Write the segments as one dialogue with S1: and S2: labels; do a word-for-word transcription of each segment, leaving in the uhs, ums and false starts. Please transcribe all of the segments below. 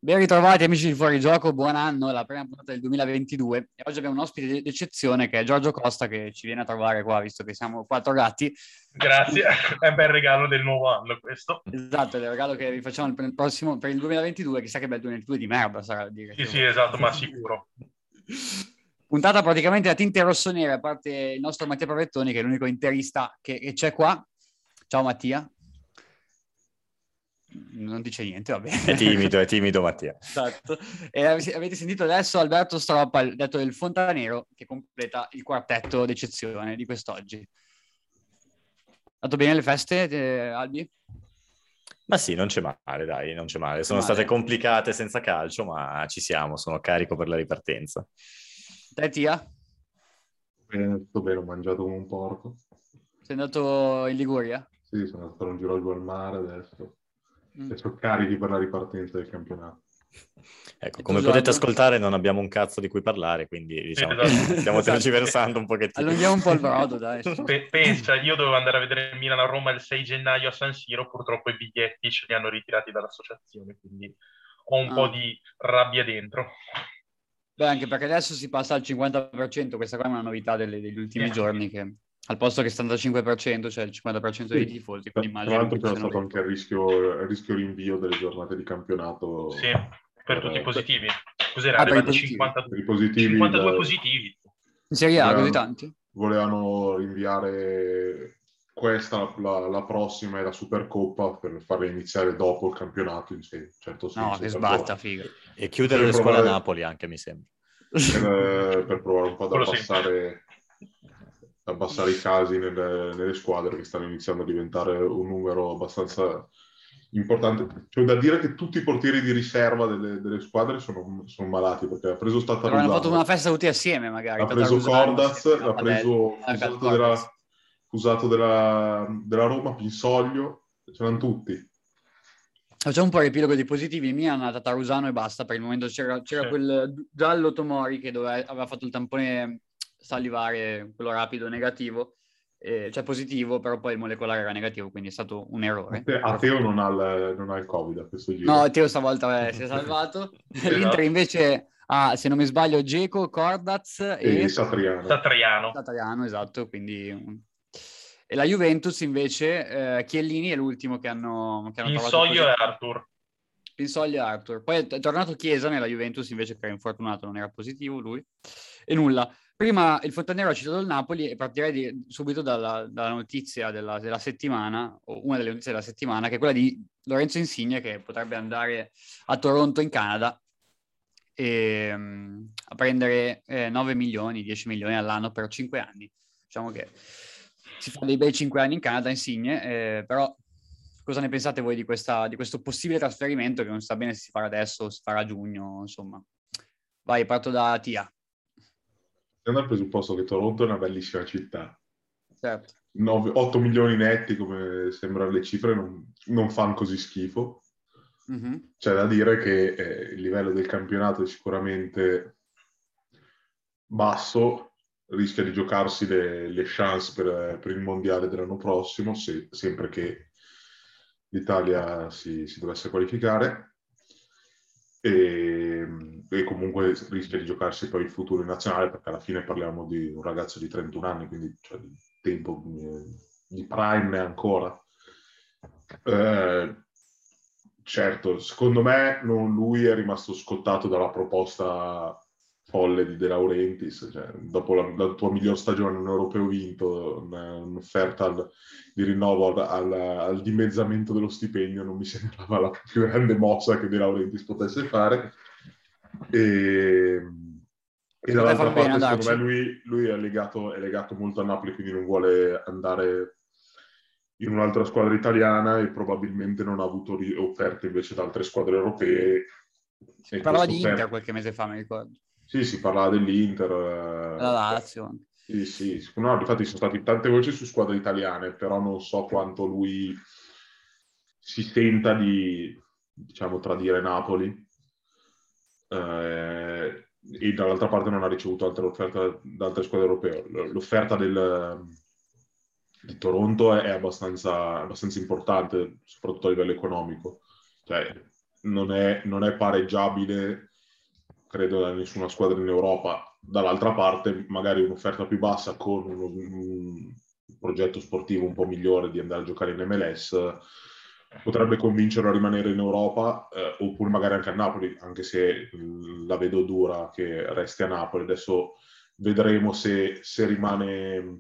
S1: Ben ritrovati amici di Fuorigioco, buon anno, la prima puntata del duemilaventidue e oggi abbiamo un ospite d'eccezione che è Giorgio Costa che ci viene a trovare qua visto che siamo quattro gatti.
S2: Grazie, è un bel regalo del nuovo anno questo.
S1: Esatto, è il regalo che vi facciamo per il prossimo, per il duemilaventidue, chissà che bel duemilaventidue di merda sarà a dire.
S2: Sì, sì, esatto, ma sicuro.
S1: Puntata praticamente a tinte rossonere, a parte il nostro Mattia Pavettoni che è l'unico interista che, che c'è qua. Ciao Mattia. Non dice niente, va bene.
S3: È timido, è timido Mattia.
S1: Esatto. E avete sentito adesso Alberto Stroppa, detto del Fontanero, che completa il quartetto d'eccezione di quest'oggi. Andato bene le feste, eh, Albi?
S3: Ma sì, non c'è male, dai, non c'è male. Sono
S1: Male.
S3: state complicate senza calcio, ma ci siamo, sono carico per la ripartenza.
S1: Te, Tia?
S4: Bene, sto bene, ho mangiato come un porco.
S1: Sei andato in Liguria?
S4: Sì, sono andato a fare un giro al mare adesso.
S1: Mm.
S4: E sono carichi per la ripartenza del campionato.
S3: Ecco,
S1: E
S3: come
S1: tu,
S3: potete
S1: Giorgio?
S3: ascoltare non abbiamo un cazzo di cui parlare, quindi diciamo
S2: Esatto.
S3: che stiamo tergiversando un pochettino.
S1: Allunghiamo un po' il brodo, dai.
S2: Pe- pensa, io dovevo andare a vedere il Milan a Roma il sei gennaio a San Siro, purtroppo i biglietti ce li hanno ritirati dall'associazione, quindi ho un
S1: Ah.
S2: po' di rabbia dentro.
S1: Beh, anche perché adesso si passa al cinquanta per cento, questa qua è una novità delle- degli ultimi
S2: Eh.
S1: giorni, che al posto che settantacinque per cento, cioè il cinquanta per cento dei
S4: Sì.
S1: tifosi,
S4: Tra
S1: quindi immagino
S4: l'altro
S1: che
S4: c'era
S1: ci siano
S4: stato
S1: dei-
S4: anche il rischio, il rischio rinvio delle giornate di campionato.
S2: Sì, per,
S4: Per-
S2: tutti i positivi. Cos'era?
S1: Ah, per i
S2: Arrivati
S1: positivi.
S2: cinquanta
S4: Per i positivi,
S2: cinquantadue
S4: da-
S2: positivi.
S1: In Serie A, così
S4: volevano,
S1: tanti?
S4: volevano rinviare questa, la, la prossima e la Supercoppa per farla iniziare dopo il campionato, in sé, in certo
S1: No,
S4: senso.
S1: che
S4: per
S1: sbatta,
S4: provare-
S1: figa.
S3: E chiudere
S4: per
S3: le scuole a
S4: provare-
S3: Napoli anche, mi sembra.
S4: per, per provare un po' ad
S2: Quello sì.
S4: abbassare, abbassare i casi nelle, nelle squadre che stanno iniziando a diventare un numero abbastanza importante. C'è da dire che tutti i portieri di riserva delle, delle squadre sono, sono malati, perché ha preso
S1: Avranno fatto una
S4: Tatarusano,
S1: festa tutti assieme, magari.
S4: ha preso
S1: Tatarusano
S4: Cordaz,
S1: insieme a
S4: l'ha
S1: Padelli.
S4: preso
S1: Ah,
S4: Fusato
S1: Cordaz.
S4: della, Fusato della, della Roma, Pinsoglio, c'erano tutti.
S1: Facciamo un po' il riepilogo dei positivi. Il Milan ha Tatarusano e basta. Per il momento c'era, c'era
S2: Sì.
S1: quel giallo Tomori che doveva, aveva fatto il tampone salivare, quello rapido negativo, eh, cioè positivo, però poi il molecolare era negativo, quindi è stato un
S4: A
S1: errore.
S4: te- a Teo non ha il, non ha il Covid a questo giro.
S1: No, Teo stavolta eh, si è salvato. L'Inter invece ha, se non mi sbaglio, Dzeko, Cordaz
S4: E
S1: e
S4: Satriano.
S2: Satriano.
S1: Satariano, esatto, quindi... E la Juventus invece, eh, Chiellini è l'ultimo che hanno, che hanno trovato
S2: Insoglio e
S1: positivo.
S2: Arthur.
S1: Pinsoglio e Arthur. Poi è tornato Chiesa nella Juventus invece che era infortunato, non era positivo lui. E nulla. Prima il Fontanero ha citato il Napoli e partirei di, subito dalla, dalla notizia della, della settimana, o una delle notizie della settimana, che è quella di Lorenzo Insigne che potrebbe andare a Toronto in Canada e, um, a prendere eh, nove milioni, dieci milioni all'anno per cinque anni. Diciamo che si fa dei bei cinque anni in Canada, Insigne, eh, però cosa ne pensate voi di, questa, di questo possibile trasferimento che non sa bene se si farà adesso o si farà a giugno, insomma. Vai, parto da Tia.
S4: Andiamo dal presupposto che Toronto è una bellissima città.
S1: Certo.
S4: otto milioni netti, come sembrano le cifre, non, non fanno così schifo.
S1: Mm-hmm.
S4: C'è da dire che eh, il livello del campionato è sicuramente basso, rischia di giocarsi le, le chance per, per il mondiale dell'anno prossimo, se, sempre che l'Italia si, si dovesse qualificare, e, e comunque rischia di giocarsi poi il futuro in nazionale, perché alla fine parliamo di un ragazzo di trentuno anni, quindi cioè, di tempo di prime ancora. Eh, certo, secondo me non, lui è rimasto scottato dalla proposta folle di De Laurentiis, cioè, dopo la, la tua miglior stagione, un europeo vinto, un'offerta al, di rinnovo al, al, al dimezzamento dello stipendio, non mi sembrava la più grande mossa che De Laurentiis potesse fare. E, e dall'altra parte, secondo me, lui, lui è, legato, è legato molto a Napoli, quindi non vuole andare in un'altra squadra italiana e probabilmente non ha avuto offerte invece da altre squadre europee.
S1: Si parlava di Inter offerta... qualche mese fa, mi ricordo.
S4: Sì, si parlava dell'Inter.
S1: La Lazio.
S4: Sì, sì. No, infatti sono state tante voci su squadre italiane, però non so quanto lui si senta di, diciamo, tradire Napoli. Eh, e dall'altra parte non ha ricevuto altre offerte da altre squadre europee. L'offerta del, di Toronto è abbastanza, abbastanza importante, soprattutto a livello economico. Cioè, non è, non è pareggiabile, credo, da nessuna squadra in Europa. Dall'altra parte, magari un'offerta più bassa con uno, un progetto sportivo un po' migliore di andare a giocare in M L S potrebbe convincerlo a rimanere in Europa, eh, oppure magari anche a Napoli, anche se mh, la vedo dura che resti a Napoli. Adesso vedremo se, se rimane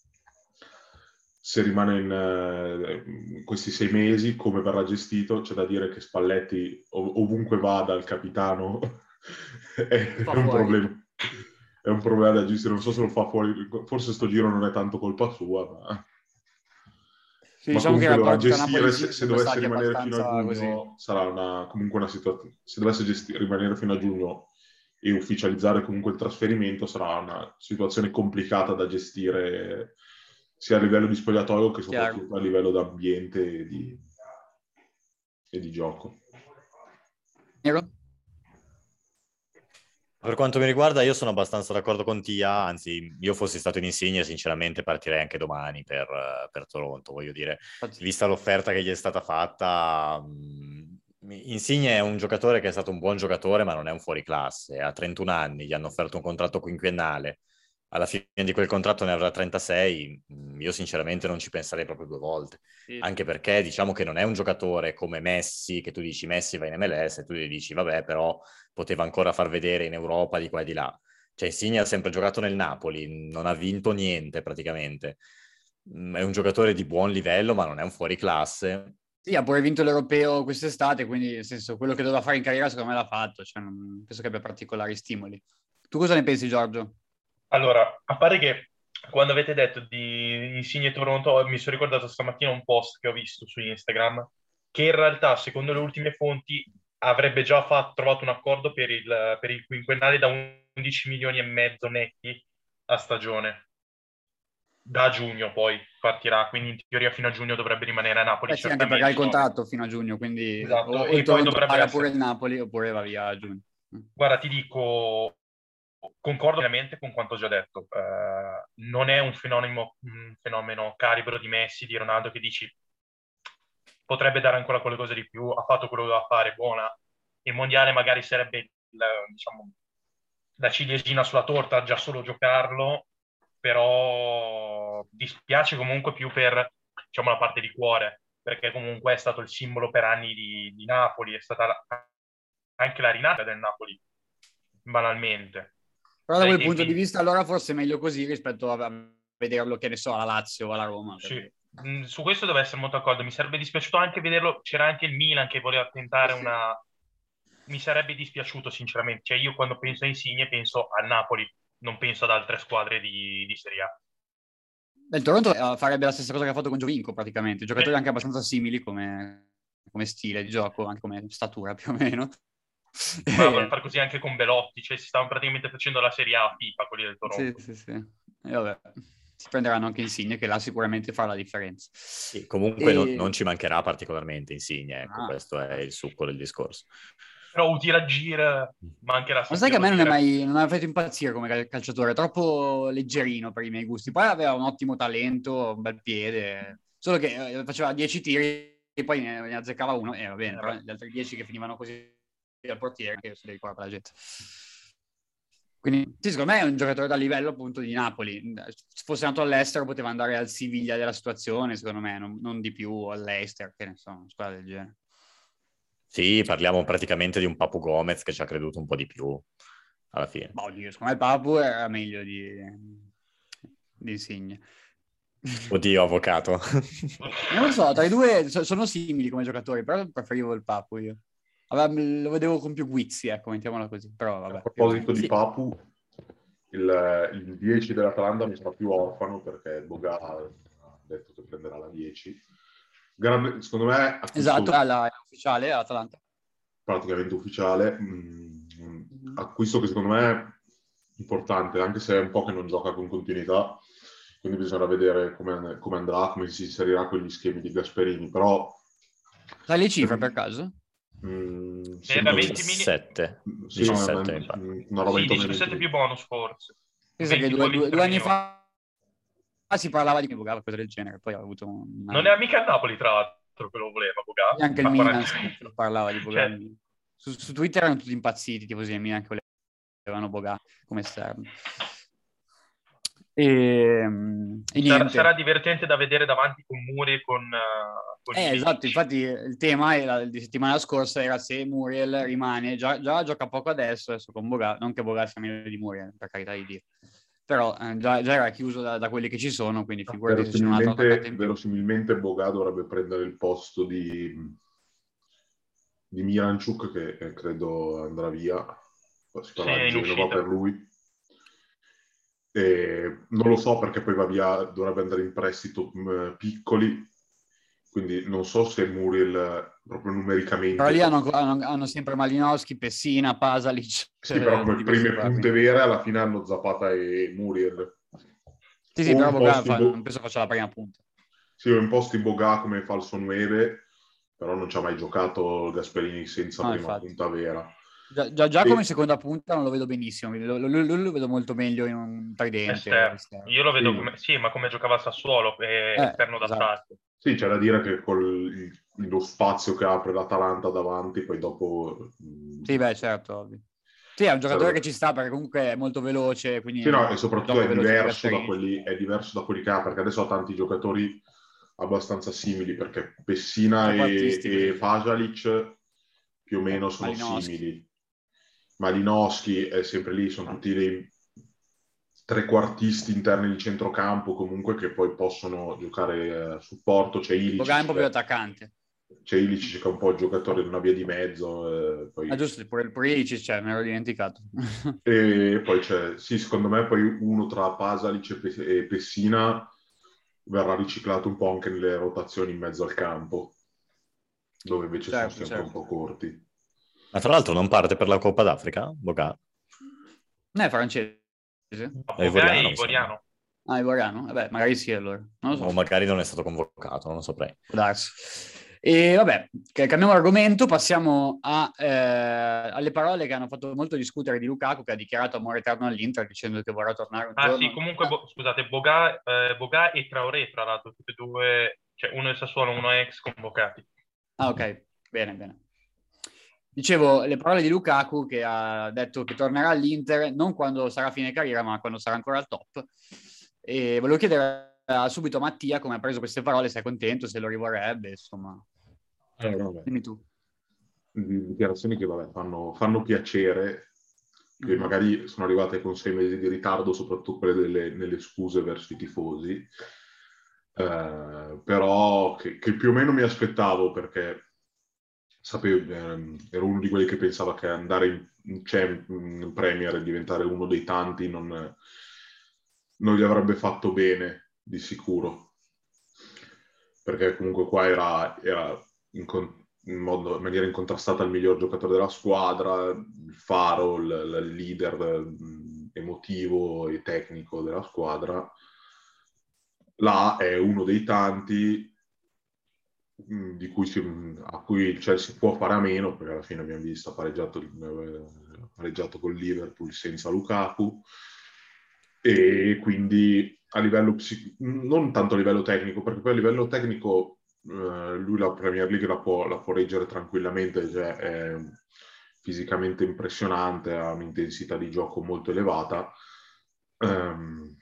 S4: se rimane in, eh, in questi sei mesi, come verrà gestito. C'è da dire che Spalletti, ov- ovunque vada, il capitano è, è un problema. È un problema da gestire, non so se lo fa fuori, forse sto giro non è tanto colpa sua, ma,
S1: sì,
S4: ma
S1: diciamo che i
S4: comunque dovrà
S1: rapporti tra
S4: gestire,
S1: Napoli e
S4: se,
S1: Insigne
S4: se
S1: sono
S4: dovesse
S1: stati
S4: rimanere fino a
S1: abbastanza
S4: giugno,
S1: così.
S4: sarà una, comunque una situazione, se dovesse gesti- rimanere fino a giugno e ufficializzare comunque il trasferimento, sarà una situazione complicata da gestire sia a livello di spogliatoio che soprattutto
S1: Chiaro.
S4: a livello d'ambiente e di, e di gioco.
S1: Nero?
S3: Per quanto mi riguarda, io sono abbastanza d'accordo con Tia, anzi, io fossi stato in Insigne, sinceramente partirei anche domani per, per Toronto, voglio dire.
S1: Infatti.
S3: Vista l'offerta che gli è stata fatta, mh, Insigne è un giocatore che è stato un buon giocatore, ma non è un fuoriclasse. Ha trentuno anni, gli hanno offerto un contratto quinquennale. Alla fine di quel contratto ne avrà trentasei. Io sinceramente non ci penserei proprio due volte.
S1: Sì.
S3: Anche perché diciamo che non è un giocatore come Messi, che tu dici Messi va in M L S e tu gli dici vabbè, però poteva ancora far vedere in Europa di qua e di là. Cioè Insigne ha sempre giocato nel Napoli, non ha vinto niente praticamente. È un giocatore di buon livello, ma non è un fuoriclasse.
S1: Sì, ha pure vinto l'Europeo quest'estate, quindi nel senso, quello che doveva fare in carriera secondo me l'ha fatto, cioè non penso che abbia particolari stimoli. Tu cosa ne pensi, Giorgio?
S2: Allora, a parte che quando avete detto di Insigne Toronto, mi sono ricordato stamattina un post che ho visto su Instagram, che in realtà, secondo le ultime fonti, avrebbe già fatto, trovato un accordo per il, per il quinquennale da undici milioni e mezzo netti a stagione. Da giugno poi partirà, quindi in teoria fino a giugno dovrebbe rimanere a Napoli,
S1: Eh sì, anche perché ha il
S2: certamente.
S1: contratto fino a giugno, quindi
S2: Esatto,
S1: o, o
S2: e
S1: il
S2: poi
S1: Toronto
S2: dovrebbe
S1: paga pure
S2: essere...
S1: il Napoli oppure va via a giugno.
S2: Guarda, ti dico, concordo ovviamente con quanto ho già detto. Eh, non è un fenomeno, un fenomeno calibro di Messi, di Ronaldo, che dici potrebbe dare ancora quelle cose di più, ha fatto quello che doveva fare, buona. Il mondiale magari sarebbe il, diciamo, la ciliegina sulla torta, già solo giocarlo, però dispiace comunque più per, diciamo, la parte di cuore, perché comunque è stato il simbolo per anni di, di Napoli, è stata la- anche la rinascita del Napoli, banalmente.
S1: Però da
S2: Dai
S1: quel punto di
S2: tempi...
S1: vista allora forse è meglio così rispetto a a vederlo, che ne so, alla Lazio o alla Roma.
S2: Sì,
S1: Perché...
S2: mm, su questo devo essere molto d'accordo. Mi sarebbe dispiaciuto anche vederlo. C'era anche il Milan che voleva tentare
S1: Sì, sì.
S2: una. Mi sarebbe dispiaciuto, sinceramente. Cioè, io quando penso a Insigne penso al Napoli, non penso ad altre squadre di, di Serie A.
S1: Beh, il Toronto eh, farebbe la stessa cosa che ha fatto con Giovinco praticamente, giocatori
S2: Eh,
S1: anche abbastanza simili come, come stile di gioco, anche come statura più o meno.
S2: ma voleva
S1: E-
S2: fare così anche con Belotti, cioè si stavano praticamente facendo la Serie A a FIFA, quelli del
S1: Sì,
S2: Toronto.
S1: sì, sì. E vabbè, si prenderanno anche Insigne che là sicuramente fa la differenza.
S3: Sì, comunque non, non
S1: E...
S3: ci mancherà particolarmente Insigne, ecco,
S1: Ah.
S3: questo è il succo del discorso.
S2: Però utile a giro, mancherà
S1: Ma sai che a
S2: sentirlo
S1: me non è
S2: dire.
S1: mai non mi ha fatto impazzire come cal- calciatore, è troppo leggerino per i miei gusti. Poi aveva un ottimo talento, un bel piede, solo che eh, faceva dieci tiri e poi ne, ne azzeccava uno e va bene,
S2: Eh,
S1: però
S2: beh.
S1: gli altri dieci che finivano così al portiere, che se li ricorda la gente. Quindi sì, secondo me è un giocatore da livello appunto di Napoli. Se fosse nato all'estero poteva andare al Siviglia della situazione, secondo me, non, non di più all'Eister, che ne so, una squadra del genere.
S3: Sì, parliamo praticamente di un Papu Gomez che ci ha creduto un po' di più alla fine.
S1: Ma oddio, secondo me il Papu era meglio di, di Insigne.
S3: Oddio, avvocato.
S1: Non lo so, tra i due so- sono simili come giocatori, però preferivo il Papu io. Aveva- lo vedevo con più guizzi, ecco, mettiamola così. Però
S4: A
S1: vabbè, più o meno.
S4: proposito di
S3: Sì.
S4: Papu, il, il dieci dell'Atalanta mi sta più orfano perché Boga ha detto che prenderà la dieci. Grande, secondo me acquisto
S1: Esatto, è la- è ufficiale Atalanta.
S4: praticamente ufficiale, mh, acquisto che secondo me è importante, anche se è un po' che non gioca con continuità, quindi bisognerà vedere come, come andrà, come si inserirà con gli schemi di Gasperini, però...
S1: Sai le cifre per caso?
S4: Mh,
S2: Era
S4: sembra
S2: venti milioni.
S3: diciassette.
S4: sì, no,
S3: diciassette,
S4: una,
S3: mi pare.
S4: una roba
S2: Sì,
S4: intorno ai
S2: diciassette
S4: venti.
S2: più bonus forse.
S1: Pensa che due, due- due
S2: ventidue ventitré
S1: anni
S2: milioni.
S1: fa si parlava di Bugava, cosa del genere, poi ha avuto una...
S2: Non è amica al Napoli, tra l'altro. altro che lo voleva Boga.
S1: E anche il
S2: Ma
S1: Milan
S2: quaranta...
S1: parlava di Boga.
S2: Cioè,
S1: Su, su Twitter erano tutti impazziti, tifosi del Milan che volevano Boga come esterno. E, e
S2: sarà,
S1: niente.
S2: sarà divertente da vedere davanti con Muriel e con, uh, con
S1: Eh, esatto, infatti il tema era, di settimana scorsa era se Muriel rimane, già, già gioca poco adesso, adesso con Boga, non che Boga sia meglio di Muriel, per carità di Dio, però eh, già, già era chiuso da, da quelli che ci sono, quindi figurati se c'è un altro attaccante in più.
S4: Verosimilmente Boga dovrebbe prendere il posto di, di Miranchuk, che eh, credo andrà via, si parla
S2: sì,
S4: di
S2: in
S4: Genova
S2: uscita.
S4: per lui. E non lo so perché poi va via, dovrebbe andare in prestito mh, piccoli, quindi non so se Muriel eh, proprio numericamente...
S1: Però lì hanno, hanno, hanno sempre Malinowski, Pessina, Pasalic.
S4: Sì, però come
S1: tutti
S4: prime
S1: qua,
S4: punte
S1: quindi.
S4: vere alla fine hanno Zapata e Muriel.
S1: Sì, sì,
S4: o
S1: però Boga
S4: imposti
S1: fa,
S4: Bo-
S1: non penso faccia la prima punta.
S4: Sì, ho imposti Boga come falso nove, però non ci ha mai giocato Gasperini senza
S1: No,
S4: prima
S1: infatti.
S4: punta vera.
S1: Già, già, già
S4: E-
S1: come seconda punta non lo vedo benissimo, lo, lo, lo, lo vedo molto meglio in un tridente.
S2: Esterno.
S1: esterno.
S2: Io lo vedo
S4: Sì.
S2: come, sì, ma come giocava a Sassuolo, eh,
S1: Eh,
S2: esterno
S1: esatto.
S2: d'attacco.
S4: Sì, c'è da dire che con lo spazio che apre l'Atalanta davanti, poi dopo... mh,
S1: Sì, beh, certo, ovvio. Sì, è un giocatore
S4: serve-
S1: che ci sta perché comunque è molto veloce, quindi
S4: Sì, no, e
S1: il
S4: soprattutto
S1: gioco
S4: è
S1: veloce di
S4: diverso da
S1: Gasperini.
S4: quelli, è diverso da quelli che ha, perché adesso ha tanti giocatori abbastanza simili, perché Pessina e,
S1: Troppo
S4: e Pasalic più o meno sono
S1: Malinowski.
S4: simili. Malinowski è sempre lì, sono tutti dei trequartisti interni di centrocampo comunque che poi possono giocare a supporto. C'è
S1: Boga è un po' più
S4: Ilicic,
S1: attaccante.
S4: c'è Ilicic che è un po' il giocatore di una via di mezzo. Eh, poi...
S1: Ah, giusto, pure il Ilicic, cioè, me l'ero dimenticato.
S4: E poi c'è, sì, secondo me poi uno tra Pasalic e, Pe- e Pessina verrà riciclato un po' anche nelle rotazioni in mezzo al campo, dove invece
S1: certo,
S4: sono sempre
S1: certo.
S4: un po' corti.
S3: Ma tra l'altro non parte per la Coppa d'Africa, Boga?
S1: Non è francese?
S3: È
S2: Boga
S3: ivoriano,
S2: e
S3: mi sembra.
S2: Ivoriano.
S1: Ah, ivoriano? Vabbè, magari sì allora. Non lo so.
S3: O magari non è stato convocato, non lo saprei.
S1: Può darsi. E vabbè, che- cambiamo argomento, passiamo a, eh, alle parole che hanno fatto molto discutere di Lukaku, che ha dichiarato amore eterno all'Inter dicendo che vorrà tornare un
S2: Ah
S1: giorno.
S2: sì, comunque, bo- scusate, Boga, eh, Boga e Traoré, tra l'altro, tutti e due, cioè uno è Sassuolo, uno è ex convocati.
S1: Ah, ok, bene, bene. Dicevo, le parole di Lukaku che ha detto che tornerà all'Inter non quando sarà fine carriera, ma quando sarà ancora al top. E volevo chiedere a subito a Mattia come ha preso queste parole, se è contento, se lo rivorrebbe, insomma.
S4: Allora, vabbè.
S1: Dimmi tu.
S4: Dichiarazioni che vabbè, fanno, fanno piacere, che
S1: Mm-hmm.
S4: magari sono arrivate con sei mesi di ritardo, soprattutto quelle delle, nelle scuse verso i tifosi, eh, però che, che più o meno mi aspettavo, perché sapevo, ehm, ero uno di quelli che pensava che andare in, in, Champ- in Premier e diventare uno dei tanti non, non gli avrebbe fatto bene, di sicuro, perché comunque qua era, era in, in, modo, in maniera incontrastata il miglior giocatore della squadra, il faro, il, il leader mh, emotivo e tecnico della squadra. Là è uno dei tanti mh, di cui si, a cui il Chelsea può fare a meno, perché alla fine abbiamo visto ha pareggiato, eh, pareggiato col Liverpool senza Lukaku, e quindi a livello psic- non tanto a livello tecnico, perché poi a livello tecnico eh, lui la Premier League la può, la può reggere tranquillamente, cioè è fisicamente impressionante, ha un'intensità di gioco molto elevata, um,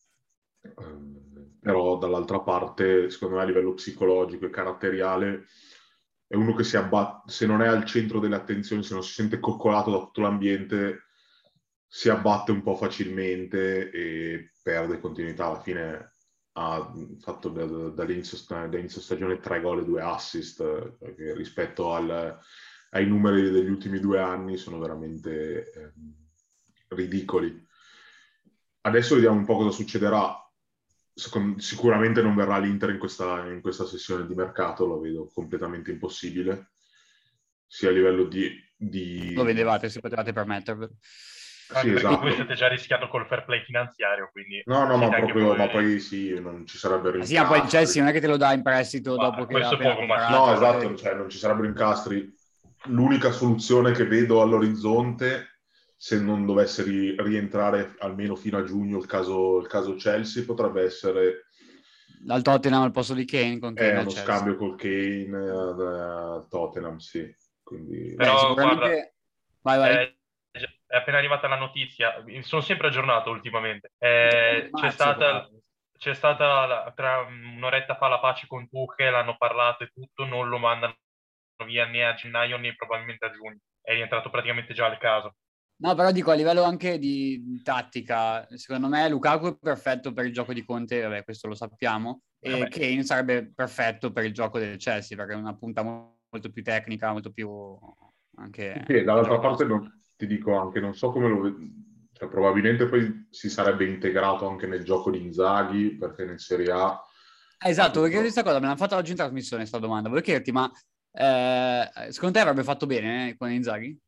S4: um, però dall'altra parte secondo me a livello psicologico e caratteriale è uno che si abbatte, se non è al centro delle attenzioni, se non si sente coccolato da tutto l'ambiente, si abbatte un po' facilmente e perde continuità. Alla fine ha fatto dall'inizio, dall'inizio stagione tre gol e due assist, che rispetto al, ai numeri degli ultimi due anni sono veramente eh, ridicoli. Adesso vediamo un po' cosa succederà. Sicuramente non verrà l'Inter in questa, in questa sessione di mercato, lo vedo completamente impossibile, sia a livello di... di...
S1: Lo vedevate, se potevate permettervelo.
S2: Anche
S4: Sì,
S2: perché
S4: esatto.
S2: voi state già rischiando col fair play finanziario, quindi...
S4: No, no, ma proprio,
S2: voi...
S4: ma poi sì, non ci sarebbero
S1: Ah, sì, ma poi il
S4: incastri.
S1: Chelsea non è che te lo dà in prestito
S2: Ma
S1: dopo che l'ha
S2: questo
S1: appena
S2: poco, ma sì.
S1: comprato.
S4: No, esatto, cioè, non ci sarebbero incastri. L'unica soluzione che vedo all'orizzonte, se non dovesse ri- rientrare almeno fino a giugno il caso, il caso Chelsea, potrebbe essere
S1: dal Tottenham al posto di Kane con Kane
S4: È
S1: al
S4: uno
S1: Chelsea.
S4: scambio col Kane al Tottenham, sì. Quindi...
S1: Beh,
S2: Però
S1: sicuramente...
S2: guarda,
S1: Vai, vai.
S2: è, è appena arrivata la notizia, sono sempre aggiornato ultimamente.
S1: ventisette
S2: Eh,
S1: di
S2: c'è
S1: marzo,
S2: stata, c'è stata la- tra un'oretta fa la pace con Tuchel, hanno parlato e tutto, non lo mandano via né a gennaio né probabilmente a giugno. È rientrato praticamente già al caso.
S1: No, però dico a livello anche di tattica, secondo me Lukaku è perfetto per il gioco di Conte, vabbè, questo lo sappiamo, e
S2: Vabbè.
S1: Kane sarebbe perfetto per il gioco del Chelsea, perché è una punta mo- molto più tecnica, molto più anche...
S4: Sì, dall'altra
S1: gioco-
S4: parte non- ti dico anche, non so come lo vedi, cioè, probabilmente poi si sarebbe integrato anche nel gioco di Inzaghi, perché nel Serie A...
S1: Eh, esatto, perché questa cosa me l'hanno fatta oggi in trasmissione, questa domanda. Volevo chiederti, ma eh, secondo te avrebbe fatto bene eh, con Inzaghi?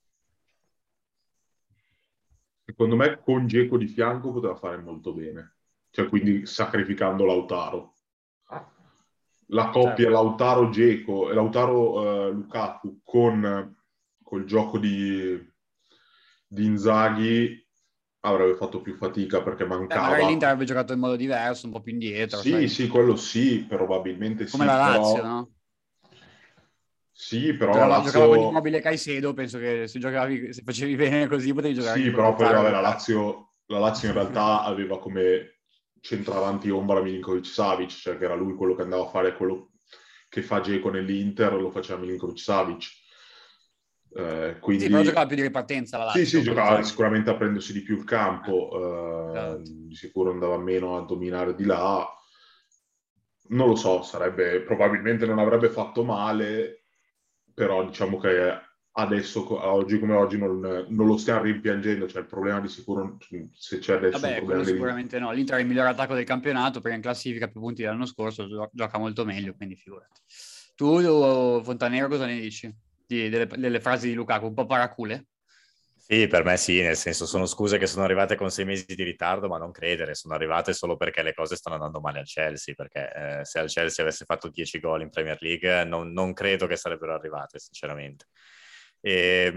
S4: Secondo me con Dzeko di fianco poteva fare molto bene, cioè quindi sacrificando Lautaro. La coppia
S1: Certo.
S4: Lautaro-Dzeko e Lautaro-Lukaku con col gioco di, di Inzaghi avrebbe fatto più fatica perché
S1: Beh, magari
S4: mancava.
S1: l'Inter avrebbe giocato in modo diverso, un po' più indietro,
S4: Sì,
S1: sai?
S4: sì, quello sì, probabilmente
S1: Come
S4: sì,
S1: la Lazio,
S4: però...
S1: no?
S4: Sì, però la
S1: Giocava, giocava con
S4: Lazio...
S1: Immobile e Caicedo, penso che se giocavi, se facevi bene così potevi giocare
S4: Sì,
S1: anche con
S4: però poi
S1: Lautaro e
S4: vabbè, la
S1: Lukaku.
S4: Lazio, la Lazio in realtà aveva come centravanti ombra Milinkovic-Savic, cioè che era lui quello che andava a fare quello che fa Dzeko nell'Inter, lo faceva Milinkovic-Savic. Eh,
S1: Sì, però giocava
S4: quindi
S1: più di ripartenza la
S4: sì, sì,
S1: Lazio con
S4: giocava
S1: Inzaghi.
S4: sicuramente a prendersi di più il campo, eh,
S1: Esatto.
S4: di sicuro andava meno a dominare di là. Non lo so, sarebbe, probabilmente non avrebbe fatto male, però diciamo che adesso, oggi come oggi, non, non lo stiamo rimpiangendo, cioè il problema di sicuro, se c'è adesso un
S1: Vabbè,
S4: problema
S1: quello
S4: di...
S1: sicuramente no. L'Inter è il miglior attacco del campionato perché in classifica più punti dell'anno scorso gio- gioca molto meglio, quindi figurati. Tu, Fontanero, cosa ne dici? Di- delle, delle frasi di Lukaku, un po' paracule?
S3: Sì, per me sì, nel senso sono scuse che sono arrivate con sei mesi di ritardo, ma non credere, sono arrivate solo perché le cose stanno andando male al Chelsea, perché eh, se al Chelsea avesse fatto dieci gol in Premier League non, non credo che sarebbero arrivate, sinceramente. E,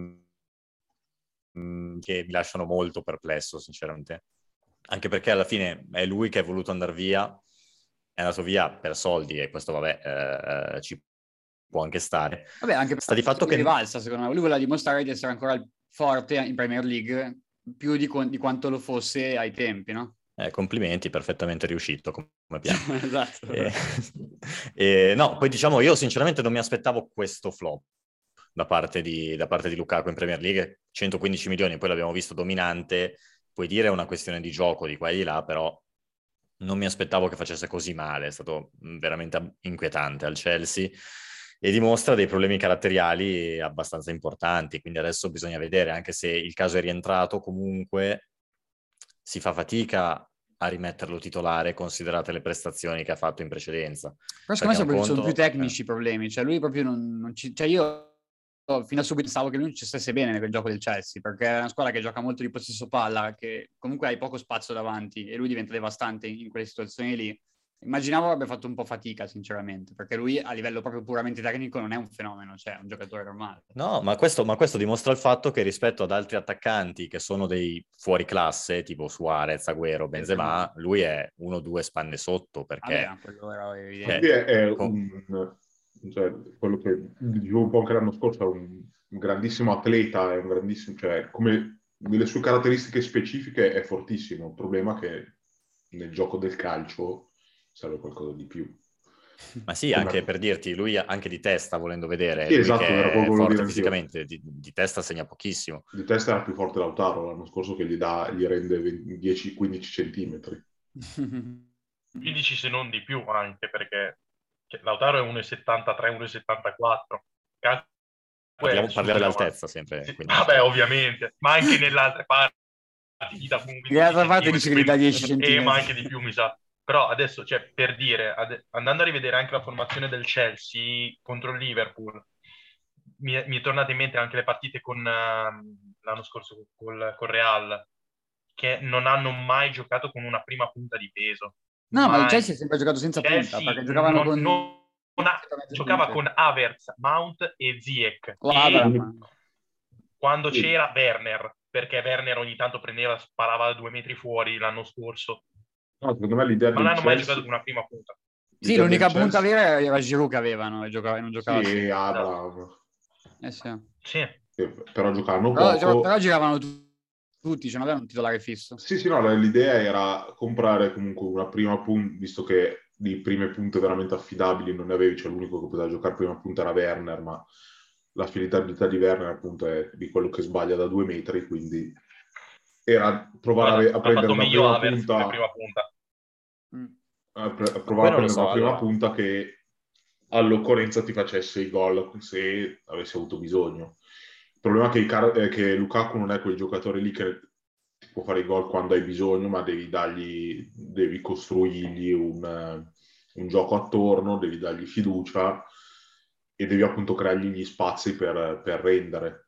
S3: mh, che mi lasciano molto perplesso, sinceramente. Anche perché alla fine è lui che è voluto andare via, è andato via per soldi e questo vabbè eh, ci può anche stare.
S1: Vabbè, anche per
S3: Sta di fatto
S1: di
S3: che...
S1: rivalsa, secondo me. Lui voleva dimostrare di essere ancora forte in Premier League, più di, di quanto lo fosse ai tempi, no?
S3: Eh, complimenti, perfettamente riuscito come piano.
S1: Esatto.
S3: E, e, no, poi diciamo, io sinceramente non mi aspettavo questo flop da parte di, da parte di Lukaku in Premier League. centoquindici milioni, poi l'abbiamo visto dominante, puoi dire è una questione di gioco di qua e di là, però non mi aspettavo che facesse così male, è stato veramente inquietante al Chelsea e dimostra dei problemi caratteriali abbastanza importanti, quindi adesso bisogna vedere, anche se il caso è rientrato, comunque si fa fatica a rimetterlo titolare considerate le prestazioni che ha fatto in precedenza.
S1: Però secondo me
S3: Perché un
S1: sono più
S3: conto...
S1: tecnici i problemi, cioè lui proprio non, non ci... Cioè io fino a subito pensavo che lui non ci stesse bene nel gioco del Chelsea, perché è una squadra che gioca molto di possesso palla, che comunque hai poco spazio davanti e lui diventa devastante in quelle situazioni lì. Immaginavo avrebbe fatto un po' fatica, sinceramente, perché lui a livello proprio puramente tecnico non è un fenomeno, cioè è un giocatore normale.
S3: No, ma questo, ma questo dimostra il fatto che rispetto ad altri attaccanti che sono dei fuori classe, tipo Suarez, Agüero, Benzema, lui è uno o due spanne sotto,
S1: Vabbè,
S3: perché...
S1: quello era
S4: Ma
S1: evidente.
S4: lui è, è
S3: con-
S4: un, cioè, quello che dicevo un po' anche l'anno scorso, è un, un grandissimo atleta, è un grandissimo, cioè, come nelle sue caratteristiche specifiche è fortissimo. Il problema è che nel gioco del calcio serve qualcosa di più.
S3: Ma sì,
S4: Come...
S3: anche per dirti, lui anche di testa, volendo vedere,
S4: Sì,
S3: lui
S4: esatto, era quello
S3: che
S4: che
S3: è
S4: volevo dire
S3: forte
S4: anch'io.
S3: fisicamente, di, di testa segna pochissimo.
S4: Di testa era più forte Lautaro l'anno scorso, che gli, dà, gli rende dieci quindici centimetri.
S2: quindici se non di più anche, perché cioè, Lautaro è uno virgola settantatré, uno virgola settantaquattro.
S3: Parliamo, parliamo
S2: Super avanti.
S3: dell'altezza sempre.
S2: Sì,
S3: Quindi,
S2: vabbè,
S3: cioè.
S2: ovviamente, ma anche nelle altre parti gli dà comunque dieci
S1: Dall'altra parte dice
S2: centimetri,
S1: che gli dà
S2: quindi,
S1: dieci
S2: e ma
S1: centimetri.
S2: anche di più mi sa. Però adesso, cioè, per dire, ad, andando a rivedere anche la formazione del Chelsea contro il Liverpool, mi è, mi è tornata in mente anche le partite con uh, l'anno scorso col, col Real, che non hanno mai giocato con una prima punta di peso.
S1: No, ma il
S2: Mai.
S1: Chelsea è sempre giocato senza punta,
S2: Chelsea
S1: perché giocavano
S2: non,
S1: con
S2: non, non ha,
S1: mezze
S2: giocava
S1: punte.
S2: con Havertz, Mount e Ziyech.
S1: O
S2: E
S1: Abraham.
S2: quando
S4: Sì.
S2: c'era Werner, perché Werner ogni tanto prendeva, sparava da due metri fuori l'anno scorso,
S4: No, secondo me l'idea
S2: Ma non
S4: del
S2: hanno mai
S4: Chelsea...
S2: giocato con una prima punta.
S1: Sì,
S4: l'idea
S1: l'unica
S4: del
S1: punta
S4: Chelsea-
S1: vera era Giroud che avevano e giocava, non giocava.
S4: Sì,
S1: sempre.
S4: Abraham.
S1: Eh sì.
S2: Sì.
S4: Che però giocavano
S1: Però,
S4: poco.
S1: però giravano tu- tutti, cioè non avevano un titolare fisso.
S4: Sì, sì, no, l'idea era comprare comunque una prima punta, visto che di prime punte veramente affidabili non ne avevi, cioè l'unico che poteva giocare prima punta era Werner, ma l'affidabilità di Werner appunto è di quello che sbaglia da due metri, quindi era provare
S2: Guarda,
S4: a, a
S2: ha
S4: prendere
S2: fatto
S4: una
S2: meglio
S4: prima
S2: Havertz come
S4: punta,
S2: prima punta.
S1: Mm.
S4: a, pre- a
S3: Ma
S4: provare
S3: poi
S4: a
S3: non lo
S4: prendere
S3: so,
S4: una prima
S3: allora.
S4: punta che all'occorrenza ti facesse i gol se avessi avuto bisogno. Il problema è che, i car- è che Lukaku non è quel giocatore lì che ti può fare i gol quando hai bisogno, ma devi dargli, devi costruirgli un, eh, un gioco attorno, devi dargli fiducia e devi appunto creargli gli spazi per, per rendere.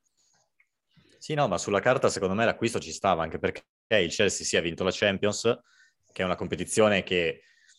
S3: Sì, no, ma sulla carta secondo me l'acquisto ci stava, anche perché il Chelsea si è vinto la Champions, che è una competizione che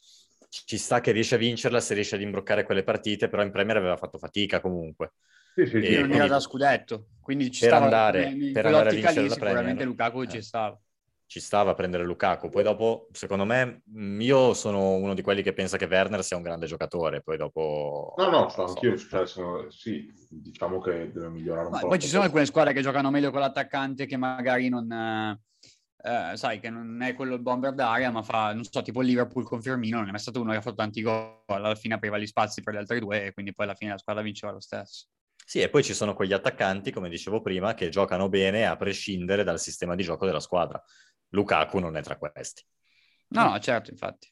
S3: ci sta che riesce a vincerla se riesce ad imbroccare quelle partite, però in Premier aveva fatto fatica comunque.
S4: Sì, sì,
S1: Sì,
S4: sì,
S3: E
S1: non era
S3: quindi
S1: da scudetto, quindi ci
S3: per
S1: stava,
S3: andare,
S1: in
S3: per andare a
S1: quell'ottica
S3: vincere
S1: lì
S3: la
S1: sicuramente
S3: Premier,
S1: Lukaku ci
S3: eh,
S1: stava.
S3: ci stava a prendere Lukaku. Poi dopo, secondo me, io sono uno di quelli che pensa che Werner sia un grande giocatore, poi dopo...
S4: no, no,
S3: non
S4: so,
S3: lo so.
S4: anch'io, cioè, sono- sì, diciamo che deve migliorare un
S1: Ma
S4: po' la
S1: poi ci sono alcune
S4: composizione.
S1: squadre che giocano meglio con l'attaccante che magari non, eh, eh, sai, che non è quello il bomber d'area, ma fa, non so, tipo il Liverpool con Firmino, non è mai stato uno che ha fatto tanti gol, alla fine apriva gli spazi per gli altri due e quindi poi alla fine la squadra vinceva lo stesso.
S3: Sì, e poi ci sono quegli attaccanti, come dicevo prima, che giocano bene a prescindere dal sistema di gioco della squadra. Lukaku non è tra questi.
S1: No, no, certo, infatti.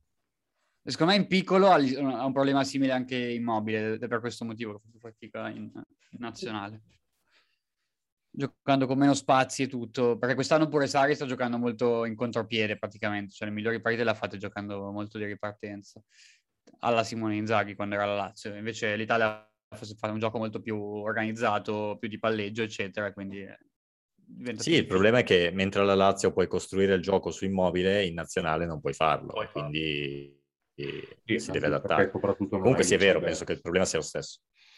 S1: E secondo me in piccolo ha ha un problema simile anche Immobile, ed è per questo motivo che fa più fatica in, in nazionale. Giocando con meno spazi e tutto, perché quest'anno pure Sarri sta giocando molto in contropiede praticamente, cioè le migliori partite le ha fatte giocando molto di ripartenza, alla Simone Inzaghi quando era la Lazio, invece l'Italia ha fatto un gioco molto più organizzato, più di palleggio, eccetera, quindi diventa
S3: Sì,
S1: più
S3: il
S1: difficile.
S3: problema è che mentre alla Lazio puoi costruire il gioco su Immobile, in nazionale non puoi farlo,
S2: Poi
S3: e
S2: fa.
S3: quindi e
S4: Sì,
S3: si deve
S4: anche perché
S3: adattare.
S4: soprattutto non
S3: Comunque
S4: hai
S3: sì, è vero,
S4: Luciano.
S3: penso che il problema sia lo stesso.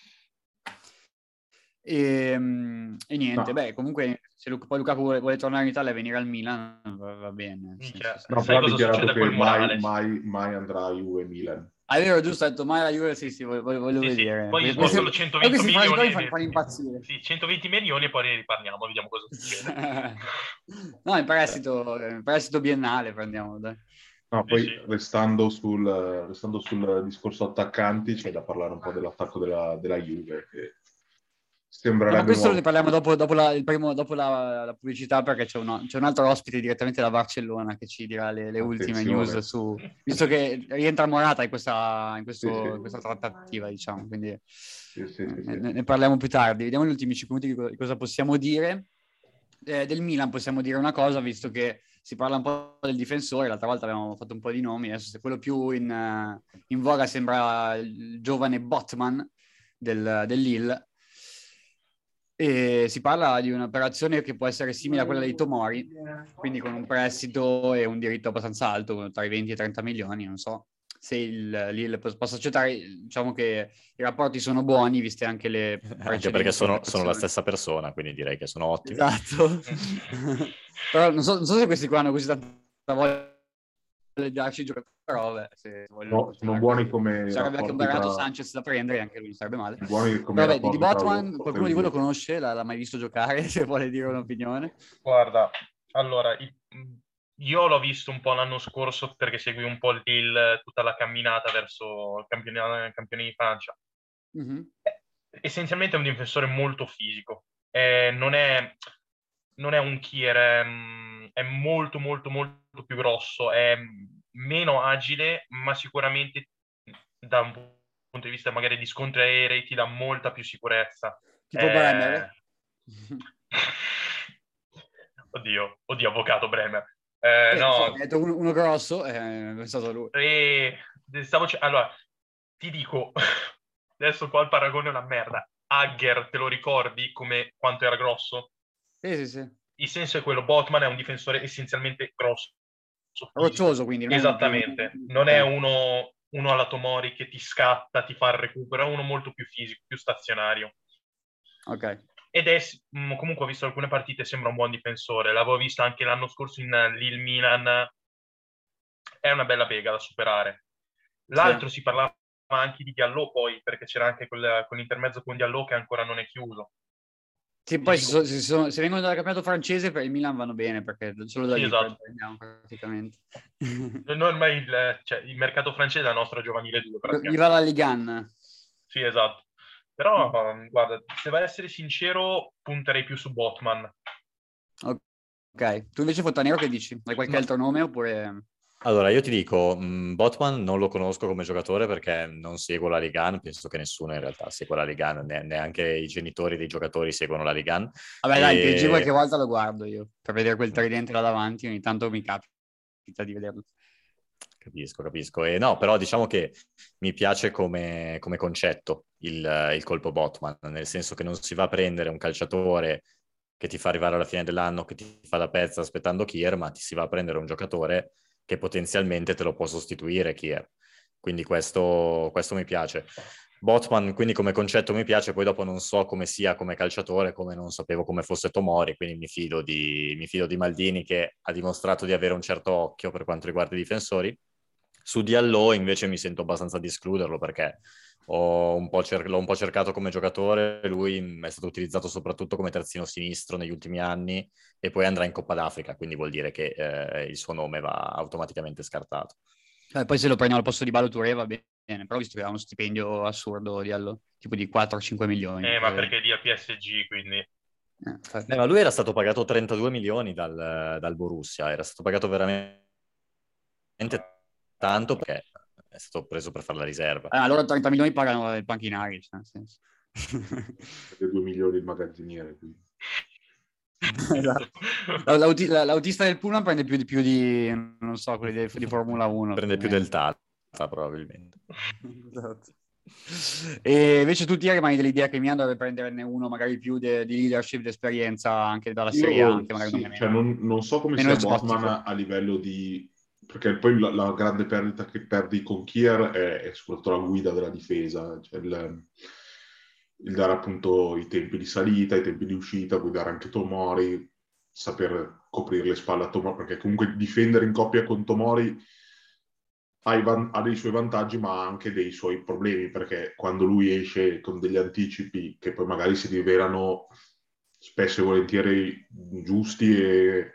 S1: E, e niente,
S4: No,
S1: beh, comunque se Lu- poi Lukaku vuole, vuole tornare in Italia e venire al Milan, va, va bene. Sì,
S2: Minchia,
S1: sì, sì.
S4: no,
S2: sai
S4: però ha
S2: cosa
S4: dichiarato
S2: succede a
S4: che
S2: quel
S4: mai,
S2: Morales?
S4: mai, mai andrà a Juve Milan.
S1: Ah, è vero, giusto, ha detto mai la Juve, sì, sì, voglio, voglio
S2: Sì, sì,
S1: vedere.
S2: poi gli
S1: Questi,
S2: sborsano
S1: eh,
S2: centoventi
S1: questi frasi qua
S2: milioni
S1: mi
S2: e
S1: fanno,
S2: ne-
S1: fanno impazzire.
S2: sì, centoventi milioni e poi ne riparliamo, vediamo cosa succede.
S1: No, in prestito, in prestito biennale prendiamo, dai.
S4: No,
S2: Sì,
S4: poi
S2: sì.
S4: restando sul, restando sul discorso attaccanti, c'è da parlare un po' dell'attacco della, della Juve, che
S1: No, ma
S4: sembrerebbe
S1: questo ne
S4: nuovo.
S1: parliamo dopo, dopo, la, il primo, dopo la, la pubblicità perché c'è, uno- c'è un altro ospite direttamente da Barcellona che ci dirà le, le ultime news
S4: Attenzione.
S1: su... Visto che rientra Morata in questa, in
S4: Sì, sì.
S1: questo, in questa trattativa, diciamo, quindi eh,
S4: Sì, sì, sì,
S1: ne,
S4: sì.
S1: ne parliamo più tardi. Vediamo gli ultimi cinque minuti di, co- di cosa possiamo dire. Eh, del Milan possiamo dire una cosa, visto che si parla un po' del difensore, l'altra volta avevamo fatto un po' di nomi, adesso se quello più in, eh, in voga sembra il giovane Botman del, del Lille. E si parla di un'operazione che può essere simile a quella dei Tomori, quindi con un prestito e un diritto abbastanza alto, tra i venti e i trenta milioni, non so se il Lille possa accettare, diciamo che i rapporti sono buoni, viste anche le
S3: Anche perché
S1: precedenti
S3: sono, sono la
S1: operazioni.
S3: stessa persona, quindi direi che sono ottimi.
S1: Esatto. Però non so, non so se questi qua hanno così tanta voglia di darci i giocatori, però vabbè, se vogliono
S4: No, sono
S1: continuare
S4: buoni
S1: così.
S4: come i
S1: Sarebbe anche un bel
S4: rapporti
S1: Renato
S4: tra,
S1: Sanchez da prendere, anche lui non sarebbe male.
S4: buoni come i
S1: Però vabbè, di, di
S4: rapporti tra
S1: Botman,
S4: lo sport e
S1: qualcuno
S4: il
S1: di voi lo
S4: vino.
S1: conosce? L'ha, l'ha mai visto giocare? Se vuole dire un'opinione.
S2: Guarda, allora, i- io l'ho visto un po' l'anno scorso perché segui un po' il deal, tutta la camminata verso il campione, campione di Francia.
S1: Mm-hmm.
S2: Essenzialmente è un difensore molto fisico. Eh, non è, non è un Kier, è, è molto, molto, molto più grosso, è meno agile, ma sicuramente da un punto di vista magari di scontri aerei ti dà molta più sicurezza.
S1: Tipo
S2: Eh...
S1: Bremer.
S2: Oddio, oddio, avvocato Bremer. Eh,
S1: Eh, so,
S2: no,
S1: hai detto uno, uno grosso, eh, è pensato a lui.
S2: e stavo c- allora, ti dico, adesso qua il paragone è una merda. Agger, te lo ricordi come quanto era grosso?
S1: Sì, sì, sì.
S2: Il senso è quello, Botman è un difensore essenzialmente grosso, fisico.
S1: Roccioso, quindi non è uno più...
S2: Esattamente, non è
S1: Ok.
S2: uno, uno alla Tomori che ti scatta, ti fa il recupero, è uno molto più fisico, più stazionario.
S1: Ok.
S2: Ed è, mh, comunque ho visto alcune partite, sembra un buon difensore. L'avevo visto anche l'anno scorso in Lille Milan, è una bella piega da superare. L'altro
S1: Sì.
S2: si parlava anche di Diallo poi, perché c'era anche quel, quell'intermezzo con Diallo che ancora non è chiuso.
S1: Sì, poi se, so- se sono- se vengono dal campionato francese per il Milan vanno bene, perché solo da
S2: Sì,
S1: lì
S2: esatto.
S1: prendiamo praticamente.
S2: Noi ormai il, cioè, il mercato francese è la nostra giovanile due,
S1: Gli
S2: praticamente.
S1: va la Ligue uno.
S2: Sì, esatto. Però, um, guarda, se devo essere sincero, punterei più su Botman.
S1: Ok, tu invece Fontanero che dici? Hai qualche
S3: Ma-
S1: altro nome oppure...
S3: Allora, io ti dico, mh, Botman non lo conosco come giocatore perché non seguo la Ligue uno, penso che nessuno in realtà segua la Ligue uno, ne- neanche i genitori dei giocatori seguono la Ligue uno.
S1: Vabbè dai, il P S G qualche
S3: E...
S1: volta lo guardo io, per vedere quel tridente là davanti, ogni tanto mi capita di vederlo.
S3: Capisco, capisco. E no, però diciamo che mi piace come, come concetto il, il colpo Botman, nel senso che non si va a prendere un calciatore che ti fa arrivare alla fine dell'anno, che ti fa da pezza aspettando Kier, ma ti si va a prendere un giocatore che potenzialmente te lo può sostituire Kier. Quindi questo, questo mi piace. Botman, quindi come concetto mi piace, poi dopo non so come sia come calciatore, come non sapevo come fosse Tomori, quindi mi fido di, mi fido di Maldini che ha dimostrato di avere un certo occhio per quanto riguarda i difensori. Su Diallo invece mi sento abbastanza di escluderlo perché ho un po' cer- l'ho un po' cercato come giocatore, lui è stato utilizzato soprattutto come terzino sinistro negli ultimi anni e poi andrà in Coppa d'Africa, quindi vuol dire che eh, il suo nome va automaticamente scartato.
S1: Eh, poi se lo prendiamo al posto di Baloture va bene, però visto che ha uno stipendio assurdo di allo, tipo di quattro cinque milioni.
S2: Eh, ma
S1: cose-
S2: perché è di A P S G, quindi...
S1: eh, infatti.
S3: Eh, ma lui era stato pagato trentadue milioni dal, dal Borussia, era stato pagato veramente tanto perché è stato preso per fare la riserva.
S1: Eh, allora trenta milioni pagano il panchinari, cioè, nel senso.
S4: due milioni il magazziniere. Quindi.
S1: Esatto. L'auti- l'autista del Pullman prende più di, più di non so, quelli di, di Formula uno.
S3: Prende più del Tata, probabilmente.
S1: Esatto. E invece tu ti rimani dell'idea che Milan dovrebbe prenderne uno magari più de- di leadership, di esperienza anche dalla Serie A,
S4: Io
S1: anche magari
S4: sì,
S1: non
S4: cioè
S1: meno,
S4: non, non so come
S1: meno
S4: sia
S1: esposti.
S4: Botman a, a livello di... Perché poi la, la grande perdita che perdi con Kier è, è soprattutto la guida della difesa, cioè il, il dare appunto i tempi di salita, i tempi di uscita, guidare anche Tomori, saper coprire le spalle a Tomori, perché comunque difendere in coppia con Tomori ha, i van- ha dei suoi vantaggi ma ha anche dei suoi problemi, perché quando lui esce con degli anticipi che poi magari si rivelano spesso e volentieri giusti e,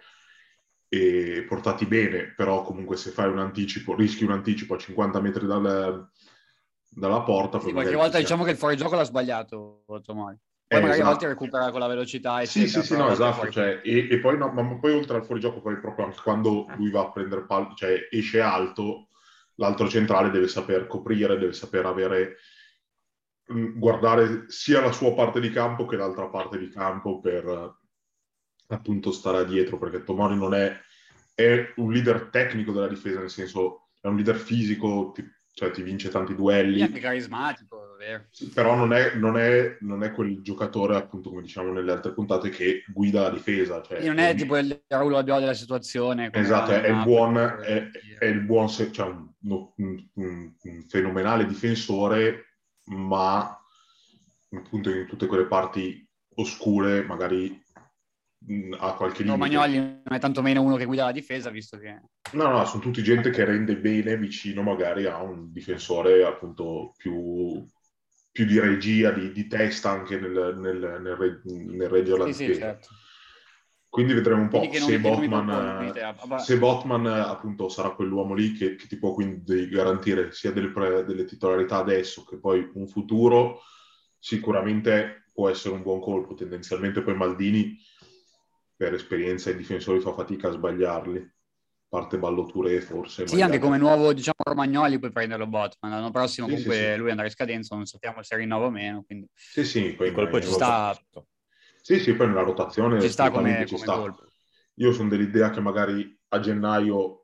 S4: e portati bene, però comunque se fai un anticipo, rischi un anticipo a cinquanta metri dal, dalla porta,
S1: Sì,
S4: poi
S1: qualche
S4: magari ti
S1: volta
S4: sia...
S1: diciamo che il fuorigioco l'ha sbagliato Tomori. Poi
S4: Eh,
S1: magari a volte
S4: esatto.
S1: recupera con la velocità,
S4: Sì, sì,
S1: eccetera,
S4: sì,
S1: però a
S4: no,
S1: volte è
S4: esatto,
S1: fuori.
S4: cioè, e, e poi, no, ma poi oltre al fuorigioco, poi proprio anche quando lui va a prendere pal- cioè esce alto, l'altro centrale deve saper coprire, deve saper avere, mh, guardare sia la sua parte di campo che l'altra parte di campo per eh, appunto stare dietro, perché Tomori non è, è un leader tecnico della difesa, nel senso è un leader fisico, ti, cioè ti vince tanti
S1: Sì,
S4: duelli,
S1: anche carismatico, vero.
S4: sì, però non è, non, è, non è quel giocatore, appunto, come diciamo nelle altre puntate, che guida la difesa. Cioè,
S1: Sì, non
S4: è
S1: è
S4: un,
S1: tipo il Raul Albiol della situazione, come era
S4: esatto, è,
S1: nel
S4: è il
S1: Napoli.
S4: buon,
S1: oppure-
S4: è, è il buon se- cioè un, un- un- un fenomenale difensore, ma appunto in tutte quelle parti oscure magari mh, ha qualche limite.
S1: Romagnoli non è tanto meno uno che guida la difesa, visto che...
S4: No, no, sono tutti gente che rende bene vicino magari a un difensore appunto più, più di regia, di, di testa anche nel, nel, nel, re- nel reggere la
S1: Sì, sì,
S4: difesa.
S1: certo.
S4: Quindi vedremo un
S1: Quindi
S4: po'
S1: che
S4: se
S1: nomi, che nomi
S4: Botman,
S1: proponi
S4: eh,
S1: te? Ah, bah,
S4: se Botman eh, appunto sarà quell'uomo lì che, che ti può quindi garantire sia delle, pre- delle titolarità adesso che poi un futuro, sicuramente può essere un buon colpo. Tendenzialmente poi Maldini, per esperienza, i difensori fa fatica a sbagliarli. Parte Balloture forse, ma
S1: sì,
S4: gli
S1: anche
S4: altri...
S1: come nuovo, diciamo, Romagnoli puoi prenderlo Botman. L'anno prossimo
S4: Sì, sì,
S1: comunque
S4: sì.
S1: lui andrà in scadenza, non sappiamo se rinnova o meno, quindi
S4: Sì, sì, poi
S3: Il colpo è
S4: in
S1: ci
S3: giusto.
S1: sta,
S4: sì, sì, poi nella rotazione
S1: ci sta
S4: assolutamente
S1: come,
S4: ci
S1: come
S4: sta.
S1: colpo.
S4: Io sono dell'idea che magari a gennaio,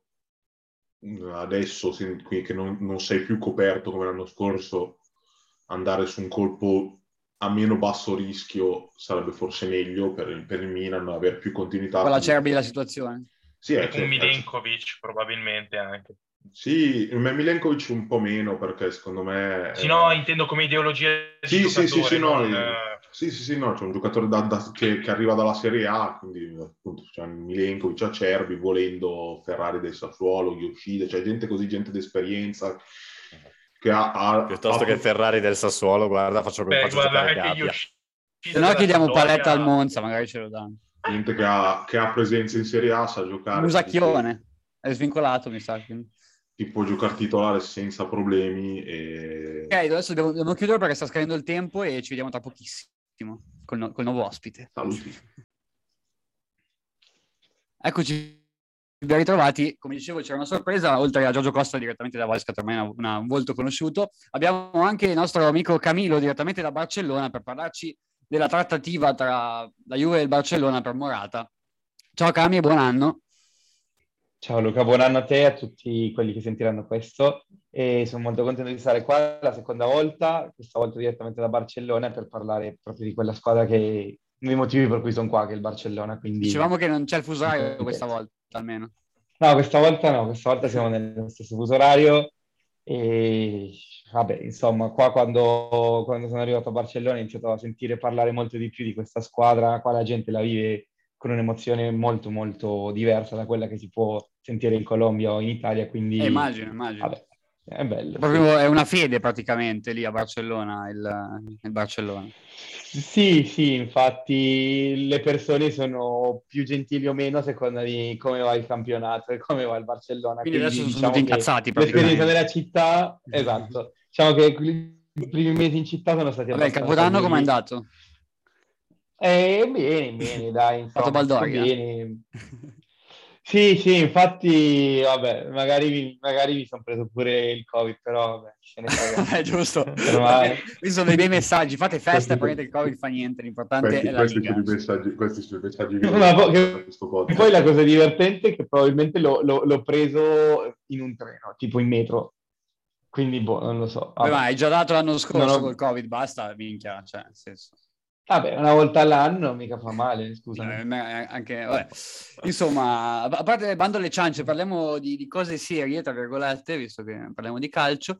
S4: adesso sì, qui che non, non sei più coperto come l'anno scorso, andare su un colpo a meno basso rischio sarebbe forse meglio per il, per il Milan, avere più continuità.
S1: Con la
S4: Quindi...
S1: Cerbi la situazione.
S4: Sì, è
S2: Tipo un
S4: che...
S2: Milenkovic probabilmente anche.
S4: Sì, Milenkovic un po' meno, perché secondo me...
S2: Sì,
S4: eh...
S2: no, intendo come ideologia di
S4: sì,
S2: giocatore.
S4: Sì, sì, sì,
S2: non...
S4: no, sì, sì, sì, no, c'è un giocatore da, da, che, che arriva dalla Serie A, quindi appunto c'è Milenkovic, Acerbi, volendo Ferrari del Sassuolo, Yoshida, c'è gente così, gente d'esperienza che ha... ha
S3: Piuttosto
S4: ha...
S3: che Ferrari del Sassuolo, guarda, faccio,
S2: Beh,
S3: faccio
S2: guarda,
S3: giocare
S2: anche
S3: Gabbia.
S1: Se no chiediamo paletta al Monza, magari ce lo danno.
S4: Gente che ha, che ha presenza in Serie A, sa giocare.
S1: Musacchione, è svincolato, mi sa. Quindi.
S4: Ti può giocare titolare senza problemi. E...
S1: Ok, adesso dobbiamo, dobbiamo chiudere perché sta scadendo il tempo e ci vediamo tra pochissimo col, no, col nuovo ospite.
S4: Saluti.
S1: Eccoci, ben ritrovati. Come dicevo, c'era una sorpresa, oltre a Giorgio Costa direttamente da Valsca, ormai una, una, un volto conosciuto. Abbiamo anche il nostro amico Camilo direttamente da Barcellona per parlarci della trattativa tra la Juve e il Barcellona per Morata. Ciao Cami e buon anno.
S5: Ciao Luca, buon anno a te e a tutti quelli che sentiranno questo. E sono molto contento di stare qua la seconda volta, questa volta direttamente da Barcellona, per parlare proprio di quella squadra che i motivi per cui sono qua, che è il Barcellona. Quindi...
S1: Dicevamo che non c'è il fuso orario questa volta, almeno.
S5: No, questa volta no, questa volta siamo nello stesso fuso orario e vabbè, insomma, qua quando, quando sono arrivato a Barcellona ho iniziato a sentire parlare molto di più di questa squadra, qua la gente la vive con un'emozione molto molto diversa da quella che si può sentire in Colombia o in Italia, quindi
S1: eh, immagino, immagino.
S5: Vabbè, è bello.
S1: Proprio
S5: sì.
S1: È una fede praticamente lì a Barcellona, il, il Barcellona.
S5: Sì, sì, infatti le persone sono più gentili o meno a seconda di come va il campionato e come va il Barcellona.
S1: Quindi,
S5: Quindi
S1: adesso
S5: diciamo
S1: sono tutti incazzati
S5: l'esperienza della città, esatto, diciamo che i primi mesi in città sono stati
S1: Vabbè, il
S5: abbastanza
S1: Capodanno
S5: duri.
S1: com'è andato?
S5: Eh, bene, bene, dai, insomma,
S1: Fatto Baldoria?
S5: bene. Sì, sì, infatti, vabbè, magari, vi- magari mi sono preso pure il Covid, però vabbè, ce ne frega.
S1: È giusto.
S5: Ormai.
S1: Questi sono dei bei messaggi, fate festa e
S4: Questi-
S1: prendete il Covid, fa niente, l'importante
S4: Questi,
S1: è la
S4: questi
S1: Liga.
S4: sono i messaggi, questi sono i messaggi
S5: Ma poi,
S4: che
S5: che-
S4: questo podcast.
S5: poi la cosa divertente è che probabilmente l'ho, l'ho- l'ho preso in un treno, tipo in metro. Quindi, boh, non lo so.
S1: Beh,
S5: Vabbè.
S1: ma hai già dato l'anno scorso
S5: ho-
S1: col Covid, basta, minchia, cioè, nel senso.
S5: Vabbè, una volta all'anno mica fa male, scusami.
S1: Eh, me- anche, vabbè. Insomma, a parte bando alle ciance, parliamo di, di cose serie, tra virgolette, visto che parliamo di calcio.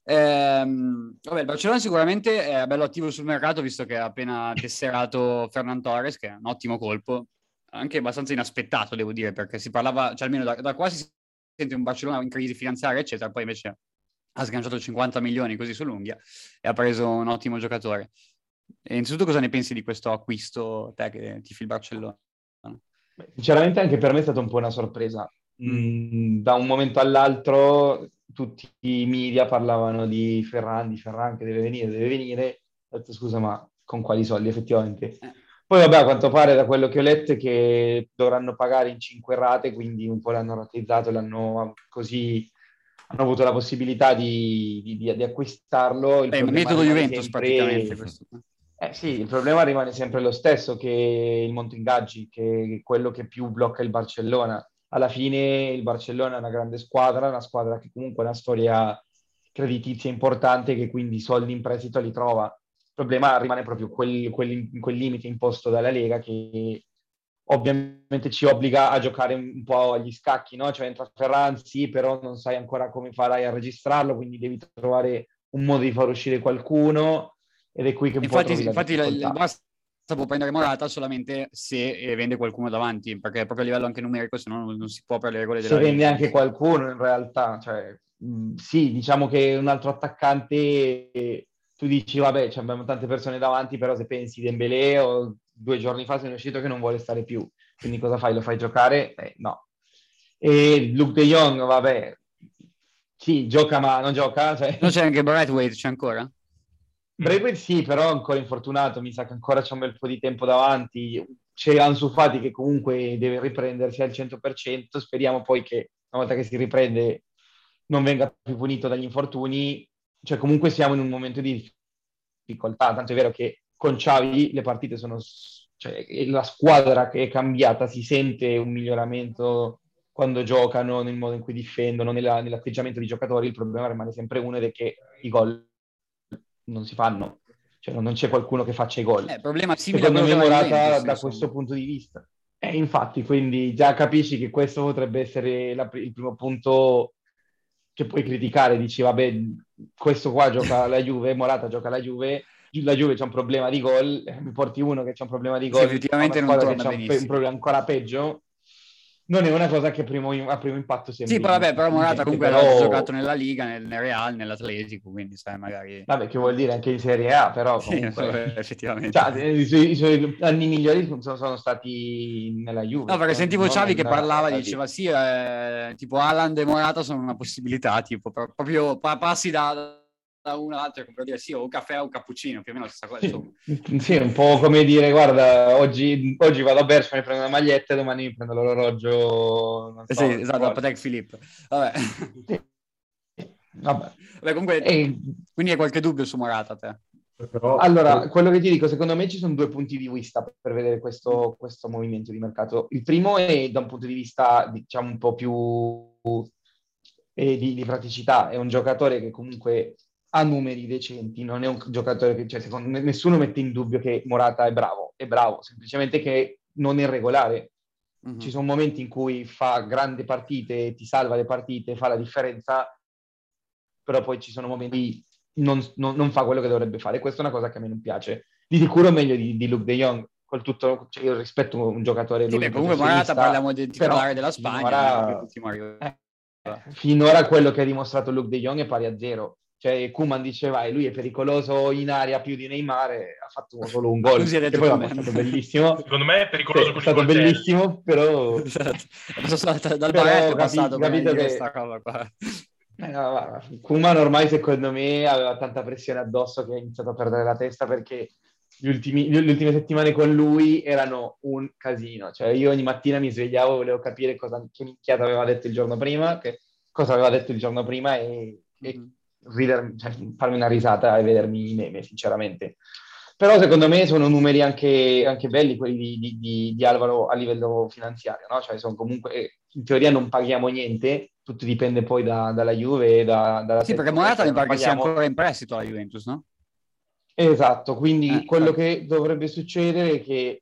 S1: Ehm, vabbè, il Barcellona sicuramente è bello attivo sul mercato, visto che ha appena tesserato Fernan Torres, che è un ottimo colpo, anche abbastanza inaspettato, devo dire, perché si parlava, cioè almeno da, da qua si sente un Barcellona in crisi finanziaria, eccetera, poi invece ha sganciato cinquanta milioni così sull'unghia e ha preso un ottimo giocatore. E innanzitutto cosa ne pensi di questo acquisto, te che tifi il Barcellona?
S5: Beh, sinceramente anche per me è stata un po' una sorpresa.
S1: Mm.
S5: Mm, da un momento all'altro tutti i media parlavano di Ferran, di Ferran che deve venire, deve venire. Ho detto scusa, ma con quali soldi effettivamente?
S1: Eh.
S5: Poi vabbè, a quanto pare da quello che ho letto è che dovranno pagare in cinque rate, quindi un po' l'hanno rateizzato, l'hanno così hanno avuto la possibilità di, di, di, di acquistarlo. Il
S1: Beh,
S5: problema
S1: metodo
S5: rimane
S1: Juventus
S5: sempre-
S1: praticamente questo.
S5: Eh sì, il problema rimane sempre lo stesso, che il monte ingaggi, che è quello che più blocca il Barcellona. Alla fine il Barcellona è una grande squadra, una squadra che comunque ha una storia creditizia importante, che quindi i soldi in prestito li trova. Il problema rimane proprio quel, quel, quel limite imposto dalla Lega, che ovviamente ci obbliga a giocare un po' agli scacchi, no? Cioè entra Ferran, sì, però non sai ancora come farai a registrarlo, quindi devi trovare un modo di far uscire qualcuno, ed è qui che un po'
S1: Infatti,
S5: trovi la
S1: infatti il, il
S5: difficoltà.
S1: Barça può prendere Morata solamente se eh, vende qualcuno davanti, perché proprio a livello anche numerico, se no non, non si può per le regole
S5: Se
S1: della
S5: vende
S1: Liga.
S5: anche qualcuno in realtà, cioè, mh, sì, diciamo che un altro attaccante, eh, tu dici vabbè, cioè, abbiamo tante persone davanti, però se pensi Dembélé o due giorni fa se ne è uscito che non vuole stare più, quindi cosa fai? Lo fai giocare? Eh, no. E Luke De Jong, vabbè, sì, gioca ma non gioca. Cioè...
S1: No, c'è anche Braithwaite, c'è ancora?
S5: Braithwaite sì, però ancora infortunato, mi sa che ancora c'è un bel po' di tempo davanti. C'è Ansu Fati che comunque deve riprendersi al cento per cento, speriamo poi che una volta che si riprende non venga più punito dagli infortuni, cioè comunque siamo in un momento di difficoltà, tanto è vero che con Xavi le partite sono, cioè la squadra che è cambiata, si sente un miglioramento quando giocano, nel modo in cui difendono, nella, nell'atteggiamento dei giocatori. Il problema rimane sempre uno, ed è che i gol non si fanno, cioè non c'è qualcuno che faccia i gol.
S1: Eh, problema simile
S5: Secondo
S1: a
S5: me
S1: quello che
S5: Morata
S1: Juventus,
S5: da
S1: insomma.
S5: questo punto di vista. Eh, infatti, quindi già capisci che questo potrebbe essere la, il primo punto che puoi criticare, dici vabbè, questo qua gioca la Juve, Morata gioca la Juve, la Juve c'è un problema di gol, mi porti uno che c'è un problema di
S1: Sì,
S5: gol, a una
S1: effettivamente non
S5: squadra che
S1: torna
S5: c'ha un, pe- un
S1: benissimo.
S5: problema ancora peggio, non è una cosa che primo- a primo impatto
S1: Sì,
S5: sembri
S1: poi vabbè, però Morata
S5: intelligente,
S1: comunque ha
S5: però...
S1: giocato nella Liga, nel, nel Real, nell'Atletico, quindi sai, magari...
S5: Vabbè, che vuol dire anche in Serie A, però
S1: Sì,
S5: comunque...
S1: effettivamente.
S5: Cioè, i, suoi, i suoi anni migliori sono, sono stati nella Juve.
S1: No, perché
S5: non,
S1: sentivo
S5: non
S1: Xavi che
S5: nella-
S1: parlava,
S5: nella-
S1: diceva sì, eh, tipo Haaland e Morata sono una possibilità, tipo pro- proprio pa- passi da, da uno all'altro, come per dire sì, o un caffè o un cappuccino, più o meno la stessa cosa, insomma.
S5: Sì, sì, un po' come dire, guarda, oggi, oggi vado a Bershka, mi prendo una maglietta e domani mi prendo l'orologio, non
S1: Eh
S5: so,
S1: sì,
S5: il
S1: esatto, da
S5: Rolex.
S1: Patek Philippe. Vabbè.
S5: Sì. Vabbè.
S1: Vabbè, comunque,
S5: E-
S1: quindi hai qualche dubbio su Morata, te?
S4: Però,
S5: Allora, quello che ti dico, secondo me ci sono due punti di vista per vedere questo, questo movimento di mercato. Il primo è da un punto di vista, diciamo, un po' più eh, di, di praticità. È un giocatore che comunque ha numeri decenti, non è un giocatore che, cioè, secondo me, nessuno mette in dubbio che Morata è bravo, è bravo, semplicemente che non è regolare.
S1: Mhm.
S5: Ci sono momenti in cui fa grandi partite, ti salva le partite, fa la differenza, però poi ci sono momenti non, non, non fa quello che dovrebbe fare. Questa è una cosa che a me non piace. Di sicuro meglio di, di Luke De Jong, col tutto, cioè io rispetto un giocatore,
S1: Sì,
S5: lui
S1: beh,
S5: un
S1: comunque Morata
S5: professionista,
S1: parliamo del titolare
S5: però
S1: della Spagna,
S5: finora,
S1: non è che l'ultimo arriva.
S5: eh, finora quello che ha dimostrato Luke De Jong è pari a zero. Cioè Koeman diceva e lui è pericoloso in aria più di Neymar e ha fatto solo un gol,
S1: Così ha
S5: che
S1: detto
S5: poi
S1: Koeman.
S5: è stato bellissimo.
S2: Secondo me è pericoloso
S5: Sì,
S2: con
S5: è
S2: i
S5: stato
S2: coltelli.
S5: bellissimo, però...
S1: Esatto. È passato dal
S5: Però
S1: baretto, è
S5: capi-
S1: passato per
S5: capito
S1: dire
S5: che-
S1: sta roba qua.
S5: Eh, no, ma Koeman ormai secondo me aveva tanta pressione addosso che ha iniziato a perdere la testa perché gli ultimi- le ultime settimane con lui erano un casino. Cioè io ogni mattina mi svegliavo e volevo capire cosa, che minchiata aveva detto il giorno prima, che, cosa aveva detto il giorno prima e, e
S1: Mhm.
S5: rider- cioè, farmi una risata e vedermi i meme, sinceramente. Però secondo me sono numeri anche, anche belli quelli di, di- di- di Alvaro a livello finanziario, no? Cioè sono comunque, in teoria non paghiamo niente, tutto dipende poi da- dalla Juve e da, dalla
S1: Sì, perché
S5: Atletico,
S1: Morata mi
S5: non
S1: pare che sia
S5: paghiamo.
S1: ancora in prestito alla Juventus, no?
S5: Esatto, quindi
S1: Eh,
S5: quello
S1: infatti.
S5: che dovrebbe succedere è che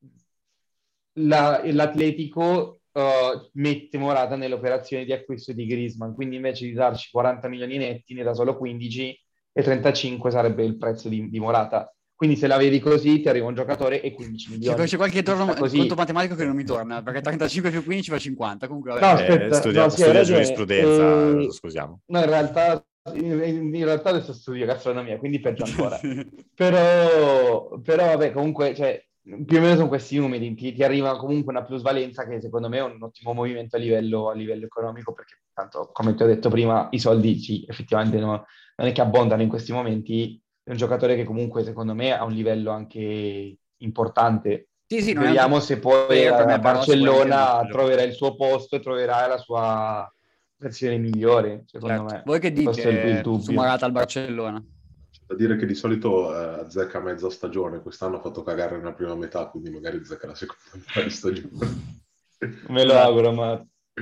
S5: la- l'Atletico uh, mette Morata nell'operazione di acquisto di Griezmann, quindi invece di darci quaranta milioni netti ne dà solo quindici e trentacinque sarebbe il prezzo di, di Morata. Quindi se la vedi così ti arriva un giocatore e quindici
S1: C'è,
S5: milioni.
S1: c'è qualche torno-
S5: Vista così.
S1: conto matematico che non mi torna, perché trentacinque più quindici fa cinquanta, comunque
S5: No,
S1: vabbè.
S5: aspetta,
S3: Eh,
S5: no,
S3: studia,
S5: sì, hai
S3: studia
S5: ragione.
S3: giurisprudenza,
S5: Eh,
S3: scusiamo.
S5: no, in realtà, in, in realtà adesso studio gastronomia, quindi peggio ancora.
S1: Sì.
S5: Però, però vabbè, comunque, cioè, più o meno sono questi numeri, ti, ti arriva comunque una plusvalenza che secondo me è un ottimo movimento a livello, a livello economico, perché tanto, come ti ho detto prima, i soldi sì, effettivamente no- non è che abbondano in questi momenti, è un giocatore che comunque secondo me ha un livello anche importante.
S1: Sì, sì, non è un
S5: Vediamo se poi
S1: player per
S5: a
S1: me, però sicuramente è un
S5: Barcellona
S1: ottimo
S5: troverà
S1: giocatore.
S5: il suo posto e troverà la sua versione migliore, secondo
S1: Certo.
S5: me.
S1: Voi che
S5: Questo è il, il
S1: dite su
S5: dubbio.
S1: Morata al Barcellona?
S4: C'è da dire che di solito eh, azzecca mezza stagione, quest'anno ha fatto cagare nella prima metà, quindi magari azzecca la seconda metà di stagione.
S5: Me lo
S1: Esatto.
S5: auguro, ma...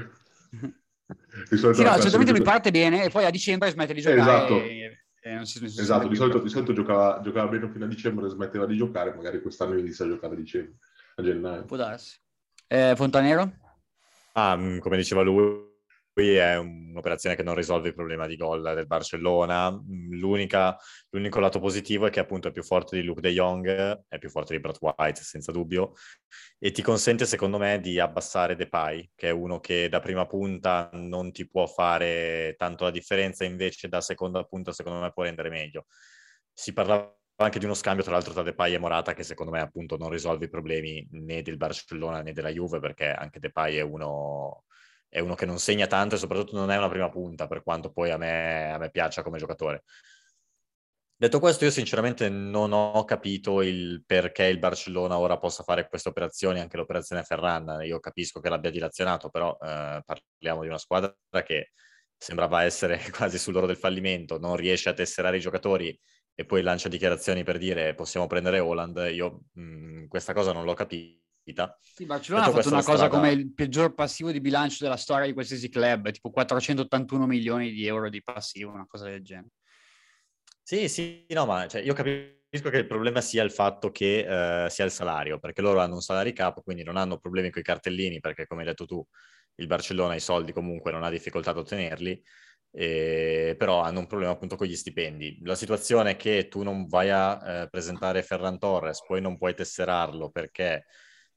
S4: Di solito
S1: Sì, no,
S4: la
S1: certamente lui
S4: classifica-
S1: parte bene e poi a dicembre smette di giocare
S4: Esatto.
S1: e, e non si, non si
S4: Esatto,
S1: sente
S4: di
S1: più.
S4: solito, di solito giocava, giocava bene fino a dicembre e smetteva di giocare, magari quest'anno inizia a giocare a dicembre, a gennaio.
S1: Può darsi. Eh, Fontanero?
S3: Ah, mh, come diceva lui, lui è un'operazione che non risolve il problema di gol del Barcellona. Mh, L'unica, l'unico lato positivo è che appunto è più forte di Luke De Jong, è più forte di Brad White senza dubbio, e ti consente secondo me di abbassare Depay, che è uno che da prima punta non ti può fare tanto la differenza, invece da seconda punta secondo me può rendere meglio. Si parlava anche di uno scambio tra l'altro tra Depay e Morata che secondo me appunto non risolve i problemi né del Barcellona né della Juve, perché anche Depay è uno, è uno che non segna tanto e soprattutto non è una prima punta, per quanto poi a me, a me piaccia come giocatore. Detto questo, io sinceramente non ho capito il perché il Barcellona ora possa fare queste operazioni, anche l'operazione Ferran. Io capisco che l'abbia dilazionato, però eh, parliamo di una squadra che sembrava essere quasi sull'oro del fallimento, non riesce a tesserare i giocatori e poi lancia dichiarazioni per dire possiamo prendere Haaland. Io mh, questa cosa non l'ho capita.
S1: Sì, Barcellona ha
S3: Detto
S1: fatto
S3: questo,
S1: una
S3: la
S1: cosa
S3: strada-
S1: come il peggior passivo di bilancio della storia di qualsiasi club, tipo quattrocentottantuno milioni di euro di passivo, una cosa del genere.
S3: Sì, sì, no, ma cioè, io capisco che il problema sia il fatto che eh, sia il salario, perché loro hanno un salary cap, quindi non hanno problemi con i cartellini, perché come hai detto tu, il Barcellona i soldi comunque non ha difficoltà ad ottenerli, E, però hanno un problema appunto con gli stipendi. La situazione è che tu non vai a eh, presentare Ferran Torres, poi non puoi tesserarlo perché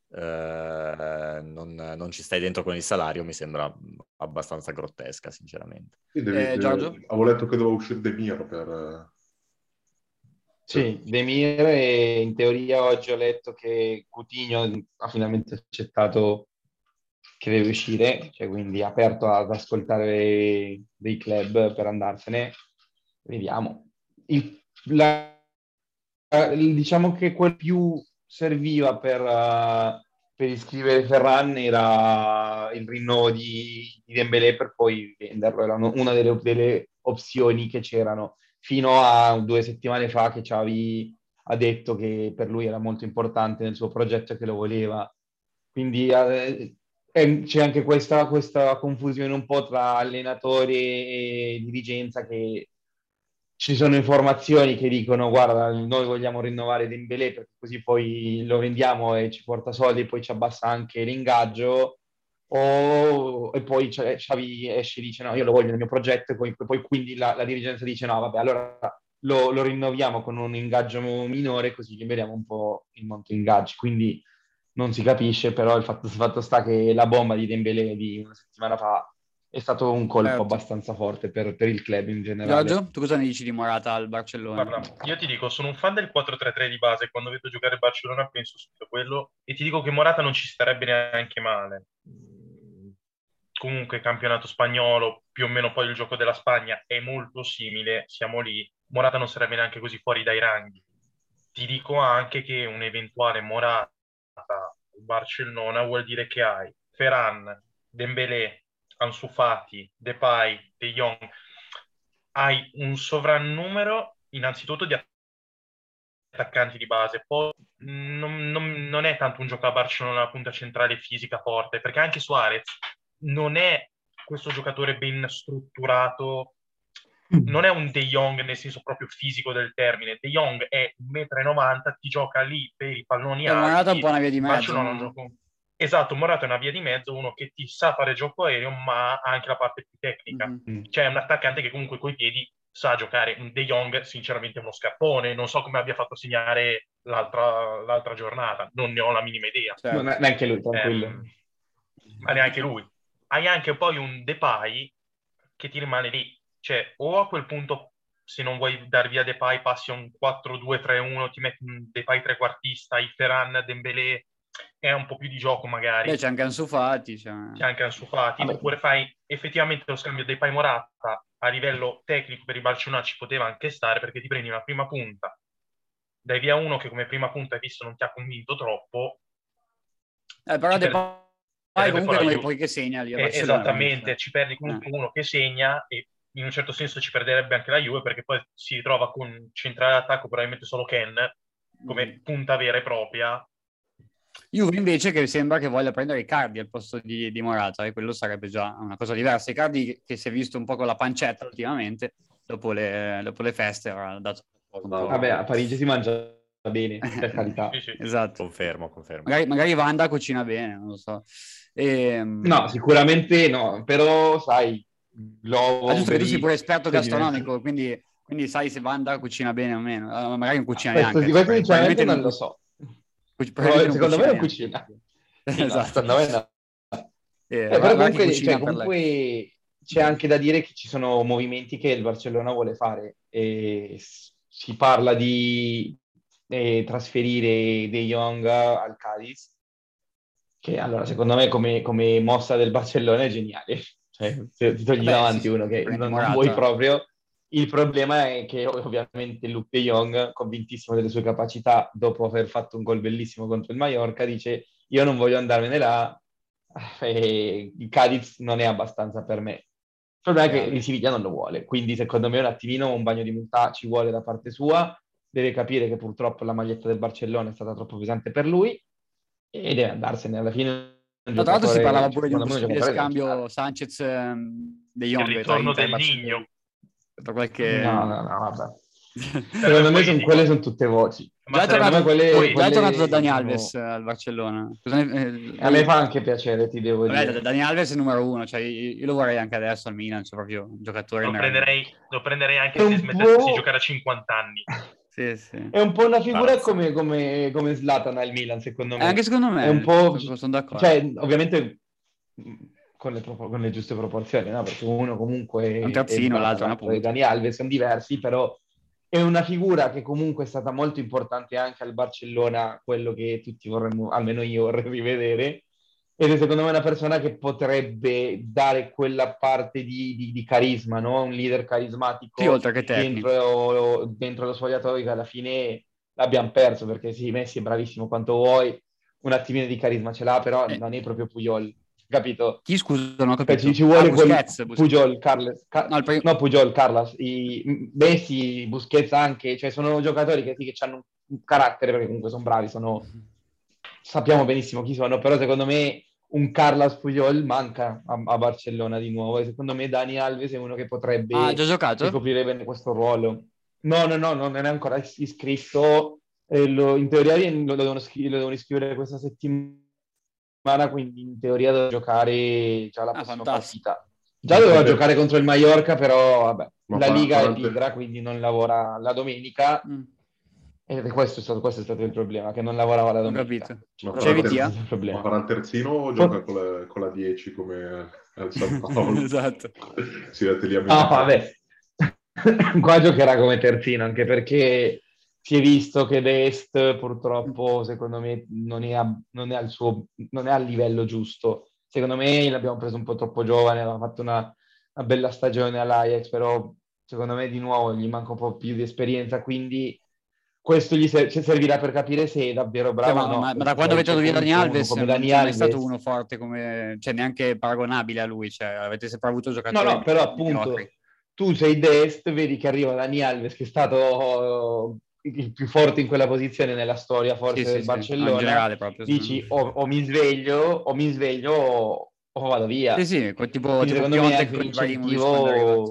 S3: eh, non, non ci stai dentro con il salario, mi sembra abbastanza grottesca, sinceramente.
S4: Sì, devi,
S1: Eh, Giorgio?
S4: devi- avevo letto che doveva uscire De Miro per...
S5: Sì, Demir, e in teoria oggi ho letto che Coutinho ha finalmente accettato che deve uscire, cioè quindi è aperto ad ascoltare dei club per andarsene. Vediamo. Il- la- il- diciamo che quel più serviva per, uh, per iscrivere Ferran era il rinnovo di, di Dembélé per poi venderlo, era una delle, delle opzioni che c'erano fino a due settimane fa, che Xavi ha detto che per lui era molto importante nel suo progetto e che lo voleva. Quindi eh, eh, c'è anche questa, questa confusione un po' tra allenatore e dirigenza, che ci sono informazioni che dicono guarda, noi vogliamo rinnovare Dembélé perché così poi lo vendiamo e ci porta soldi e poi ci abbassa anche l'ingaggio, o, e poi cioè, Xavi esce e dice no, io lo voglio nel mio progetto, e poi, poi quindi la, la dirigenza dice no, vabbè, allora lo, lo rinnoviamo con un ingaggio minore così liberiamo un po' il monte ingaggi. Quindi non si capisce, però il fatto, il fatto sta che la bomba di Dembélé di una settimana fa è stato un colpo
S1: Certo.
S5: abbastanza forte per, per il club in generale.
S1: Giorgio, tu cosa ne dici di Morata al Barcellona?
S2: Guarda, io ti dico, sono un fan del quattro tre tre di base, quando vedo giocare il Barcellona penso subito a quello, e ti dico che Morata non ci starebbe neanche male. Comunque campionato spagnolo, più o meno poi il gioco della Spagna è molto simile, siamo lì, Morata non sarebbe neanche così fuori dai ranghi. Ti dico anche che un eventuale Morata al Barcellona vuol dire che hai Ferran, Dembélé, Ansu Fati, Depay, De Jong, hai un sovrannumero innanzitutto di attaccanti di base, poi non, non- non è tanto un gioco a Barcellona la punta centrale fisica forte, perché anche Suarez non è questo giocatore ben strutturato, non è un De Jong nel senso proprio fisico del termine. De Jong è un metro e novanta, ti gioca lì per i palloni
S1: Eh, Morata è un
S2: alti.
S1: po' una via di mezzo.
S2: Barcellona è un
S1: no?
S2: gioco... Esatto, Morata è una via di mezzo, uno che ti sa fare gioco aereo, ma ha anche la parte più tecnica.
S1: Mhm.
S2: Cioè è un attaccante che comunque coi piedi sa giocare. Un De Jong, sinceramente, è uno scappone. Non so come abbia fatto a segnare l'altra, l'altra giornata, non ne ho la minima idea.
S1: Certo.
S5: Non è- neanche lui, tranquillo.
S2: Ehm, ma neanche lui. Hai anche poi un Depay che ti rimane lì. Cioè, o a quel punto, se non vuoi dar via Depay, passi a un quattro due tre uno, ti metti un Depay trequartista, il Ferran, Dembélé, è un po' più di gioco magari.
S1: Beh, c'è anche Ansu Fati. C'è...
S2: C'è anche Ansu Fati,
S5: Vabbè.
S2: oppure fai effettivamente lo scambio Depay Morata a livello tecnico per il Barcellona ci poteva anche stare, perché ti prendi una prima punta, dai via uno che come prima punta hai visto non ti ha convinto troppo.
S1: Eh, però
S2: Ci
S1: De
S2: per-
S1: Pay
S2: sarebbe
S1: comunque
S2: poi la
S1: come
S2: Juve.
S1: poi che segna lì a
S2: Eh,
S1: Barcellona.
S2: esattamente,
S1: quindi,
S2: ci perdi comunque uno che segna e in un certo senso ci perderebbe anche la Juve, perché poi si ritrova con centrale d'attacco probabilmente solo Ken come
S1: Mm.
S2: punta vera e propria.
S1: Juve invece che sembra che voglia prendere Icardi al posto di, di Morata, e quello sarebbe già una cosa diversa. Icardi che, che si è visto un po' con la pancetta ultimamente dopo le, dopo le feste ha dato un po'.
S5: Vabbè, a Parigi si mangia bene, per carità.
S2: Sì, sì.
S1: Esatto.
S3: Confermo, confermo.
S1: Magari, magari Wanda cucina bene, non lo so. E,
S5: No, sicuramente no, però sai, l'uovo...
S1: Ah, giusto che tu sei
S5: veri-
S1: pure esperto
S5: cioè,
S1: gastronomico, quindi, quindi sai se Wanda cucina bene o meno. Eh, magari non cucina
S5: Questo,
S1: neanche.
S5: questo sinceramente non lo
S1: cu-
S5: so.
S1: cu-
S5: Però,
S1: probabilmente
S5: secondo me non
S1: neanche.
S5: cucina. Sì, no,
S1: Esatto.
S5: secondo me no.
S1: Eh,
S5: Eh,
S1: va-
S5: però
S1: va che
S5: comunque,
S1: cucina
S5: cioè,
S1: per lei.
S5: comunque c'è anche da dire che ci sono movimenti che il Barcellona vuole fare. E s- si parla di eh, trasferire De Jong al Cadiz, che allora secondo me come, come mossa del Barcellona è geniale. Cioè, se ti togli
S1: Vabbè,
S5: davanti
S1: sì, sì,
S5: uno che
S1: prendi
S5: non, non
S1: Morata.
S5: vuoi proprio. Il problema è che ovviamente Luke De Jong, convintissimo delle sue capacità, dopo aver fatto un gol bellissimo contro il Mallorca, dice io non voglio andarmene là, e il Cadiz non è abbastanza per me. Il problema è che il Siviglia non lo vuole, quindi secondo me un attimino un bagno di umiltà ci vuole da parte sua, deve capire che purtroppo la maglietta del Barcellona è stata troppo pesante per lui e deve andarsene. Alla fine un
S1: No, tra l'altro si
S5: giocatore,
S1: parlava
S5: cioè,
S1: pure di un
S5: secondo me un
S1: possibile
S5: giocatore da
S1: scambio
S5: lasciare.
S1: Sanchez-De
S2: Il
S1: Jong tra
S2: ritorno
S1: Inter e
S2: del
S1: Barcellona.
S2: Nigno.
S1: Per qualche...
S5: No, no, no, vabbè. Secondo me sono, quelle sono tutte voci.
S1: Ma già è tornato, quelle, poi, quelle, tornato da Dani Alves sono... al Barcellona. Ne...
S5: A me fa anche piacere, ti devo
S1: Vabbè,
S5: dire.
S1: Dani Alves è il numero uno, cioè io lo vorrei anche adesso al Milan, cioè proprio un giocatore.
S2: Lo prenderei, lo prenderei anche
S5: è
S2: se smettesse po'... di giocare a cinquanta anni.
S1: Sì, sì.
S5: È un po' una figura ah, come, come, come Zlatan al Milan, secondo me.
S1: Anche secondo me.
S5: È un po'...
S1: sono d'accordo.
S5: Cioè, ovviamente con le, con le giuste proporzioni, no? Perché uno comunque...
S1: Un terzino, l'altro una punta.
S5: Dani Alves sono diversi, però... È una figura che comunque è stata molto importante anche al Barcellona, quello che tutti vorremmo, almeno io vorrei rivedere, ed è secondo me una persona che potrebbe dare quella parte di, di, di carisma, no? Un leader carismatico
S1: sì, oltre che tecnico.
S5: Dentro, dentro lo spogliatoio, che alla fine l'abbiamo perso, perché sì, Messi è bravissimo quanto vuoi, un attimino di carisma ce l'ha, però eh. non è proprio Puyol. Capito?
S1: Chi scusa? Non ho capito.
S5: Ci, ci vuole
S1: ah, Busquets,
S5: quel...
S1: Busquets.
S5: Pujol, Carles, Car...
S1: no, prim...
S5: no, Pujol, Carlos, i Messi, Busquets anche, cioè sono giocatori che, sì, che hanno un carattere, perché comunque sono bravi, sono... sappiamo benissimo chi sono, però secondo me un Carlos Pujol manca a, a Barcellona di nuovo, e secondo me Dani Alves è uno che potrebbe
S1: ah, già giocato?
S5: ricoprire bene questo ruolo. No, no, no, non è ancora iscritto, eh, lo, in teoria lo devono, scri- lo devono iscrivere questa settimana, quindi in teoria doveva giocare già la
S1: ah,
S5: prossima
S1: fantastico.
S5: partita. Già doveva Vabbè. giocare contro il Mallorca, però vabbè,
S4: Ma
S5: la Liga
S4: quaranta...
S5: è pigra, quindi non lavora la domenica.
S1: Mm.
S5: E questo è, stato, questo è stato il problema, che non lavorava la domenica.
S1: Ho capito.
S4: Ma,
S1: C'è
S4: ter- ma farà il terzino o gioca con la, con la dieci come al San Paolo?
S1: Esatto.
S4: Si mette lì a
S5: ah, vabbè. Qua giocherà come terzino, anche perché si è visto che Dest purtroppo secondo me non è, a, non è al suo non è al livello giusto. Secondo me l'abbiamo preso un po' troppo giovane, aveva fatto una, una bella stagione all'Ajax, però secondo me di nuovo gli manca un po' più di esperienza, quindi questo gli ser- servirà per capire se è davvero bravo.
S1: Cioè, ma,
S5: no,
S1: ma, ma da quando avete via Dani Alves
S5: come
S1: non
S5: Dani
S1: c'è mai
S5: Alves.
S1: stato uno forte come, cioè neanche paragonabile a lui, cioè avete sempre avuto giocatori.
S5: No, no, però appunto mediocri. Tu sei Dest, vedi che arriva Dani Alves che è stato il più forte in quella posizione nella storia forse
S1: sì,
S5: del
S1: sì,
S5: Barcellona,
S1: sì. No, in generale proprio,
S5: dici o, o mi sveglio o mi sveglio o, o vado via.
S1: Sì, sì, tipo, tipo
S5: secondo me anche un incentivo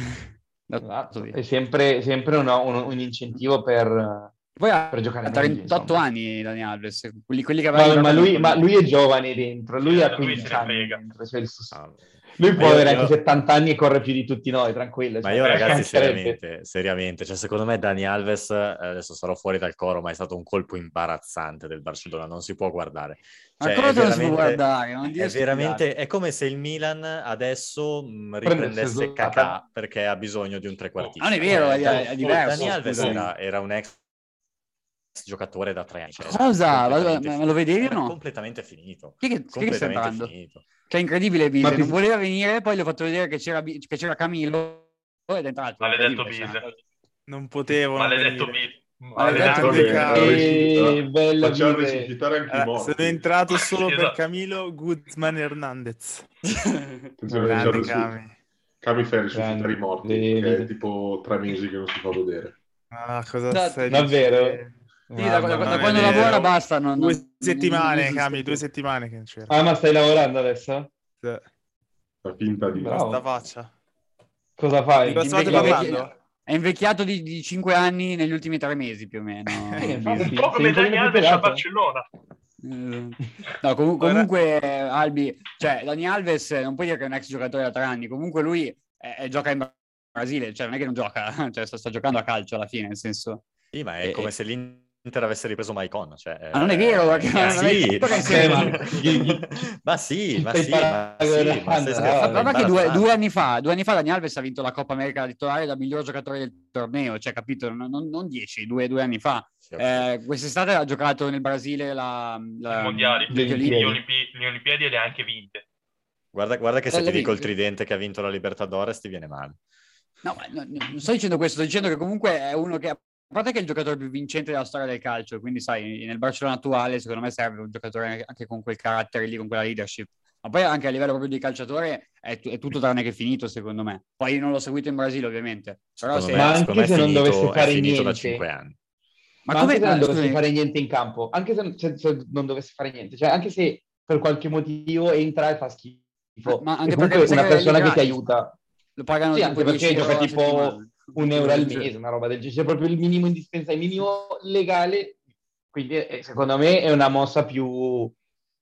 S5: esatto, è sempre, sempre uno, un, un incentivo per,
S1: poi ha,
S5: per giocare
S1: ha trentotto
S5: meglio,
S1: anni Dani Alves, quelli, quelli che
S5: ma, ma, lui, ma lui è giovane dentro, lui sì, ha quindici anni dentro, cioè il, ah, lui può avere anche settanta anni e corre più di tutti noi, tranquillo.
S3: Ma
S5: cioè,
S3: io ragazzi, seriamente, seriamente, cioè secondo me Dani Alves, adesso sarò fuori dal coro, ma è stato un colpo imbarazzante del Barcellona, non si può guardare.
S1: Cioè, ma cosa non si può guardare? Non
S3: è veramente, è come se il Milan adesso mh, riprendesse Kakà perché ha bisogno di un trequartista.
S1: Non è vero, è, è, è diverso.
S3: Dani Alves era, era un ex giocatore da tre anni. Cioè
S1: cosa? Ma, ma lo vedevi o no?
S3: Completamente finito.
S1: Chi che,
S3: completamente
S1: che
S3: finito.
S1: Che è incredibile Bise, non voleva venire, poi gli ho fatto vedere che c'era, che c'era Camillo ed è entrato.
S2: Maledetto Bise.
S6: Non potevo.
S2: Maledetto Bise.
S6: Maledetto
S5: Bise.
S4: Facciamo resuscitare anche i morti.
S6: Sono entrato solo per Camilo Guzman Hernandez.
S4: Attenzione, Cami. Cami fa resuscitare i morti, che è tipo tre mesi che non si fa vedere.
S6: Ah, cosa
S5: da,
S6: stai
S5: davvero?
S1: Sì, da, da, da quando lavora basta. Non,
S6: due
S1: non,
S6: settimane,
S1: non
S6: Cami, due settimane che non c'era.
S5: Ah, ma stai lavorando adesso?
S6: Sì.
S4: La finta di...
S6: Questa faccia.
S5: Cosa fai?
S6: Di cosa state parlando?
S1: È invecchiato di, di cinque anni negli ultimi tre mesi più o meno.
S2: Eh, un po' come Dani Alves a Barcellona.
S1: No, com- comunque Albi, cioè Dani Alves non puoi dire che è un ex giocatore da tre anni, comunque lui è, è, gioca in Brasile, cioè non è che non gioca, cioè sta, sta giocando a calcio alla fine, nel senso.
S3: Sì, ma è e, come e... se l'Inter avesse ripreso Maicon, cioè,
S1: ah, non è vero, perché
S3: eh,
S1: non
S3: sì.
S1: è...
S3: ma sì, ma sì, ma sì, ma stai scherzando,
S1: ma che due, due anni fa, due anni fa Dani Alves ha vinto la Coppa America titolare da miglior giocatore del torneo, cioè capito, non, non, non dieci, due, due anni fa. Sì, okay. eh, quest'estate ha giocato nel Brasile la, la,
S2: i mondiali,
S1: le
S2: Olimpiadi. Olimpi- le Olimpiadi e le ha anche vinte.
S3: Guarda, guarda che se
S1: eh,
S3: ti dico il tridente che ha vinto la Libertadores ti viene male.
S1: No, ma no, non sto dicendo questo, sto dicendo che comunque è uno che, a parte che è il giocatore più vincente della storia del calcio, quindi sai, nel Barcellona attuale secondo me serve un giocatore anche con quel carattere lì, con quella leadership. Ma poi anche a livello proprio di calciatore è, t- è tutto tranne che finito, secondo me. Poi non l'ho seguito in Brasile, ovviamente. Però se...
S5: me, ma anche se non dovesse fare niente
S3: da cinque anni.
S5: Ma, ma come anche se non dovesse scusami. fare niente in campo, anche se, se, se non dovesse fare niente, cioè anche se per qualche motivo entra e fa schifo, ma, ma anche comunque una persona che ti aiuta.
S1: Lo pagano
S5: sì, anche perché gioca tipo un euro al mese, una roba del genere, c'è proprio il minimo indispensabile, il minimo legale, quindi eh, secondo me è una mossa più...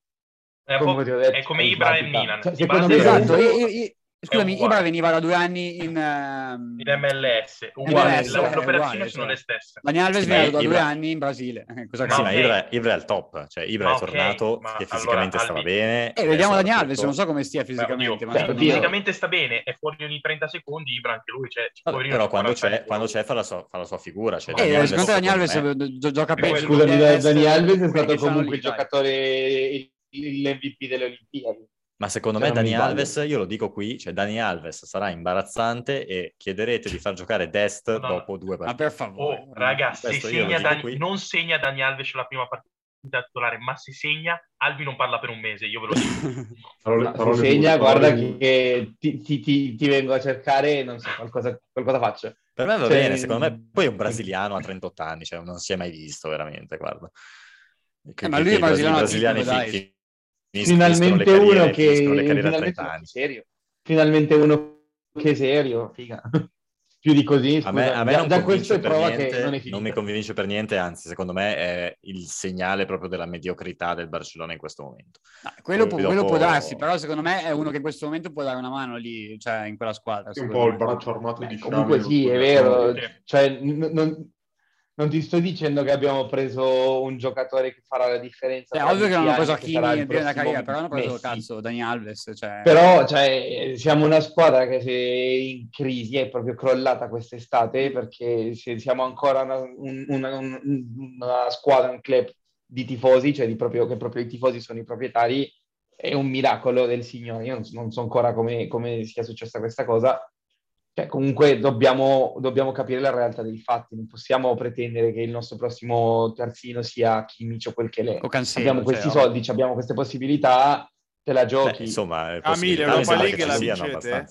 S2: È,
S5: come ti ho detto,
S2: è come Ibra e
S5: carismatica.
S2: Milan.
S5: Cioè,
S2: Di
S5: secondo
S2: base
S5: me
S2: è
S1: Esatto,
S5: comunque-
S1: io- io- scusami,
S2: uguale.
S1: Ibra veniva da due anni in, ehm,
S2: in M L S,
S1: M L
S2: uguale,
S1: S,
S2: le-
S1: è
S2: le operazioni
S1: uguale,
S2: sono
S1: cioè.
S2: le stesse.
S1: Dani Alves
S3: Sì, ma
S1: viene da
S3: Ibra-
S1: due anni in Brasile. Eh, cosa
S2: Ma
S3: Sì,
S1: cambia?
S3: ma
S2: ok.
S3: Ibra, Ibra è al top, cioè Ibra
S2: Ma
S3: è
S2: ok,
S3: tornato
S2: ma
S3: che
S2: allora,
S3: fisicamente stava
S2: Albi-
S3: bene.
S1: Eh, vediamo
S3: adesso
S1: Dani Alves,
S3: soprattutto-
S1: non so come stia
S2: Beh,
S1: fisicamente,
S2: oddio,
S1: ma
S5: Beh,
S1: secondo
S5: oddio.
S1: me...
S2: fisicamente sta bene, è fuori ogni trenta secondi, Ibra anche lui, cioè,
S3: Vabbè,
S2: poverino,
S3: però
S2: c'ha
S3: quando
S2: quaranta
S3: c'è,
S2: anni.
S3: quando c'è fa, la sua, fa la sua figura. Cioè,
S2: Ma
S3: Dani
S1: Eh,
S2: Alves,
S1: secondo te Dani
S3: secondo
S1: Alves
S3: me-
S1: gio- gioca
S2: Beh,
S1: peggio di
S5: Scusami,
S1: Dest,
S5: Dani Alves è
S1: quelli
S5: stato
S1: che stanno
S5: comunque il
S1: all'Italia.
S5: giocatore, il- l'M V P delle Olimpiadi.
S3: Ma secondo
S5: Se
S3: me
S5: non mi
S3: Dani
S5: sbaglio.
S3: Alves, io lo dico qui, cioè Dani Alves sarà imbarazzante e chiederete di far giocare Dest
S2: Madonna.
S3: dopo due
S1: Ma
S3: partite.
S1: per favore.
S2: Oh, raga, se
S3: Questo io lo
S2: segna
S3: dico
S2: Dani-
S3: qui.
S2: non segna Dani Alves la prima partita titolare, ma se segna, Albi non parla per un mese, io ve lo dico.
S4: Parole,
S5: Ma
S4: parole
S5: se segna,
S4: dure,
S5: guarda
S4: parole dure.
S5: che ti, ti- ti- ti vengo a cercare, non so, qualcosa, qualcosa faccio.
S3: Per me va
S5: Cioè,
S3: bene, secondo me poi è un brasiliano a trentotto anni, cioè non si è mai visto veramente, guarda. Che,
S1: Eh, ma
S3: che-
S1: lui
S3: che
S1: è
S3: i brasi- i
S1: brasiliano
S3: brasiliani
S1: tipico,
S3: fi-
S1: dai.
S3: fi- finiscono le
S5: Finalmente
S3: carriere,
S5: uno
S3: finiscono le
S5: che
S3: carriere a
S5: finalmente
S3: trenta
S5: uno
S3: anni.
S5: serio. Finalmente uno che è serio, figa. Più di così,
S3: A me,
S5: scusami.
S3: a me
S5: Già,
S3: non
S5: già questo
S3: convince
S5: è
S3: per
S5: prova che
S3: niente,
S5: non è
S3: non
S5: finita.
S3: mi convince per niente, anzi secondo me è il segnale proprio della mediocrità del Barcellona in questo momento.
S1: No, quello, può,
S3: Poi
S1: quello
S3: dopo-
S1: può darsi, però secondo me è uno che in questo momento può dare una mano lì, cioè in quella squadra.
S4: È un
S1: secondo
S4: po' il
S1: me.
S4: braccio armato
S5: Beh,
S4: di
S5: comunque
S4: Xavi
S5: sì,
S4: nello
S5: è vero.
S4: spogliatoio.
S2: Sì.
S5: Cioè, n- non, non ti sto dicendo che abbiamo preso un giocatore che farà la differenza.
S1: È
S5: tra
S1: ovvio che
S5: dieci
S1: non hanno preso
S5: anni, che sarà
S1: Hakimi
S5: il
S1: nel pieno della
S5: prossimo
S1: carriera, però hanno preso
S5: Messi.
S1: cazzo Dani Alves. Cioè...
S5: Però cioè, siamo una squadra che se in crisi è proprio crollata quest'estate perché se siamo ancora una, un- una- un- una squadra, un club di tifosi, cioè di proprio, che proprio i tifosi sono i proprietari, è un miracolo del Signore. Io non, non so ancora come, come sia successa questa cosa. Cioè, comunque dobbiamo, dobbiamo capire la realtà dei fatti, non possiamo pretendere che il nostro prossimo terzino sia Kimmich o quel che l'è.
S1: O Cancelo,
S5: Abbiamo
S1: cioè,
S5: questi
S1: ovvio.
S5: soldi, ci abbiamo queste possibilità, te la
S3: Beh,
S5: giochi.
S3: insomma,
S6: Ah,
S3: possibilità
S6: l'Europa
S3: mi sembra
S6: League
S3: che
S6: la
S3: ci siano
S6: vincete?
S3: abbastanza.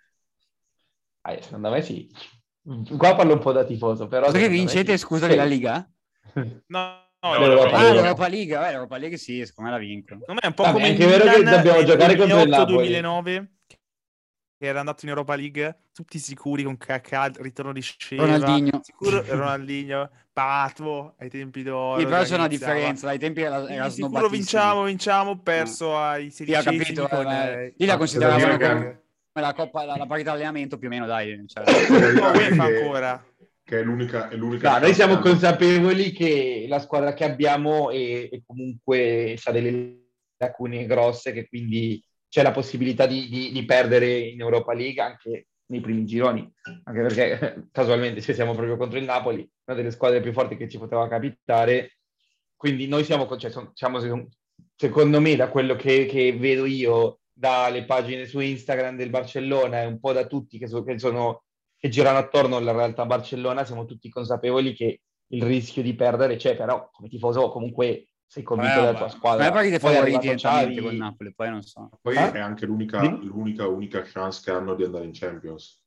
S5: Eh, secondo me sì. Qua parlo un po' da tifoso, però...
S1: Cosa che
S5: secondo me
S1: vincete,
S5: sì.
S1: scusami,
S5: Sì.
S1: la Liga?
S6: No,
S2: No,
S6: no,
S5: l'Europa
S6: l'Europa
S1: Ah,
S5: League.
S1: l'Europa League, vabbè, l'Europa League sì, secondo me la vincono.
S6: Secondo me è un po'
S5: Vabbè,
S6: come
S5: anche
S6: il
S5: è vero che
S6: Milan
S5: dobbiamo
S6: nel
S5: giocare contro il Napoli.
S6: duemilaotto-duemilanove, che era andato in Europa League, tutti sicuri con Kaká, ritorno di Sceva,
S1: Ronaldinho.
S6: sicuro Ronaldinho, Pato ai tempi d'oro.
S1: Sì, però
S6: già
S1: c'è una
S6: iniziava.
S1: differenza, dai tempi era,
S6: Sì,
S1: era
S6: sicuro
S1: snobbatissimo.
S6: vinciamo, vinciamo, perso ai
S1: Sì, ho
S6: sedicesimi
S1: capito,
S6: con
S1: eh,
S6: eh,
S1: lì la
S4: Ah,
S1: consideravano
S4: c'è da dire
S1: come come la, coppa, la, la parità allenamento più o meno, dai. Cioè.
S4: C'è da dire
S6: no,
S4: anche
S6: UEFA
S4: che-
S6: ancora.
S4: che è l'unica, è l'unica
S5: No, noi
S4: chance
S5: siamo
S4: che hanno-
S5: consapevoli che la squadra che abbiamo è, è comunque ha delle lacune grosse, che quindi c'è la possibilità di, di- di perdere in Europa League anche nei primi gironi, anche perché casualmente se siamo proprio contro il Napoli, una delle squadre più forti che ci poteva capitare, quindi noi siamo, cioè, son- siamo secondo me, da quello che, che vedo io dalle pagine su Instagram del Barcellona e un po' da tutti che, so- che sono che girano attorno alla realtà Barcellona, siamo tutti consapevoli che il rischio di perdere c'è, però come tifoso comunque sei convinto
S1: Eh,
S5: della
S1: vabbè.
S5: tua squadra.
S1: Ma è partite
S5: Poi è
S1: favoriti
S5: arrivato
S1: nettamente
S5: Xavi.
S1: col Napoli, poi non so.
S4: Poi
S5: Eh?
S4: è anche l'unica,
S5: Dimmi.
S4: l'unica, unica chance che hanno di andare in Champions.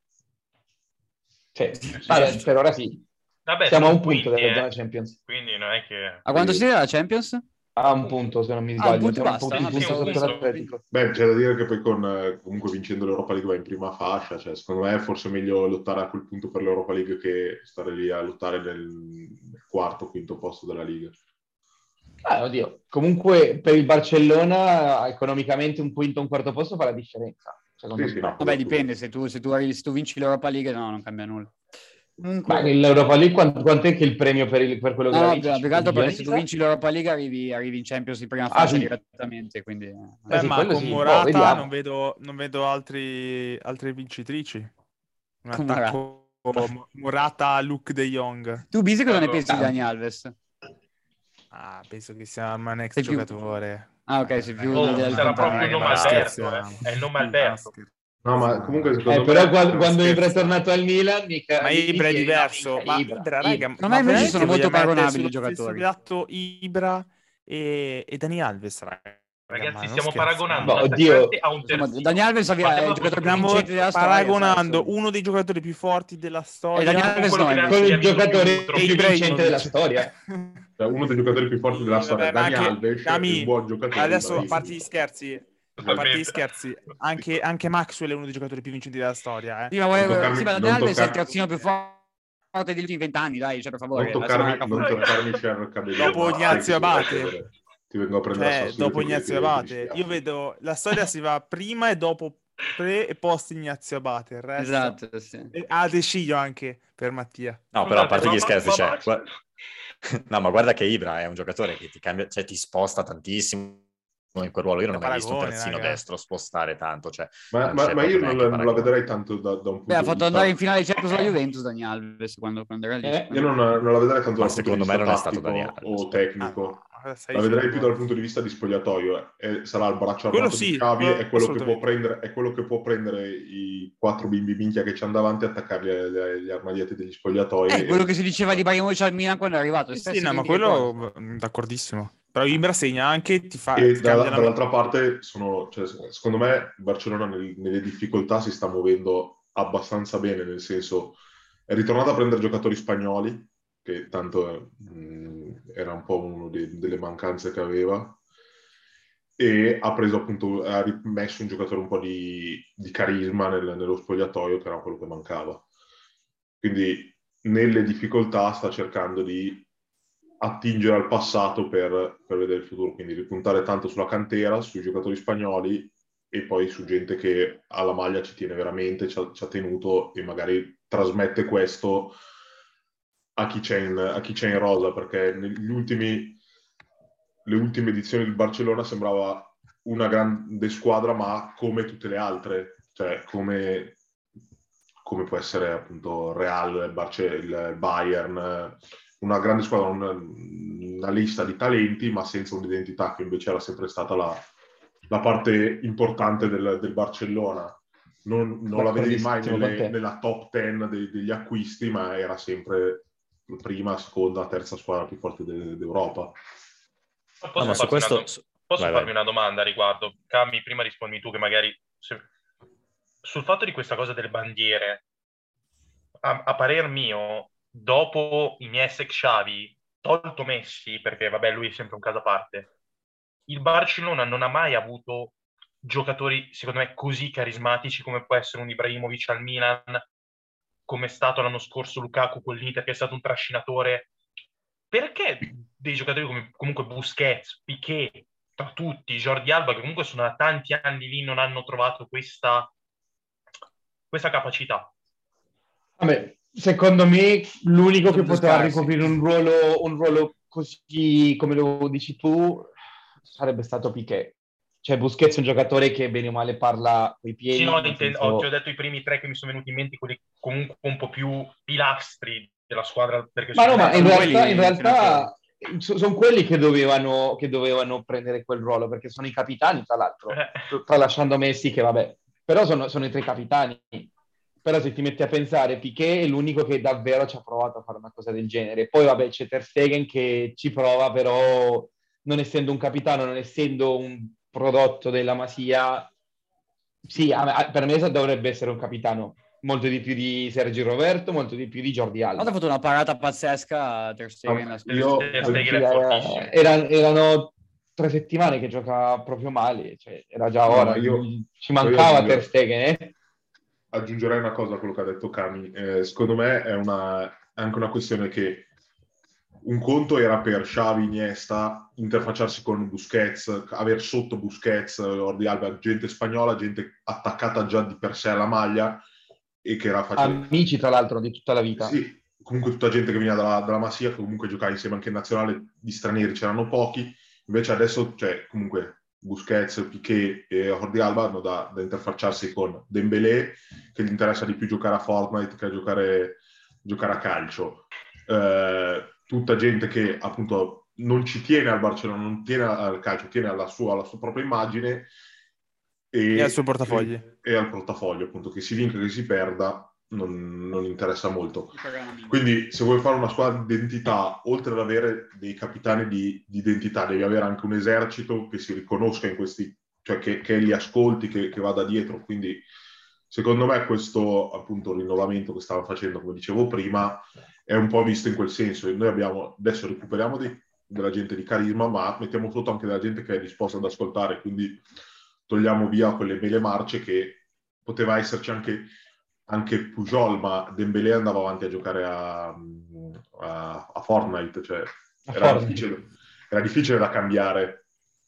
S5: Sì. Vabbè, per ora sì.
S2: Vabbè,
S5: Siamo a
S2: sono
S5: un punto
S2: quinti,
S5: dalla
S2: eh.
S5: zona Champions.
S2: Quindi non è che...
S1: A quanto
S4: Sì.
S1: si vede la Champions?
S5: A un punto, se non mi
S1: Ah, un
S5: sbaglio.
S1: punto
S5: Siamo un
S1: basta,
S5: punto, un
S1: ah,
S5: punto
S2: sì, un
S5: sotto
S2: punto.
S5: l'Atletico.
S4: Beh, c'è da dire che poi con eh, comunque vincendo l'Europa League va in prima fascia, cioè secondo me è forse meglio lottare a quel punto per l'Europa League che stare lì a lottare nel, nel quarto, quinto posto della Liga.
S5: Ah, oddio. Comunque per il Barcellona economicamente un quinto o un quarto posto fa la differenza. Secondo
S4: Sì,
S5: me.
S4: sì, no.
S1: Vabbè, dipende, se tu, se tu, arrivi- se tu vinci l'Europa League, no, non cambia nulla. Comunque...
S5: Ma l'Europa League quanto, quanto è che il premio per, il, per quello che
S1: No,
S5: la
S1: no,
S5: vince?
S1: più che altro
S5: cinque
S1: perché
S5: milioni,
S1: se tu
S5: mi sa?
S1: vinci l'Europa League arrivi, arrivi in Champions in prima
S5: Ah,
S1: fascia
S5: sì.
S1: direttamente, quindi... eh.
S6: Beh,
S5: sì,
S6: ma
S5: quello
S6: con
S5: sì. Boh,
S6: Morata
S5: vediamo.
S6: non vedo, non vedo altri, altre vincitrici. Un
S1: Con
S6: attacco Mo- Morata, Luke De Jong.
S1: Tu, Bisi, cosa ne
S2: Allora,
S1: pensi di
S5: ah.
S1: Dani Alves?
S6: Ah, penso che sia un ex
S1: Sei più-
S6: giocatore.
S1: Ah, ok, sei più
S6: Eh,
S2: Oh,
S1: un'idea del
S2: sarà proprio il
S1: contrario.
S2: nome
S6: Ma
S2: Alberto,
S6: scherziamo.
S2: eh. È il nome
S6: Ah,
S2: Alberto.
S6: scherzo.
S4: No, ma comunque secondo
S5: Eh,
S4: me...
S5: però quando,
S6: no,
S5: quando Ibra è
S6: scherzo.
S5: tornato al Milan, mica,
S6: Ma
S5: lì
S6: Ibra è
S5: sì, no,
S6: diverso.
S5: mica
S6: Ma
S5: Ibra.
S6: Ibra, raga,
S5: Ibra.
S6: ma
S1: Secondo me invece
S6: veramente
S1: sono
S6: voglio
S1: molto
S6: mettere
S1: paragonabili i
S6: sullo stesso
S1: giocatori.
S6: piatto Ibra e, e Dani Alves, raga.
S2: Ragazzi,
S6: Ma non
S2: stiamo
S6: scherziamo.
S2: paragonando
S5: Boh,
S2: un
S5: oddio.
S2: attaccante a un
S1: Insomma,
S2: terzino.
S1: Dani Alves aveva-
S2: Fate
S1: è il
S2: proprio
S1: giocatore più
S2: schifo.
S6: Stiamo
S1: vincente della storia,
S6: paragonando
S1: sai, insomma.
S6: uno dei giocatori più forti della
S1: E
S6: storia
S1: Dani
S2: Con
S1: Alves
S2: quello
S1: no,
S2: che
S1: invece.
S2: ha-
S5: Con
S2: che ha
S5: il
S2: vinto
S5: giocatore
S2: più
S5: più
S2: trofei.
S5: vincente della
S6: Ibrahimovic.
S5: storia.
S4: Cioè, uno dei giocatori più forti della
S6: Sì,
S4: storia,
S6: vabbè, ma
S4: Dani
S6: anche-
S4: Alves, è
S6: Cami,
S4: un buon giocatore.
S6: adesso, a
S4: Ibrahimovic.
S6: parte gli scherzi, A parte gli scherzi, anche, anche Maxwell è uno dei giocatori più vincenti della storia. Eh.
S1: Sì, ma,
S4: Non
S1: vuoi-
S4: toccarmi-
S1: sì, ma
S4: non
S1: Daniel Alves è il
S4: toccarmi-
S1: terzino più forte degli ultimi vent'anni, dai, cioè, per favore.
S4: Non
S1: la
S4: toccarmi,
S1: settimana
S4: non
S1: fa-
S4: toccarmi Sher Cabello.
S6: Dopo
S4: ma
S6: Ignazio
S4: sai che ti vengo a
S6: Abate.
S4: prendere- Ti vengo a prendere a
S6: Cioè,
S4: Sassuolo,
S6: dopo
S4: ti- ti-
S6: Ignazio
S4: ti
S6: Abate,
S4: dispiace.
S6: io vedo la storia si va prima e dopo pre e post Ignazio Abate. Il resto
S1: Esatto, sì.
S6: E- ah, decido anche per Mattia.
S3: No, però a
S2: Scusate,
S3: parte
S2: ma-
S3: gli
S2: ma-
S3: scherzi,
S2: ma
S3: cioè,
S2: Maxwell-
S3: gua- no, ma guarda che Ibra è un giocatore che ti cambia, cioè ti sposta tantissimo in quel ruolo. Io non ho
S6: Che
S3: mai visto un
S6: paragone,
S3: terzino
S6: raga.
S3: destro spostare tanto, cioè
S4: Ma,
S3: non
S4: ma-
S3: c'è
S4: ma io
S3: proprio
S4: non,
S3: neanche
S4: la- non la
S3: paragone.
S4: vedrei tanto da, da un punto
S1: Beh, ha
S4: di
S1: fatto
S4: vista...
S1: andare in finale di Champions la Juventus Dani Alves quando, quando era lì.
S4: Eh, io non, non la vedrei tanto
S3: Ma
S4: dal punto
S3: secondo
S4: di
S3: me
S4: vista
S3: non è stato
S4: tattico
S3: Dani Alves.
S4: o
S6: Ah,
S4: tecnico.
S6: no, ma stai
S4: La vedrei
S6: dicendo-
S4: più dal punto di vista di spogliatoio. E sarà il braccio
S6: Quello
S4: armato di
S6: sì,
S4: Xavi,
S6: quello
S4: è quello, che può
S6: assolutamente.
S4: prendere, è quello che può prendere i quattro bimbi minchia che c'hanno davanti e attaccarli agli, agli armadietti degli spogliatoi.
S1: È
S4: e-
S1: quello che si diceva di Ibrahimovic al Milan quando è arrivato.
S6: Sì,
S1: stesse
S6: sì, no, ma
S1: identiche cose.
S6: quello mh, d'accordissimo. Però Ibra segna anche, ti fa
S4: E
S6: ti
S4: da-
S6: cambia la-
S4: dall'altra parte, sono, cioè, secondo me, il Barcellona nel- nelle difficoltà si sta muovendo abbastanza bene, nel senso è ritornato a prendere giocatori spagnoli, che tanto mh, era un po' una delle mancanze che aveva, e ha preso appunto, ha rimesso un giocatore un po' di, di carisma nel- nello spogliatoio, che era quello che mancava. Quindi nelle difficoltà sta cercando di attingere al passato per, per vedere il futuro, quindi ripuntare tanto sulla cantera, sui giocatori spagnoli e poi su gente che alla maglia ci tiene veramente, ci ha, ci ha tenuto e magari trasmette questo a chi c'è in, a chi c'è in rosa, perché negli ultimi, le ultime edizioni del Barcellona sembrava una grande squadra, ma come tutte le altre, cioè come, come può essere appunto Real, il, Barce, il Bayern, una grande squadra, una, una lista di talenti, ma senza un'identità, che invece era sempre stata la, la parte importante del, del Barcellona. Non, non la vedevi mai nelle, nella top ten dei, degli acquisti, ma era sempre prima, seconda, terza squadra più forte de, d'Europa.
S2: Posso,
S3: No, ma su
S2: farti,
S3: questo...
S2: una, do- posso
S3: vai,
S2: farmi
S3: vai.
S2: una domanda a riguardo? Cami, prima rispondi tu che magari... Se... Sul fatto di questa cosa delle bandiere, a, a parer mio, dopo i miei ex Xavi, tolto Messi, perché vabbè lui è sempre un caso a parte, il Barcellona non ha mai avuto giocatori, secondo me, così carismatici come può essere un Ibrahimovic al Milan, come è stato l'anno scorso Lukaku con l'Inter, che è stato un trascinatore. Perché dei giocatori come comunque Busquets, Piqué, tra tutti, Jordi Alba, che comunque sono da tanti anni lì, non hanno trovato questa, questa capacità?
S5: Vabbè, secondo me l'unico
S1: Sono
S5: che poteva
S1: scarsi.
S5: ricoprire un ruolo, un ruolo così come lo dici tu sarebbe stato Piqué. Cioè Busquets è un giocatore che bene o male parla coi piedi.
S2: Sì, no,
S5: nel
S2: inten-
S5: senso-
S2: oh, ti ho detto i primi tre che mi sono venuti in mente, quelli comunque un po' più pilastri della squadra. Perché
S5: Ma no,
S2: sono-
S5: ma in
S1: sono
S5: realtà,
S1: quelli
S5: in realtà so- sono quelli che dovevano, che dovevano prendere quel ruolo, perché sono i capitani, tra l'altro,
S2: Eh.
S5: tralasciando Messi, che vabbè, però sono, sono i tre capitani. Però se ti metti a pensare, Piqué è l'unico che davvero ci ha provato a fare una cosa del genere. Poi vabbè, c'è Ter Stegen che ci prova, però non essendo un capitano, non essendo un prodotto della Masia, sì, a- a- per me dovrebbe essere un capitano. Molto di più di Sergio Roberto, molto di più di Jordi Alba.
S1: Ha fatto una parata pazzesca a Ter Stegen.
S4: No,
S1: la-
S4: io-
S2: Ter Stegen è
S5: Sì,
S2: fortissimo.
S5: eh, erano, erano tre settimane che gioca proprio male, cioè, era già
S4: No,
S5: ora,
S4: ma io-
S5: ci mancava
S4: io aggiungo-
S5: Ter Stegen, eh?
S4: Aggiungerei una cosa a quello che ha detto Cami. Eh, secondo me è una, è anche una questione che un conto era per Xavi, Iniesta interfacciarsi con Busquets, aver sotto Busquets, Jordi Alba, gente spagnola, gente attaccata già di per sé alla maglia e che era facile.
S5: Amici tra l'altro di tutta la vita.
S4: Sì, comunque tutta gente che veniva dalla, dalla Masia, che comunque giocava insieme anche in nazionale, di stranieri c'erano pochi, invece adesso c'è comunque Busquets, Piqué e Jordi Alba hanno da, da interfacciarsi con Dembélé, che gli interessa di più giocare a Fortnite che a giocare, giocare a calcio. Eh, tutta gente che appunto non ci tiene al Barcellona, non tiene al calcio, tiene alla sua, alla sua propria immagine e,
S6: E al suo portafogli.
S4: e, e al portafoglio, appunto, che si vinca, che si perda, non, non interessa molto. Quindi se vuoi fare una squadra di identità, oltre ad avere dei capitani di, di identità, devi avere anche un esercito che si riconosca in questi, cioè che, che li ascolti, che, che vada dietro. Quindi secondo me questo appunto rinnovamento che stava facendo, come dicevo prima, è un po' visto in quel senso. E noi abbiamo, adesso recuperiamo dei, della gente di carisma, ma mettiamo sotto anche della gente che è disposta ad ascoltare, quindi togliamo via quelle belle marce che poteva esserci anche, anche Pujol, ma Dembélé andava avanti a giocare a, a, a Fortnite, cioè
S5: A
S4: era
S5: Fortnite.
S4: difficile, era difficile da cambiare.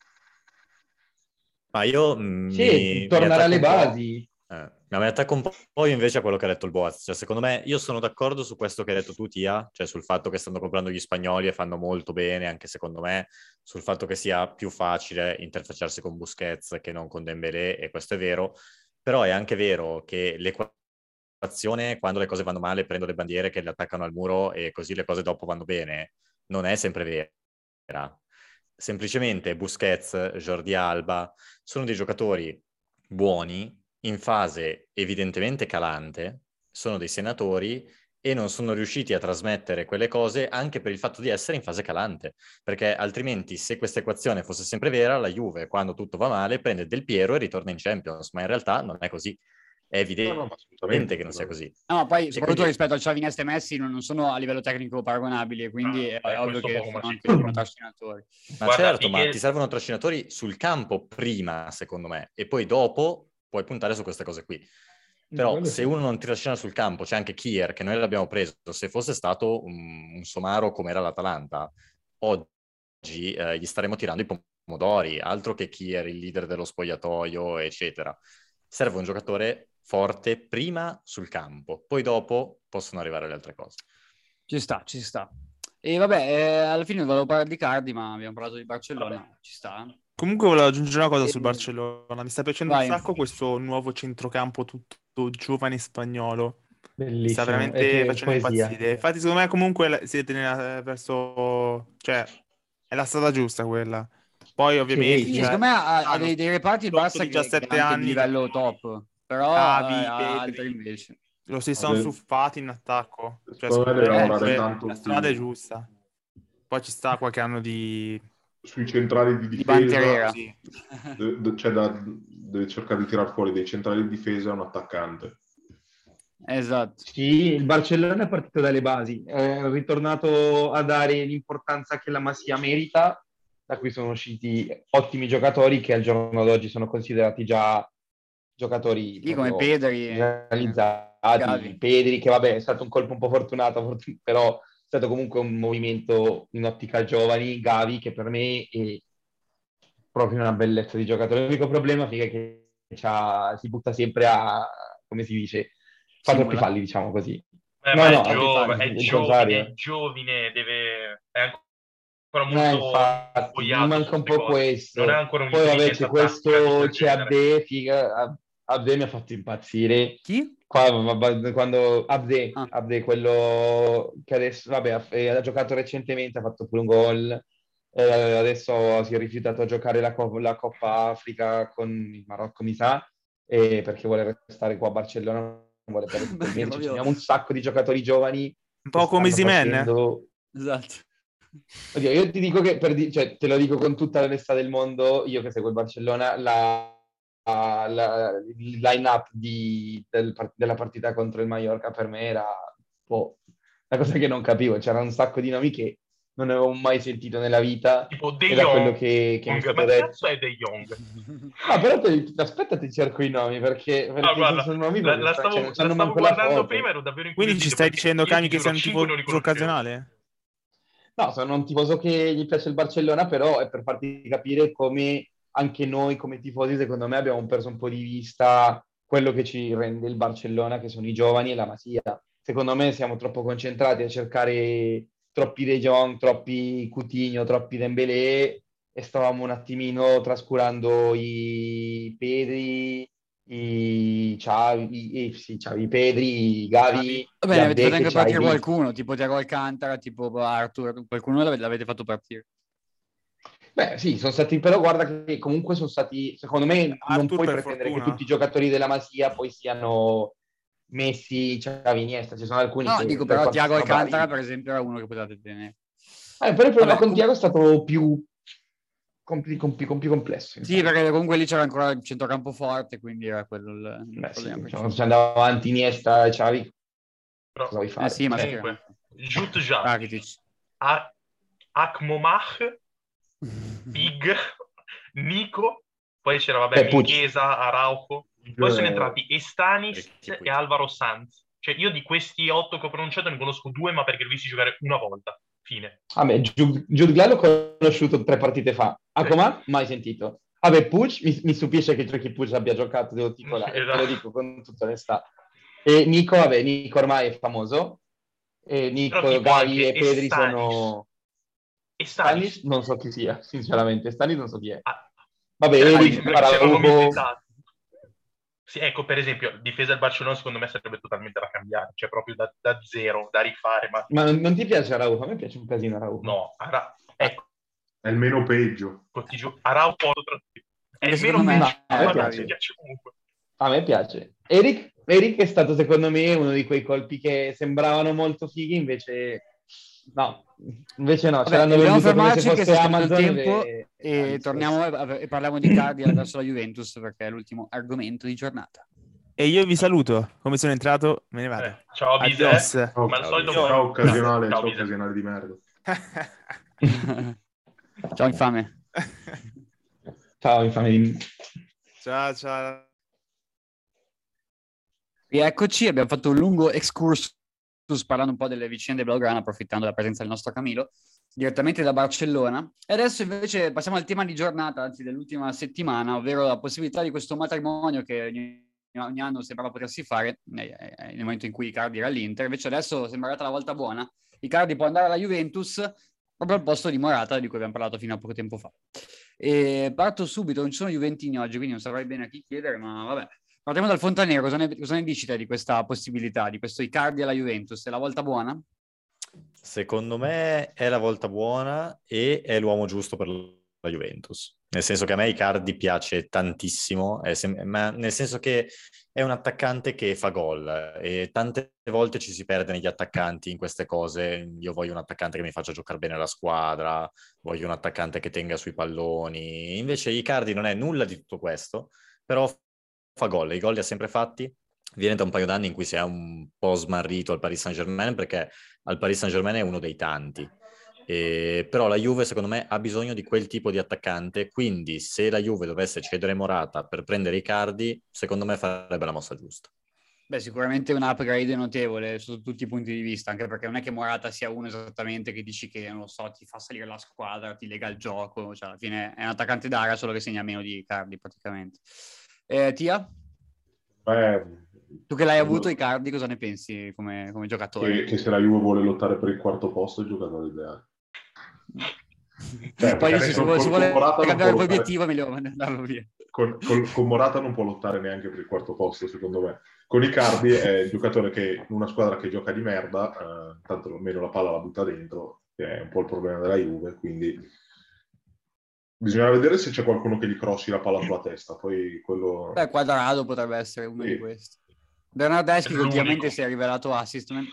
S3: Ma io mh,
S5: Sì,
S3: mi, mi
S5: tornare
S3: attacco
S5: alle
S3: un po',
S5: basi.
S3: eh, ma mi attacco un po' invece a quello che ha detto il Boaz. Cioè, secondo me, io sono d'accordo su questo che hai detto tu, Tia, cioè sul fatto che stanno comprando gli spagnoli e fanno molto bene, anche secondo me, sul fatto che sia più facile interfacciarsi con Busquets che non con Dembélé, e questo è vero, però è anche vero che l'equazione, quando le cose vanno male, prendo le bandiere che le attaccano al muro e così le cose dopo vanno bene, non è sempre vera. Semplicemente Busquets, Jordi Alba sono dei giocatori buoni in fase evidentemente calante, sono dei senatori e non sono riusciti a trasmettere quelle cose anche per il fatto di essere in fase calante, perché altrimenti se questa equazione fosse sempre vera, la Juve quando tutto va male prende Del Piero e ritorna in Champions, ma in realtà non è così, è
S4: No, no,
S3: evidente
S4: assolutamente.
S3: che non sia così.
S1: No, ma poi
S3: E
S1: soprattutto
S3: quindi
S1: rispetto a Xavi, Iniesta e Messi non, non sono a livello tecnico paragonabili, e quindi
S2: Ah,
S1: è,
S2: beh,
S1: è ovvio
S2: questo
S1: che
S2: poco ma
S1: sono anche
S2: sicuro.
S1: meno trascinatori.
S3: Ma
S2: Guarda,
S3: certo, ma
S2: Michele-
S3: ti servono trascinatori sul campo prima, secondo me, e poi dopo puoi puntare su queste cose qui. Però
S5: Quello
S3: se
S5: sì.
S3: uno non ti trascina sul campo, c'è anche Kier, che noi l'abbiamo preso, se fosse stato un, un somaro come era l'Atalanta, oggi eh, gli staremmo tirando i pomodori, altro che Kier, il leader dello spogliatoio, eccetera. Serve un giocatore forte prima sul campo, poi dopo possono arrivare le altre cose.
S1: Ci sta, ci sta. E vabbè, eh, alla fine volevo parlare di Cardi, ma abbiamo parlato di Barcellona,
S2: Vabbè.
S1: ci sta.
S6: Comunque volevo aggiungere una cosa
S1: E-
S6: sul Barcellona. Mi sta piacendo
S1: Vai.
S6: un sacco questo nuovo centrocampo tutto giovane spagnolo. Mi sta
S5: Bellissimo.
S6: veramente
S5: E che
S6: facendo
S5: poesia.
S6: impazzire. Infatti, secondo me, comunque la- siete nella- verso. Cioè, è la strada giusta quella. Poi, ovviamente,
S5: Sì,
S1: Sì,
S6: cioè,
S1: secondo me ha, ha
S6: hanno
S1: dei, dei reparti il
S6: diciotto
S1: Barça che, che
S6: diciassette
S1: ha anche di
S6: anni che
S1: livello
S6: sono
S1: top, però eh,
S6: Gavi,
S1: ha altri
S6: Pedri.
S1: invece.
S6: Lo si sono
S4: Vabbè.
S6: stuffati in attacco. Cioè,
S4: Secondo me
S6: secondo
S4: deve
S6: me,
S1: Eh,
S4: lavorare
S1: sì.
S6: comunque,
S4: tanto
S6: la strada è
S4: più
S6: giusta. Poi ci sta qualche anno di.
S4: sui centrali di
S1: Di
S4: difesa,
S1: Banterera.
S6: Così.
S4: de- de- cioè da- deve cercare di tirar fuori dei centrali di difesa e un attaccante.
S1: Esatto.
S5: Sì, il Barcellona è partito dalle basi, è ritornato a dare l'importanza che la Masia merita, da cui sono usciti ottimi giocatori che al giorno d'oggi sono considerati già giocatori
S1: Sì, come
S5: proprio
S1: Pedri, eh,
S5: realizzati.
S1: Gavi.
S5: Pedri, che vabbè è stato un colpo un po' fortunato, fortun- però è stato comunque un movimento in ottica giovani. Gavi, che per me è proprio una bellezza di giocatore. L'unico problema figa, è che c'ha- si butta sempre a, come si dice, fa troppi
S1: Simula.
S5: falli, diciamo così.
S2: Eh,
S5: No,
S2: ma è,
S5: no,
S2: giove-
S1: falli.
S2: è
S5: il
S2: giovine, è
S5: contrario.
S2: giovine, deve, è ancora
S5: Eh,
S2: molto
S5: infatti, mi
S2: infogliato su
S5: manca un
S2: queste
S5: po'
S2: cose. Non ha
S5: questo.
S2: ancora
S5: Poi vabbè
S2: un'intelligenza
S5: c'è
S2: tattica di
S5: questo,
S2: quel
S5: c'è
S2: genere.
S5: Abde, figa, Ab- Abde mi ha fatto impazzire.
S1: Chi?
S5: Qua, vabbè, quando Abde,
S1: Ah.
S5: Abde, quello che adesso, vabbè, ha, eh, ha giocato recentemente, ha fatto pure un gol. Eh, adesso si è rifiutato a giocare la, Co- la Coppa Africa con il Marocco, mi sa, eh, perché vuole restare qua a Barcellona, non vuole perdere tutto il
S1: Perché
S5: mese. Cioè,
S1: proprio...
S5: abbiamo un sacco di giocatori giovani
S6: Un
S5: che
S6: po' come
S5: stanno
S6: Osimhen?
S5: facendo...
S1: Esatto.
S5: Oddio, io ti dico che, per di- cioè, te lo dico con tutta l'onestà del mondo, io che seguo il Barcellona, la, la- la- il line-up di- del par- della partita contro il Mallorca per me era boh, una cosa che non capivo. C'era un sacco di nomi che non avevo mai sentito nella vita,
S2: Tipo De
S5: e da quello
S2: Jong.
S5: che, che mi è
S2: Ma
S5: stato
S2: che
S5: detto...
S2: cazzo è De Jong?
S5: Ah, però te, aspetta, ti cerco i nomi, perché,
S2: Ah,
S5: perché
S2: guarda,
S5: sono nomi
S2: la,
S5: proprio
S2: la
S5: strani, cioè,
S2: stavo,
S5: non
S2: la
S5: c'hanno
S2: stavo
S5: manco la
S2: guardando
S5: foto.
S2: prima, ero davvero
S6: Quindi ci
S2: incuriosito
S6: stai
S2: perché
S6: dicendo,
S2: io
S6: Cami,
S2: ti
S6: che sei
S2: giuro,
S6: un
S2: cinque non li
S6: tifoso
S2: conoscevo.
S6: occasionale?
S5: No, sono un tifoso che gli piace il Barcellona, però è per farti capire come anche noi come tifosi, secondo me, abbiamo perso un po' di vista quello che ci rende il Barcellona, che sono i giovani e la Masia. Secondo me siamo troppo concentrati a cercare troppi De Jong, troppi Coutinho, troppi Dembélé, e stavamo un attimino trascurando i Pedri, i Xavi, i, sì, Xavi, i Pedri, i Gavi,
S1: Va
S5: gli
S1: bene, avete
S5: Abde
S1: fatto
S5: che
S1: anche
S5: c'hai
S1: partire
S5: lì.
S1: qualcuno, tipo Thiago Alcantara, tipo Arthur, qualcuno l'avete, l'avete fatto partire.
S5: Beh, sì, sono stati, però guarda che comunque sono stati, secondo me, non
S6: Arthur
S5: puoi
S6: per
S5: pretendere che
S6: fortuna.
S5: tutti i giocatori della Masia poi siano Messi, Xavi, Iniesta, ci sono alcuni
S1: No,
S5: che
S1: dico
S5: per
S1: però
S5: quanto
S1: Thiago
S5: siano
S1: Alcantara,
S5: bravi.
S1: per esempio, era uno che potevate tenere.
S5: Eh, però il problema
S1: Vabbè,
S5: con
S1: com-
S5: Thiago è stato più, compli- compli- com- più complesso.
S1: sì,
S5: insomma.
S1: perché comunque lì c'era ancora il centrocampo forte, quindi era quello il, il
S5: Beh,
S1: problema
S5: sì, diciamo,
S1: principale.
S5: se andava avanti Iniesta e Xavi,
S2: Però,
S5: cosa vuoi
S1: Eh
S5: fare?
S1: sì, ma
S2: comunque,
S1: schieramente.
S2: Jutja,
S1: Rakitic.
S2: A- Akmomach, Big, Nico, poi c'era, vabbè,
S5: Beh, Puig.
S2: Chiesa, Araujo, poi sono
S4: Eh,
S2: entrati Estanis
S3: Ricchi Puig.
S2: e Alvaro Sanz. Cioè io di questi otto che ho pronunciato ne conosco due, ma perché li ho visti giocare una volta. Fine.
S5: Vabbè, Giu- Jude Glad l'ho conosciuto tre partite fa. Acoma, mai sentito. Vabbè, Puig, mi, mi stupisce che Giochi Puig abbia giocato, devo titolare, te
S2: Esatto.
S5: lo dico con tutta onestà. E Nico, vabbè, Nico ormai è famoso. E
S2: Però
S5: Nico,
S2: tipo
S5: Gavi
S2: anche
S5: e Pedri
S2: Estanis.
S5: sono...
S2: Estanis.
S5: Stanis non so chi sia, sinceramente. Stanis non so chi è.
S2: Ah,
S5: Vabbè,
S2: cioè,
S5: Eric,
S2: perché c'erano nomi
S5: Araujo...
S2: inventati. Sì, ecco, per esempio, difesa del Barcellona secondo me sarebbe totalmente da cambiare, cioè proprio da, da zero, da rifare, ma
S5: Ma non, non ti piace Araujo? A me piace un casino Araujo.
S2: no, Ara... ecco,
S4: è il meno peggio.
S2: ti giuro, Araujo è
S1: Anche
S2: il meno
S1: secondo me,
S2: peggio,
S5: a me
S2: ma
S5: piace.
S2: mi piace comunque.
S5: A me piace. Eric, Eric è stato secondo me uno di quei colpi che sembravano molto fighi, invece no, invece no, ce
S1: Vabbè,
S5: l'hanno
S1: dobbiamo
S5: venduto come se
S1: fermarci che
S5: fosse
S1: sta finendo il
S5: Amazon
S1: tempo
S5: e,
S1: e torniamo e, e parliamo di Cardi verso la Juventus perché è l'ultimo argomento di giornata.
S6: E io vi saluto. Come sono entrato, me ne vado.
S2: Eh, ciao Bise,
S6: Adios.
S4: Ciao,
S2: ma al
S3: ciao,
S2: solito
S3: Bise.
S4: ciao occasionale,
S2: Ciao,
S4: ciao
S2: Bise.
S4: occasionale di merda.
S1: Ciao infame.
S5: Ciao, infame di...
S6: Ciao, ciao.
S1: Rieccoci, abbiamo fatto un lungo excursus parlando un po' delle vicende blaugrana, approfittando della presenza del nostro Camilo, direttamente da Barcellona. E adesso invece passiamo al tema di giornata, anzi dell'ultima settimana, ovvero la possibilità di questo matrimonio che ogni, ogni anno sembrava potersi fare nel momento in cui Icardi era all'Inter. Invece adesso sembra arrivata la volta buona. Icardi può andare alla Juventus proprio al posto di Morata, di cui abbiamo parlato fino a poco tempo fa. E parto subito, non ci sono juventini oggi, quindi non saprei bene a chi chiedere, ma vabbè. Partiamo dal Fontanero, cosa ne, cosa ne dici te di questa possibilità, di questo Icardi alla Juventus? È la volta buona?
S3: Secondo me è la volta buona e è l'uomo giusto per la Juventus. Nel senso che a me Icardi piace tantissimo, sem- ma nel senso che è un attaccante che fa gol e tante volte ci si perde negli attaccanti in queste cose. Io voglio un attaccante che mi faccia giocare bene la squadra, voglio un attaccante che tenga sui palloni. Invece Icardi non è nulla di tutto questo, però fa gol, i gol li ha sempre fatti. Viene da un paio d'anni in cui si è un po' smarrito al Paris Saint-Germain, perché al Paris Saint-Germain è uno dei tanti. E, però la Juve secondo me ha bisogno di quel tipo di attaccante, quindi se la Juve dovesse cedere Morata per prendere Icardi, secondo me farebbe la mossa giusta.
S1: Beh, sicuramente un upgrade notevole sotto tutti i punti di vista, anche perché non è che Morata sia uno esattamente che dici che, non lo so, ti fa salire la squadra, ti lega il gioco, cioè alla fine è un attaccante d'area, solo che segna meno di Icardi praticamente. Eh, Tia?
S4: Beh,
S1: Tu che l'hai avuto Icardi, cosa ne pensi come, come giocatore?
S4: che, che se la Juve vuole lottare per il quarto posto è il giocatore ideale. Cioè,
S1: Poi dici, se vuole, se vuole cambiare l'obiettivo è meglio mandarlo via.
S4: Con, con, con Morata non può lottare neanche per il quarto posto, secondo me. Con Icardi è il giocatore che in una squadra che gioca di merda, eh, tanto almeno la palla la butta dentro, che è un po' il problema della Juve, quindi bisogna vedere se c'è qualcuno che gli crossi la palla sulla testa. Poi quello...
S1: Beh, Quadrado potrebbe essere uno
S4: sì.
S1: di questi. Bernardeschi che
S2: L'unico.
S1: ultimamente si è rivelato assist man.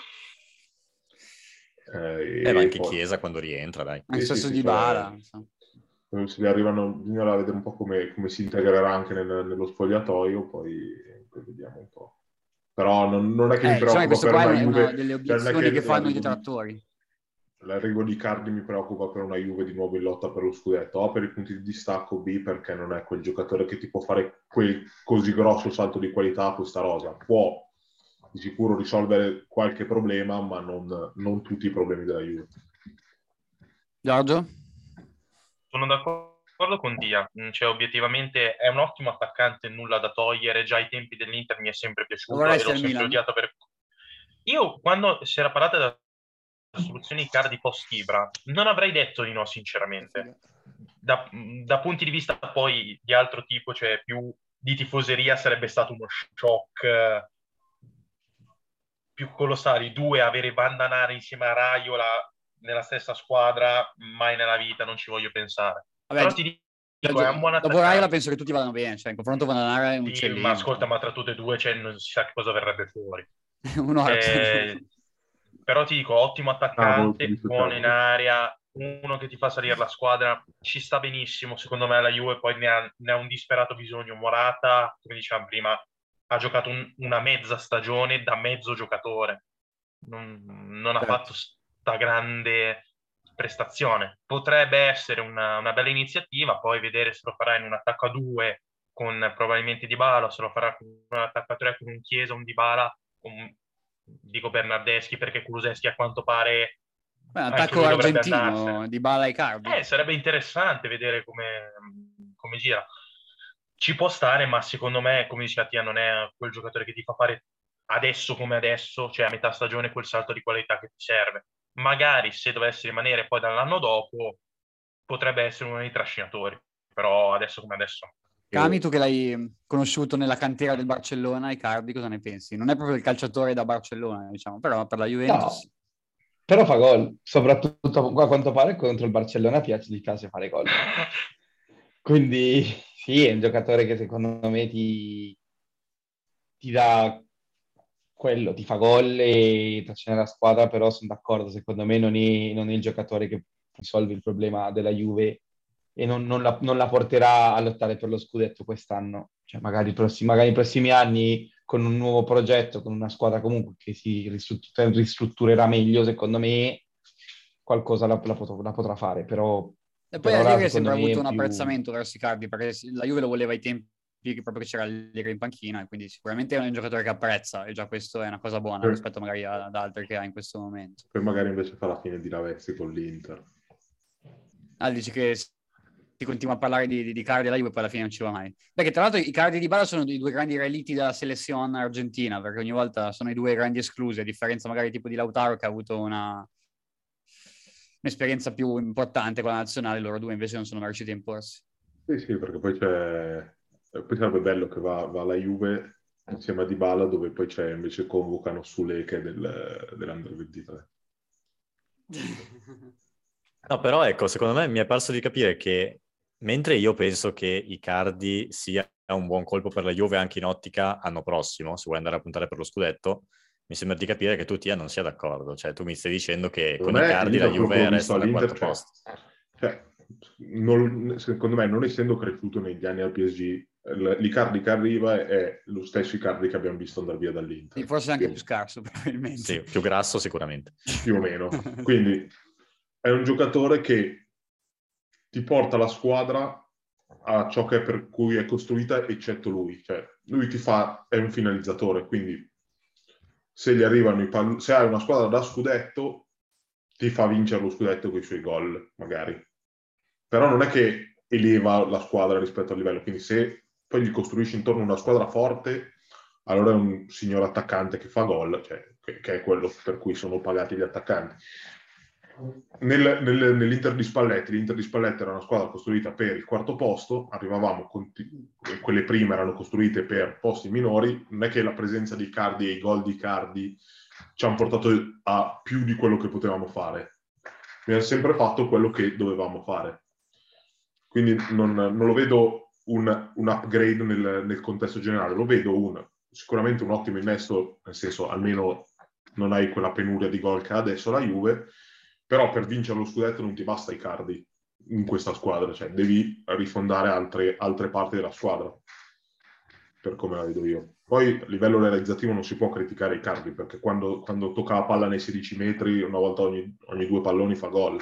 S4: Eh,
S3: Eh, ma anche
S4: poi...
S3: Chiesa quando rientra, dai.
S1: Anche
S4: sì,
S1: stesso
S4: sì,
S1: di Bala.
S4: Cioè, se arrivano, bisognerà vedere un po' come, come si integrerà anche nel, nello spogliatoio, poi, poi vediamo un po'. Però non, non è che
S1: Eh,
S4: mi preoccupa
S1: questo
S4: per
S1: qua
S4: una
S1: è
S4: Juve,
S1: una delle obiezioni
S4: cioè,
S1: che, che fanno i
S4: l'arrivo
S1: detrattori.
S4: Di, l'arrivo di Icardi mi preoccupa per una Juve di nuovo in lotta per lo scudetto, A per i punti di distacco, B perché non è quel giocatore che ti può fare quel così grosso salto di qualità a questa rosa. Può di sicuro risolvere qualche problema, ma non, non tutti i problemi della Juve.
S1: Giorgio?
S2: Sono d'accordo con Dia, cioè obiettivamente è un ottimo attaccante, nulla da togliere, già ai tempi dell'Inter mi è sempre piaciuto e l'ho sempre
S1: Milan.
S2: odiato per... Io quando si era parlato della soluzione Icardi post-Ibra non avrei detto di no sinceramente, da, da punti di vista poi di altro tipo, cioè più di tifoseria sarebbe stato uno shock più colossali, due avere Bandanara insieme a Raiola nella stessa squadra, mai nella vita, non ci voglio pensare.
S1: Vabbè,
S2: però ti dico, è un buon
S1: dopo
S2: attaccante.
S1: Raiola penso che tutti vadano bene, cioè in confronto Bandanara è un
S2: sì,
S1: uccellino.
S2: ma ascolta, ma tra tutte e due cioè, non si sa che cosa verrebbe fuori.
S1: Uno
S2: eh, però ti dico, ottimo attaccante,
S4: Ah,
S2: buono in area, uno che ti fa salire la squadra, ci sta benissimo, secondo me la Juve poi ne ha, ne ha un disperato bisogno. Morata, come dicevamo prima, ha giocato un, una mezza stagione da mezzo giocatore, non, non ha
S1: certo.
S2: fatto sta grande prestazione. Potrebbe essere una, una bella iniziativa, poi vedere se lo farà in un attacco a due con probabilmente Dybala, se lo farà con un attacco a tre con un Chiesa, un Dybala, un, dico Bernardeschi perché Kulusevski a quanto pare
S1: Beh, un
S2: anche
S1: attacco
S2: lui dovrebbe
S1: argentino,
S2: andarsene.
S1: Dybala e Icardi.
S2: Eh, sarebbe interessante vedere come, come gira. Ci può stare, ma secondo me, come diceva Tia, non è quel giocatore che ti fa fare adesso come adesso, cioè a metà stagione, quel salto di qualità che ti serve. Magari se dovesse rimanere poi dall'anno dopo, potrebbe essere uno dei trascinatori, però adesso come adesso.
S1: Cami, tu che l'hai conosciuto nella cantiera del Barcellona, Icardi, cosa ne pensi? Non è proprio il calciatore da Barcellona, diciamo, però per la Juventus...
S5: No, però fa gol, soprattutto a quanto pare contro il Barcellona piace, gli piace fare gol. Quindi sì, è un giocatore che secondo me ti, ti dà quello, ti fa gol e trascina la squadra, però sono d'accordo, secondo me non è, non è il giocatore che risolve il problema della Juve e non, non, la, non la porterà a lottare per lo scudetto quest'anno. Cioè magari, i prossimi, magari i prossimi anni con un nuovo progetto, con una squadra comunque che si ristruttur- ristrutturerà meglio, secondo me qualcosa la, la, pot- la potrà fare, però
S1: E
S5: per
S1: poi
S5: ora
S1: Allegri ha
S5: secondo
S1: sempre
S5: me
S1: avuto
S5: è
S1: un
S5: più...
S1: apprezzamento verso Icardi, perché la Juve lo voleva ai tempi che proprio che c'era Allegri in panchina, e quindi sicuramente è un giocatore che apprezza, e già questo è una cosa buona
S4: Eh.
S1: rispetto magari ad altri che ha in questo momento.
S4: Poi magari invece fa la fine di Lavezzi con l'Inter.
S1: Ah, dici che si continua a parlare di, di, di Icardi e la Juve, poi alla fine non ci va mai. Perché tra l'altro Icardi e Dybala sono i due grandi reliti della selezione argentina, perché ogni volta sono i due grandi esclusi, a differenza magari tipo di Lautaro che ha avuto una un'esperienza più importante con la nazionale, loro due invece non sono mai riusciti a imporsi.
S4: Sì, sì, perché poi c'è... Poi sarebbe bello che va, va alla Juve insieme a Dybala, dove poi c'è invece convocano Sule che è del, dell'Under ventitré.
S3: No, però ecco, secondo me mi è parso di capire che mentre io penso che Icardi sia un buon colpo per la Juve anche in ottica anno prossimo, se vuoi andare a puntare per lo scudetto, mi sembra di capire che tu Tia non sia d'accordo. Cioè tu mi stai dicendo che
S4: Secondo
S3: con
S4: me,
S3: Icardi
S4: io
S3: la
S4: da quello che
S3: Juve
S4: ho visto
S3: resta al
S4: all'Inter,
S3: quarto
S4: cioè,
S3: posto.
S4: cioè, non, secondo me, non essendo cresciuto negli anni al P S G, l'Icardi che arriva è lo stesso Icardi che abbiamo visto andare via dall'Inter.
S1: Sì, forse anche
S4: più,
S1: più scarso, probabilmente.
S3: Sì, più grasso sicuramente.
S4: Più o meno. Quindi è un giocatore che ti porta la squadra a ciò che è per cui è costruita, eccetto lui. Cioè, lui ti fa, è un finalizzatore, quindi se gli arrivano i palloni, se hai una squadra da scudetto, ti fa vincere lo scudetto con i suoi gol, magari. Però non è che eleva la squadra rispetto al livello, quindi se poi gli costruisci intorno una squadra forte, allora è un signor attaccante che fa gol, cioè, che, che è quello per cui sono pagati gli attaccanti. Nel, nel, nell'Inter di Spalletti, l'Inter di Spalletti era una squadra costruita per il quarto posto, arrivavamo, con t- quelle prime erano costruite per posti minori, non è che la presenza di Icardi e i gol di Icardi ci hanno portato a più di quello che potevamo fare. Abbiamo sempre fatto quello che dovevamo fare. Quindi non, non lo vedo un, un upgrade nel, nel contesto generale, lo vedo un, sicuramente un ottimo innesto, nel senso almeno non hai quella penuria di gol che ha adesso la Juve, però per vincere lo scudetto non ti basta Icardi in questa squadra, cioè devi rifondare altre, altre parti della squadra, per come la vedo io. Poi a livello realizzativo non si può criticare Icardi, perché quando, quando tocca la palla nei sedici metri, una volta ogni, ogni due palloni fa gol.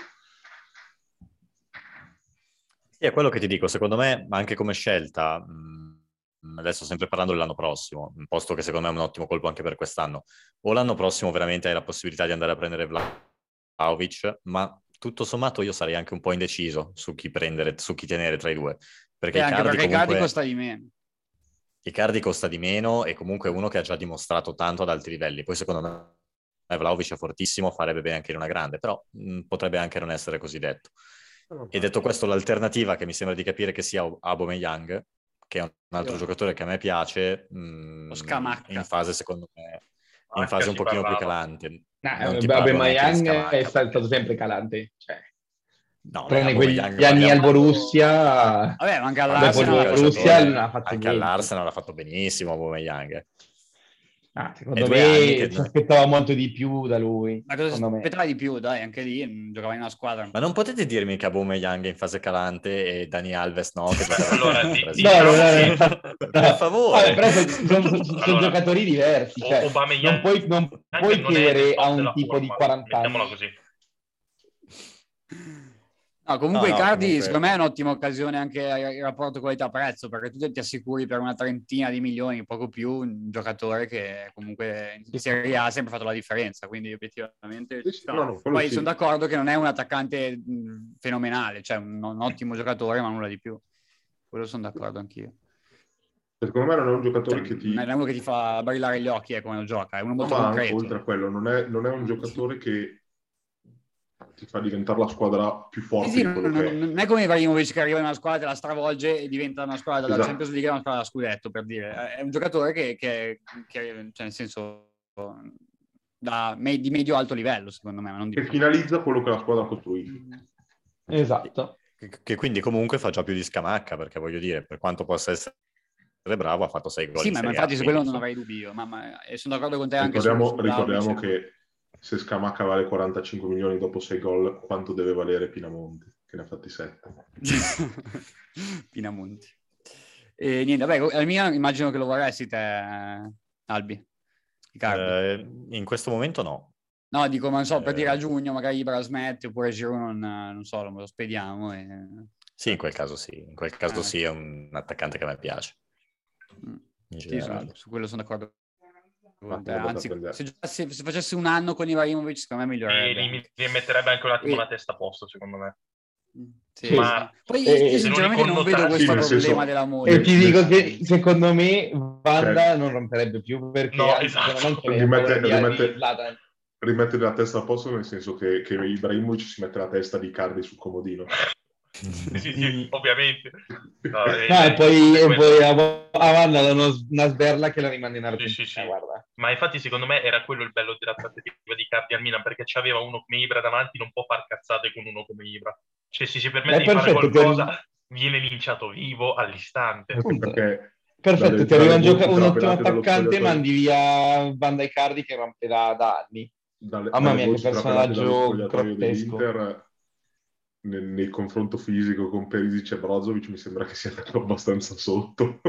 S3: Sì, è quello che ti dico, secondo me anche come scelta, mh, adesso sempre parlando dell'anno prossimo, posto che secondo me è un ottimo colpo anche per quest'anno, o l'anno prossimo veramente hai la possibilità di andare a prendere Vlahovic, ma tutto sommato io sarei anche un po' indeciso su chi prendere, su chi tenere tra i due, perché
S1: E anche
S3: Icardi
S1: perché
S3: comunque...
S1: Icardi costa di meno.
S3: Icardi costa di meno e comunque è uno che ha già dimostrato tanto ad alti livelli. Poi secondo me Vlahovic è fortissimo, farebbe bene anche in una grande, però mh, potrebbe anche non essere così detto. E detto questo, l'alternativa che mi sembra di capire che sia Aubameyang, che è un altro
S1: Io...
S3: giocatore che a me piace, mh,
S1: Scamacca.
S3: in fase secondo me, in
S2: H
S3: fase un
S2: si
S3: pochino
S2: parlava.
S3: più calante.
S5: Nah,
S3: Non ti
S5: vabbè,
S3: parlo neanche di
S5: Aubameyang
S3: Scamacca.
S5: è stato sempre calante, cioè,
S3: No, beh,
S5: tranne quegli
S3: Aubameyang
S5: anni al
S3: parliamo...
S5: Borussia,
S1: Vabbè, ma anche
S5: dopo il
S1: all'Arsenal ha fatto
S5: Borussia
S1: bene.
S5: non ha fatto
S3: Anche
S5: niente.
S3: all'Arsenal ha fatto benissimo Aubameyang.
S5: Ah,
S3: È
S5: secondo
S3: due anni
S5: me
S3: che...
S5: si aspettava molto di più da lui,
S1: Ma cosa si
S5: secondo me.
S1: aspettava di più? Dai, anche lì mh, giocava in una squadra.
S3: Ma non potete dirmi che Aubameyang è in fase calante e Dani Alves no? Che giocava
S2: Allora,
S3: in
S2: di-
S3: Brasile.
S5: No,
S2: diciamo
S5: no,
S2: che-
S5: no,
S3: Per
S5: no.
S3: favore.
S5: Vabbè, però sono, sono- sono
S2: Allora,
S5: giocatori diversi, cioè,
S2: Aubameyang
S5: non puoi, non puoi
S2: non è nel
S5: chiedere
S2: top
S5: a un
S2: della
S5: tipo di
S2: forma,
S5: quaranta
S2: mettiamola
S5: anni.
S2: così.
S1: No, comunque
S3: No, no,
S1: Icardi
S3: comunque-
S1: secondo me è un'ottima occasione anche il rapporto qualità-prezzo, perché tu ti assicuri per una trentina di milioni, poco più, un giocatore che comunque in Serie A ha sempre fatto la differenza, quindi obiettivamente
S4: Sì,
S1: ci
S4: sì,
S1: sta.
S4: no, no, quello
S1: Poi
S4: sì.
S1: sono d'accordo che non è un attaccante mh, fenomenale, cioè un, un ottimo giocatore, ma nulla di più. Quello sono d'accordo anch'io.
S4: Secondo me non è un giocatore
S1: Cioè,
S4: che ti...
S1: non è uno che ti fa brillare gli occhi eh, quando gioca, è uno
S4: No,
S1: molto
S4: ma anche
S1: concreto.
S4: oltre a quello, non è, non è un giocatore che ti fa diventare la squadra più
S1: Sì,
S4: forte
S1: sì,
S4: di quello
S1: non,
S4: che è.
S1: non è come Ibrahimovic che arriva in una squadra, te la stravolge e diventa una squadra della
S4: Esatto.
S1: Champions League e una squadra da scudetto, per dire. È un giocatore che, che, che cioè nel senso, da, me- di medio-alto livello, secondo me, ma non di
S4: Che
S1: più.
S4: finalizza quello che la squadra ha costruito.
S5: Esatto.
S3: Che, che quindi comunque fa già più di Scamacca, perché voglio dire, per quanto possa essere bravo, ha fatto sei gol
S1: Sì,
S3: in
S1: ma, ma
S3: Serie A,
S1: infatti su
S3: quindi,
S1: quello non
S3: insomma.
S1: avrei dubbi io, ma, ma- e sono d'accordo con te anche su,
S4: Ricordiamo,
S1: su
S4: ricordiamo
S1: Vlahovic.
S4: che se Scamacca vale quarantacinque milioni dopo sei gol, quanto deve valere Pinamonti, che ne ha fatti sette.
S1: Pinamonti. E niente, vabbè, al Milan immagino che lo vorresti te, Albi. Icardi.
S3: Eh, in questo momento no.
S1: No, dico, ma non so, per
S3: Eh,
S1: dire a giugno magari Ibra smette oppure Giroud non, non so, lo spediamo. E...
S3: Sì, in quel caso sì. In quel caso
S1: Eh.
S3: sì, è un attaccante che a me piace.
S1: Mm.
S3: In
S1: Sì,
S3: generale.
S1: su, su quello sono d'accordo con te.
S4: Ma
S1: Anzi,
S4: prendere.
S1: se, se, se facessi un anno con Ibrahimovic, secondo me
S2: E
S1: migliorerebbe.
S2: lì mi
S1: anche.
S2: rimetterebbe anche un attimo
S1: E-
S2: la testa a posto, secondo me.
S1: Sì,
S5: Sì.
S2: Ma
S1: sì. Poi
S5: E-
S1: io
S5: se non
S1: sinceramente
S2: li
S1: non vedo
S2: connotassi-
S1: questo
S4: Sì, nel
S1: problema
S4: senso-
S1: della moglie.
S5: E ti dico che
S1: sinceramente.
S5: secondo me Wanda
S4: Cioè-
S5: non romperebbe più perché
S2: No,
S5: anche
S2: esatto.
S5: se non te ne
S4: Rimette,
S5: di,
S4: rimette,
S5: di Zlatan.
S4: rimettere la testa a posto, nel senso che, che Ibrahimovic si mette la testa di Icardi sul comodino.
S2: Sì, sì, sì, ovviamente. No, eh,
S5: No, e
S2: il
S5: poi,
S2: discorso è
S5: e
S2: quello.
S5: poi a, a Wanda da uno- una sberla che la rimane in
S2: Sì,
S5: Argentina,
S2: sì, sì.
S5: guarda.
S2: Ma infatti secondo me era quello il bello della trattativa di Icardi al Milan, perché c'aveva uno come Ibra davanti, non può far cazzate con uno come Ibra. Cioè, se si permette
S5: È
S2: di fare
S5: perfetto,
S2: qualcosa,
S5: per-
S2: viene linciato vivo all'istante.
S4: Anche
S5: Appunto.
S4: perché
S5: Perfetto,
S4: dalle-
S5: ti arriva un,
S4: dalle
S5: gioca-
S4: voci
S5: un ottimo
S4: trapelate dallo
S5: attaccante,
S4: spogliatoio-
S5: mandi via Wanda Icardi che rompe da, da anni.
S4: dalle,
S5: Mamma
S4: dalle
S5: mia, che
S4: voci trapelate dallo
S5: personaggio
S4: spogliatoio
S5: grottesco.
S4: dell'Inter nel, nel confronto fisico con Perisic e Brozovic mi sembra che sia andato abbastanza sotto.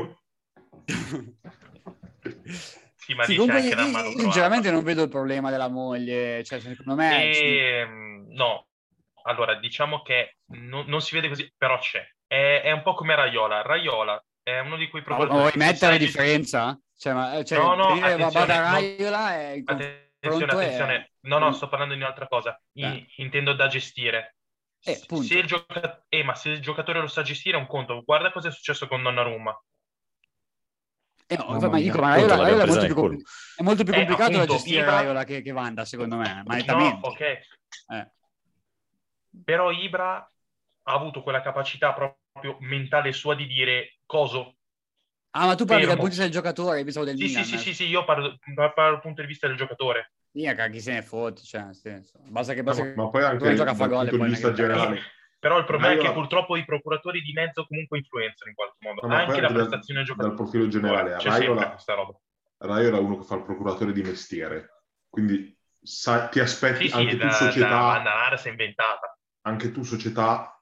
S2: Sì, ma
S1: Sì,
S2: lì c'è
S1: comunque
S2: anche
S1: io,
S2: la
S1: io
S2: mano
S1: sinceramente
S2: trovata.
S1: non vedo il problema della moglie, cioè secondo me ci-
S2: E, no, allora diciamo che non, non si vede così, però c'è. È, è un po' come Raiola. Raiola è uno di quei
S1: ma vuoi
S2: procuratori che se
S1: mettere
S2: sai gest-
S1: differenza? Cioè, ma, cioè
S2: No, no,
S1: tenere
S2: attenzione,
S1: Bada
S2: non-
S1: Raiola e il
S2: attenzione,
S1: confronto è...
S2: attenzione. No, no, sto parlando di un'altra cosa. I-
S1: Eh.
S2: intendo da gestire.
S1: Eh,
S2: Se
S1: appunto.
S2: il gioca- eh, ma se il giocatore lo sa gestire è un conto. Guarda cosa è successo con Donnarumma.
S1: Eh, no,
S5: Mamma
S1: ma dico,
S5: mia.
S1: ma
S3: Appunto,
S1: Raiola,
S3: l'abbiamo
S1: Raiola è,
S3: presa
S1: molto
S3: nel
S1: più,
S3: culo.
S1: compli- è molto più
S2: Eh,
S1: complicato da
S2: appunto,
S1: gestire
S2: Ibra-
S1: Raiola che, che Wanda, secondo me, ma
S2: No,
S1: nettamente.
S2: ok.
S1: Eh.
S2: Però Ibra ha avuto quella capacità proprio mentale sua di dire coso.
S1: Ah, ma tu parli dal
S2: Fermo.
S1: punto di vista del giocatore, pensavo del
S2: Sì, sì,
S1: Milan.
S2: sì, sì, sì, io parlo, parlo dal punto di vista del giocatore.
S1: Mica chi se ne fotte, cioè, nel senso. Basta che,
S4: No,
S1: basta
S4: ma,
S1: che
S4: ma poi anche
S1: non gioca a fa
S4: dal
S1: gol e
S4: punto
S1: poi
S4: di
S1: non è
S4: vista
S1: che-
S4: generale.
S2: Eh, però il problema è
S4: Raiola-
S2: che purtroppo i procuratori di mezzo comunque influenzano in qualche modo.
S4: No, ma poi
S2: anche la
S4: anche dal-
S2: prestazione
S4: dal
S2: giocatore.
S4: profilo generale.
S2: C'è
S4: Raiola-
S2: sempre questa roba.
S4: Raiola è uno che fa il procuratore di mestiere, quindi sai, ti aspetti
S2: Sì, sì,
S4: anche
S2: da,
S4: tu società,
S2: da Wanda Nara si è inventata.
S4: anche tu società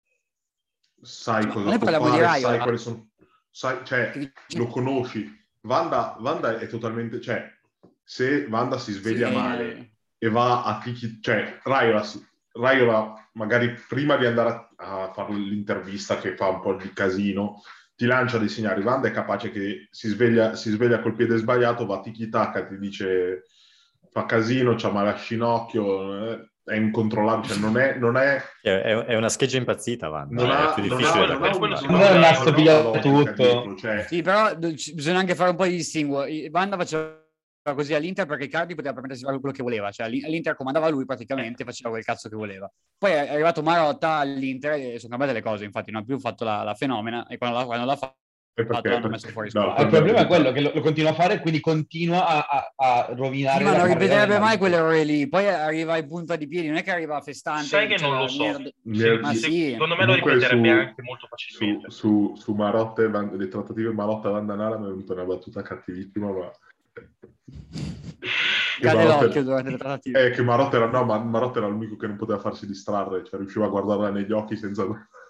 S4: sai
S1: Sì, ma
S4: cosa
S1: noi
S4: può
S1: parliamo di
S4: fare,
S1: Raiola.
S4: sai quali sono, sai, cioè
S1: Che-
S4: lo conosci. Wanda, Wanda è totalmente, cioè se Wanda si sveglia
S1: Sì, eh,
S4: male e va a ticchi, cioè Raiola, si- Raiola magari prima di andare a, a fare l'intervista che fa un po' di casino ti lancia dei segnali. Wanda è capace che si sveglia, si sveglia col piede sbagliato, va tiki-taka, ti dice fa casino, c'ha male a scinocchio, eh, è incontrollabile, cioè non è... Non è,
S3: È, è una scheggia impazzita, Wanda.
S4: non
S3: è
S4: ha,
S3: più
S4: non
S3: difficile
S4: ha,
S3: da
S4: non ha
S2: per quello
S4: una,
S2: secondo
S5: me
S4: una
S5: è
S4: logica
S5: piglia
S4: logica
S5: tutto.
S4: dietro, cioè,
S1: Sì, però d- c- bisogna anche fare un po' di distinguo. I- Wanda faceva così all'Inter perché Icardi poteva permettersi di fare quello che voleva, cioè all'I- all'Inter comandava lui praticamente, faceva quel cazzo che voleva. Poi è arrivato Marotta all'Inter e sono cambiate le cose, infatti non ha più fatto la, la fenomena e quando l'ha, quando l'ha fatto
S4: perché,
S1: l'hanno messo fuori
S4: no,
S1: squadra.
S5: Il
S4: per la
S5: problema è
S4: verità-
S5: quello che lo, lo continua a fare, quindi continua a, a, a rovinare
S1: Sì, ma
S5: la
S1: non
S5: carriera
S1: ripeterebbe
S5: della
S1: mai
S5: Juve.
S1: quell'errore lì, poi arriva in punta di piedi, non è che arriva festante.
S2: Sai che
S1: c'è
S2: non
S1: la
S2: lo so.
S1: merda-
S4: Mi-
S2: Se-
S1: Ma
S2: se-
S1: sì.
S2: Secondo me lo
S4: Comunque
S2: ripeterebbe
S4: su-
S2: anche molto
S4: su,
S2: facilmente.
S4: su, su Marotta e Van- le trattative Marotta-Vanda Nara mi è venuta una battuta cattivissima, ma...
S1: Cade
S4: Marotta-
S1: l'occhio durante le trattative.
S4: Eh, che Marotta era, no, ma Marotta era l'unico che non poteva farsi distrarre, cioè riusciva a guardarla negli occhi senza...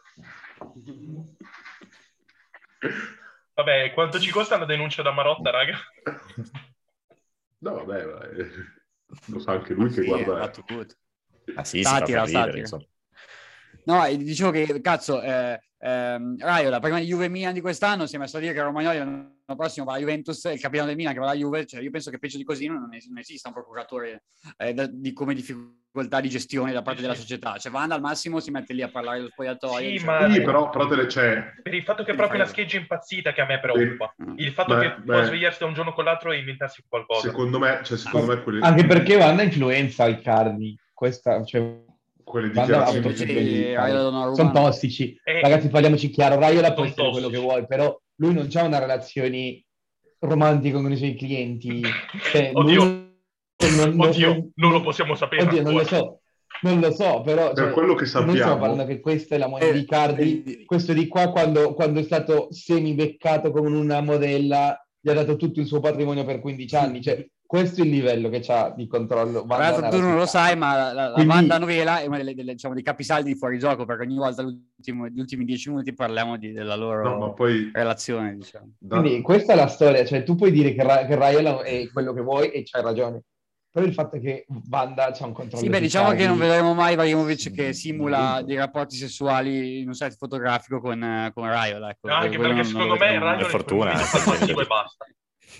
S2: Vabbè, quanto ci costa una denuncia da Marotta, raga?
S4: No, vabbè, ma, eh, lo sa anche lui che
S1: Sì,
S4: guarda...
S1: è battuto.
S3: Ah sì,
S1: Satira,
S3: si fa per ridere,
S1: satira.
S3: insomma.
S1: No, e dicevo che, cazzo, eh, ehm, Raiola, prima di Juve Milan di quest'anno, si è messo a dire che Romagnoli l'anno prossimo va alla Juventus, il capitano del Milan che va alla Juve, cioè io penso che peggio di così non, es- non esista un procuratore eh, da- di come difficoltà di gestione da parte
S2: Sì,
S1: della
S2: sì.
S1: società. Cioè Vanda al massimo si mette lì a parlare dello spogliatoio.
S2: Sì,
S1: dice,
S2: ma-
S1: "Guarda,
S4: Sì, però, però te le, cioè,
S2: Per il fatto che è
S1: Che
S2: proprio una
S1: frega.
S2: scheggia impazzita che a me preoccupa.
S1: Mm.
S2: Il fatto
S4: Beh,
S2: che
S4: beh.
S2: può svegliarsi da un giorno con l'altro e inventarsi qualcosa.
S4: secondo me, cioè, secondo me quelle,
S5: Anche perché Wanda influenza Icardi. Questa, cioè,
S4: quelle
S5: Wanda ha
S4: dichiarazioni
S5: avuto
S1: Invece
S5: influenza di
S4: di...
S1: Raiola
S5: Icardi.
S1: Donnarumma
S5: Sono
S1: no.
S5: tossici.
S2: Eh,
S5: Ragazzi, parliamoci chiaro. Raiola può
S2: Sono
S5: essere quello che
S2: tossici.
S5: vuoi, però lui non c'ha una relazione romantica con i suoi clienti. Cioè,
S2: Oddio,
S5: lui non, non-
S2: oddio,
S5: non-
S2: non lo possiamo sapere
S5: Oddio, non lo
S2: ancora.
S5: so. Non lo so, però
S4: Per
S5: cioè,
S4: quello che
S5: noi stiamo
S4: sappiamo,
S5: parlando che questa è la moglie
S1: Eh,
S5: di Icardi.
S1: vedi-
S5: Questo di qua, quando, quando è stato semi-beccato con una modella, gli ha dato tutto il suo patrimonio per quindici anni. Cioè, questo è il livello che c'ha di controllo.
S1: Tra
S5: Wanda
S1: l'altro tu non lo
S5: Nara
S1: sai, ma la, la,
S5: Quindi-
S1: la Wanda Novela è una delle, delle, diciamo, dei capisaldi di fuorigioco, perché ogni volta l'ultimo, gli ultimi dieci minuti parliamo di, della loro
S4: no, ma poi
S1: relazione, diciamo.
S4: da-
S5: Quindi questa è la storia, cioè tu puoi dire che, Ra- che Raiola è quello che vuoi e c'hai ragione, però il fatto è che Wanda c'ha un controllo
S1: Sì, beh,
S5: su
S1: diciamo che non
S5: Icardi-
S1: vedremo mai Ibrahimovic che simula
S5: Niente.
S1: dei rapporti sessuali in un set fotografico con, eh, con Raiola. Ecco.
S2: Anche
S1: Quello
S2: perché
S1: non- non lo
S2: secondo me
S1: vedremo mai.
S2: Raiola
S3: Per fortuna,
S2: in
S3: eh,
S2: fa il
S3: senza
S2: passivo e
S3: niente da
S2: basta.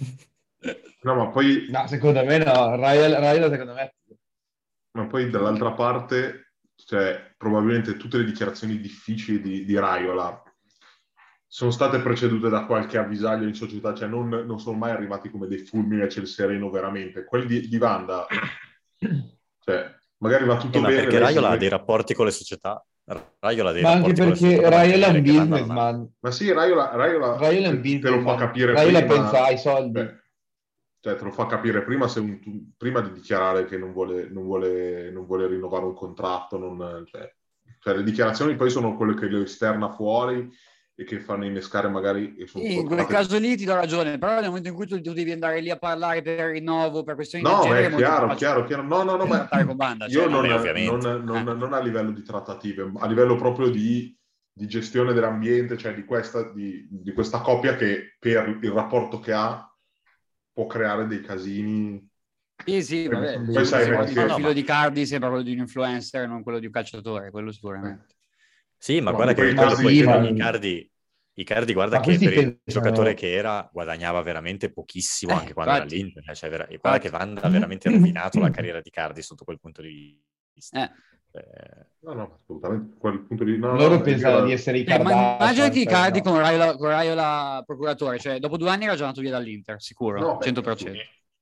S4: no, ma poi,
S5: No, secondo me no, Raiola, Raiola secondo me...
S4: ma poi dall'altra parte, cioè, probabilmente tutte le dichiarazioni difficili di, di Raiola sono state precedute da qualche avvisaglio in società, cioè non, non sono mai arrivati come dei fulmini a ciel sereno veramente. Quelli di, di Wanda, cioè, magari va tutto
S3: Sì, ma
S4: bene.
S3: perché
S4: lei si
S3: Raiola ha
S4: mette-
S3: dei rapporti con le società. Raiola ha dei
S5: Ma anche
S3: rapporti con le
S5: perché
S3: società da
S5: Raiola è un
S3: mantenere che Wanda non ha.
S5: businessman,
S4: Ma sì, Raiola, Raiola,
S5: Raiola è un
S4: te, te lo fa
S5: businessman,
S4: capire
S5: Raiola
S4: prima,
S5: pensa ai soldi.
S4: cioè, cioè, te lo fa capire prima, se un- tu- prima di dichiarare che non vuole, non vuole, non vuole rinnovare un contratto. Non, cioè, cioè, le dichiarazioni poi sono quelle che lo esterna fuori e che fanno innescare magari... E sono
S1: Sì, in quel
S4: portate-
S1: caso lì ti do ragione, però nel momento in cui tu, tu devi andare lì a parlare per il rinnovo, per questioni del
S4: No,
S1: genere,
S4: è
S1: è molto più
S4: chiaro,
S1: facile
S4: chiaro, chiaro. No, no, no, ma
S1: trattare con Wanda.
S4: io
S1: Cioè,
S4: non,
S3: Vabbè, ovviamente.
S4: non- non-
S1: Eh.
S4: non a livello di trattative, a livello proprio di, di gestione dell'ambiente, cioè di questa, di, di questa coppia che per il rapporto che ha può creare dei casini.
S1: Sì, sì,
S4: Poi-
S1: vabbè.
S4: poi sai,
S1: Sicuro
S4: metti
S1: il
S4: che-
S1: profilo
S3: no, ma-
S1: di Cardi sembra quello di un influencer, non quello di un calciatore, quello sicuramente.
S3: Sì, ma
S4: No,
S3: guarda che
S4: poi
S3: nel
S4: i
S3: caso
S4: Cardi-
S3: poi
S5: ma-
S3: Icardi, Icardi guarda
S5: Ma
S3: che
S5: questi
S3: per il
S5: pensano-
S3: giocatore che era guadagnava veramente pochissimo
S1: Eh,
S3: anche quando
S1: infatti.
S3: era all'Inter. Cioè, vera- guarda che
S1: Infatti.
S3: Wanda ha veramente rovinato la carriera di Icardi sotto quel punto di vista.
S1: Eh.
S3: Eh,
S4: No, no, assolutamente. Quel punto di... no,
S5: Loro
S4: no,
S5: pensano
S4: io-
S5: di essere i
S1: Eh, ma
S5: Kardashian.
S1: immagina che
S5: cioè,
S1: Icardi
S5: no.
S1: con Raiola, con Raiola procuratore, cioè dopo due anni era già andato via dall'Inter, sicuro,
S4: No, beh,
S1: cento per cento.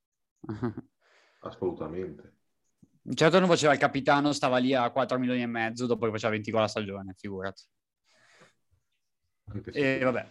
S4: assolutamente.
S1: Certo non faceva il capitano, stava lì a quattro milioni e mezzo dopo che faceva venti gol a stagione, figurati.
S4: Anche se-
S1: E vabbè.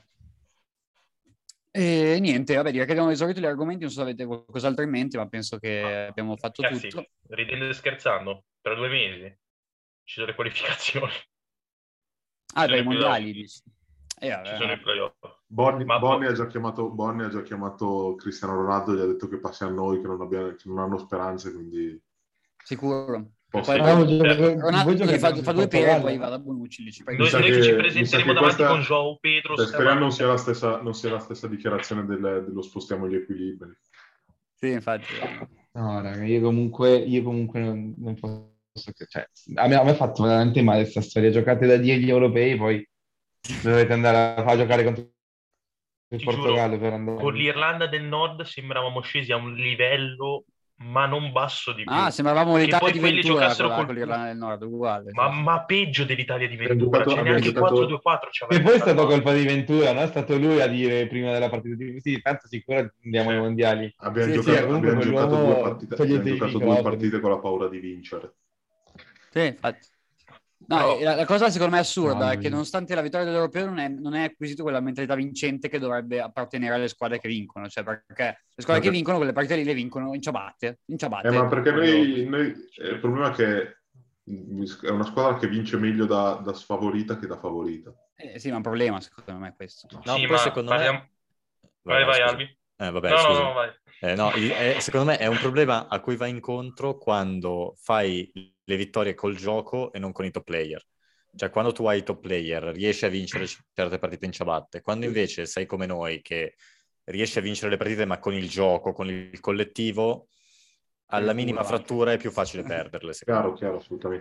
S1: E niente, vabbè, direi che abbiamo esaurito gli argomenti, non so se avete qualcos'altro in mente, ma penso che abbiamo fatto
S2: Ragazzi,
S1: tutto.
S2: ridendo e scherzando, tra due mesi ci sono le qualificazioni.
S1: Ah,
S2: Ci
S1: per i
S2: sono i
S1: mondiali,
S2: playoff.
S1: dici. Eh, vabbè,
S2: Ci sono i playoff.
S4: Bonni,
S2: Ma-
S4: Bonni ha già chiamato, Bonni ha già chiamato Cristiano Ronaldo, gli ha detto che passi a noi, che non, abbiamo, che non hanno speranze, quindi...
S1: sicuro.
S4: Posso-
S1: Poi,
S2: Ah,
S5: voi
S2: certo.
S5: giocate-
S1: Ronaldo
S5: voi
S1: gli
S5: giocate
S1: fa,
S5: contro
S1: fa
S5: il
S1: due pere e
S5: Portogallo,
S1: poi
S5: no?
S1: va da Bonucci. Lì, ci
S2: Noi,
S4: Mi sa
S2: noi
S4: che-
S2: che ci
S4: mi sa
S2: presenteremo
S4: che
S2: davanti
S4: questa-
S2: con João Pedro.
S4: Beh, speriamo non sia la
S2: Stefano.
S4: stessa, non sia la stessa dichiarazione del- dello spostiamo gli equilibri.
S1: Sì, infatti.
S5: No, raga, io comunque, io comunque non, non posso... Cioè, a me, a me ha fatto veramente male questa storia. Giocate da Dio gli europei, poi dovete andare a far giocare contro il
S2: Ti
S5: Portogallo
S2: giuro,
S5: per andare...
S2: con l'Irlanda del Nord sembravamo scesi a un livello ma non basso di più.
S1: Ah, sembravamo
S2: Che
S1: l'Italia
S2: poi
S1: di
S2: quelli
S1: Ventura
S2: giocassero
S1: con,
S2: col-
S1: con l'Irlanda del Nord, uguale.
S2: Ma,
S1: sì, sì.
S2: ma peggio dell'Italia di
S4: Abbiamo
S2: Ventura,
S4: giocato-
S2: cioè
S4: abbiamo
S2: neanche
S4: giocato-
S2: quattro due quattro ci
S5: E
S2: avrebbe
S5: poi è stato
S2: salvato.
S5: colpa di Ventura, no? È stato lui a dire prima della partita di sì, tanto sicuro andiamo ai mondiali.
S4: Abbiamo
S1: Sì, sì,
S4: giocato,
S5: comunque
S4: abbiamo giocato
S5: quell'uomo
S4: due partite,
S5: togliete
S4: abbiamo
S5: i
S4: giocato due
S5: microfoni.
S4: partite con la paura di vincere.
S1: Sì, infatti. No,
S2: Però-
S1: e la, la cosa secondo me assurda
S5: Mamma
S1: è che
S5: mia.
S1: nonostante la vittoria dell'Europeo non è, non è acquisito quella mentalità vincente che dovrebbe appartenere alle squadre che vincono, cioè perché le squadre che
S4: Perché-
S1: vincono quelle partite lì le vincono in ciabatte, in ciabatte.
S4: Eh, ma perché
S1: quando-
S4: noi, noi eh, il problema è che è una squadra che vince meglio da, da sfavorita che da favorita.
S1: Eh, sì, ma è un problema secondo me questo.
S3: No,
S2: Sì,
S3: poi
S2: ma
S3: secondo
S2: parliamo-
S3: me...
S2: Vai, vai,
S3: scusa.
S2: Albi.
S3: Eh, vabbè,
S2: No, no,
S3: scusa.
S2: no, vai.
S3: Eh, no, il- è- secondo me è un problema a cui vai incontro quando fai le vittorie col gioco e non con i top player. Cioè, quando tu hai i top player riesci a vincere certe partite in ciabatte. Quando invece sei come noi che riesci a vincere le partite ma con il gioco, con il collettivo, alla
S1: Il
S3: minima
S1: culo,
S3: frattura è più facile perderle, secondo
S4: Chiaro,
S3: me.
S4: chiaro, assolutamente.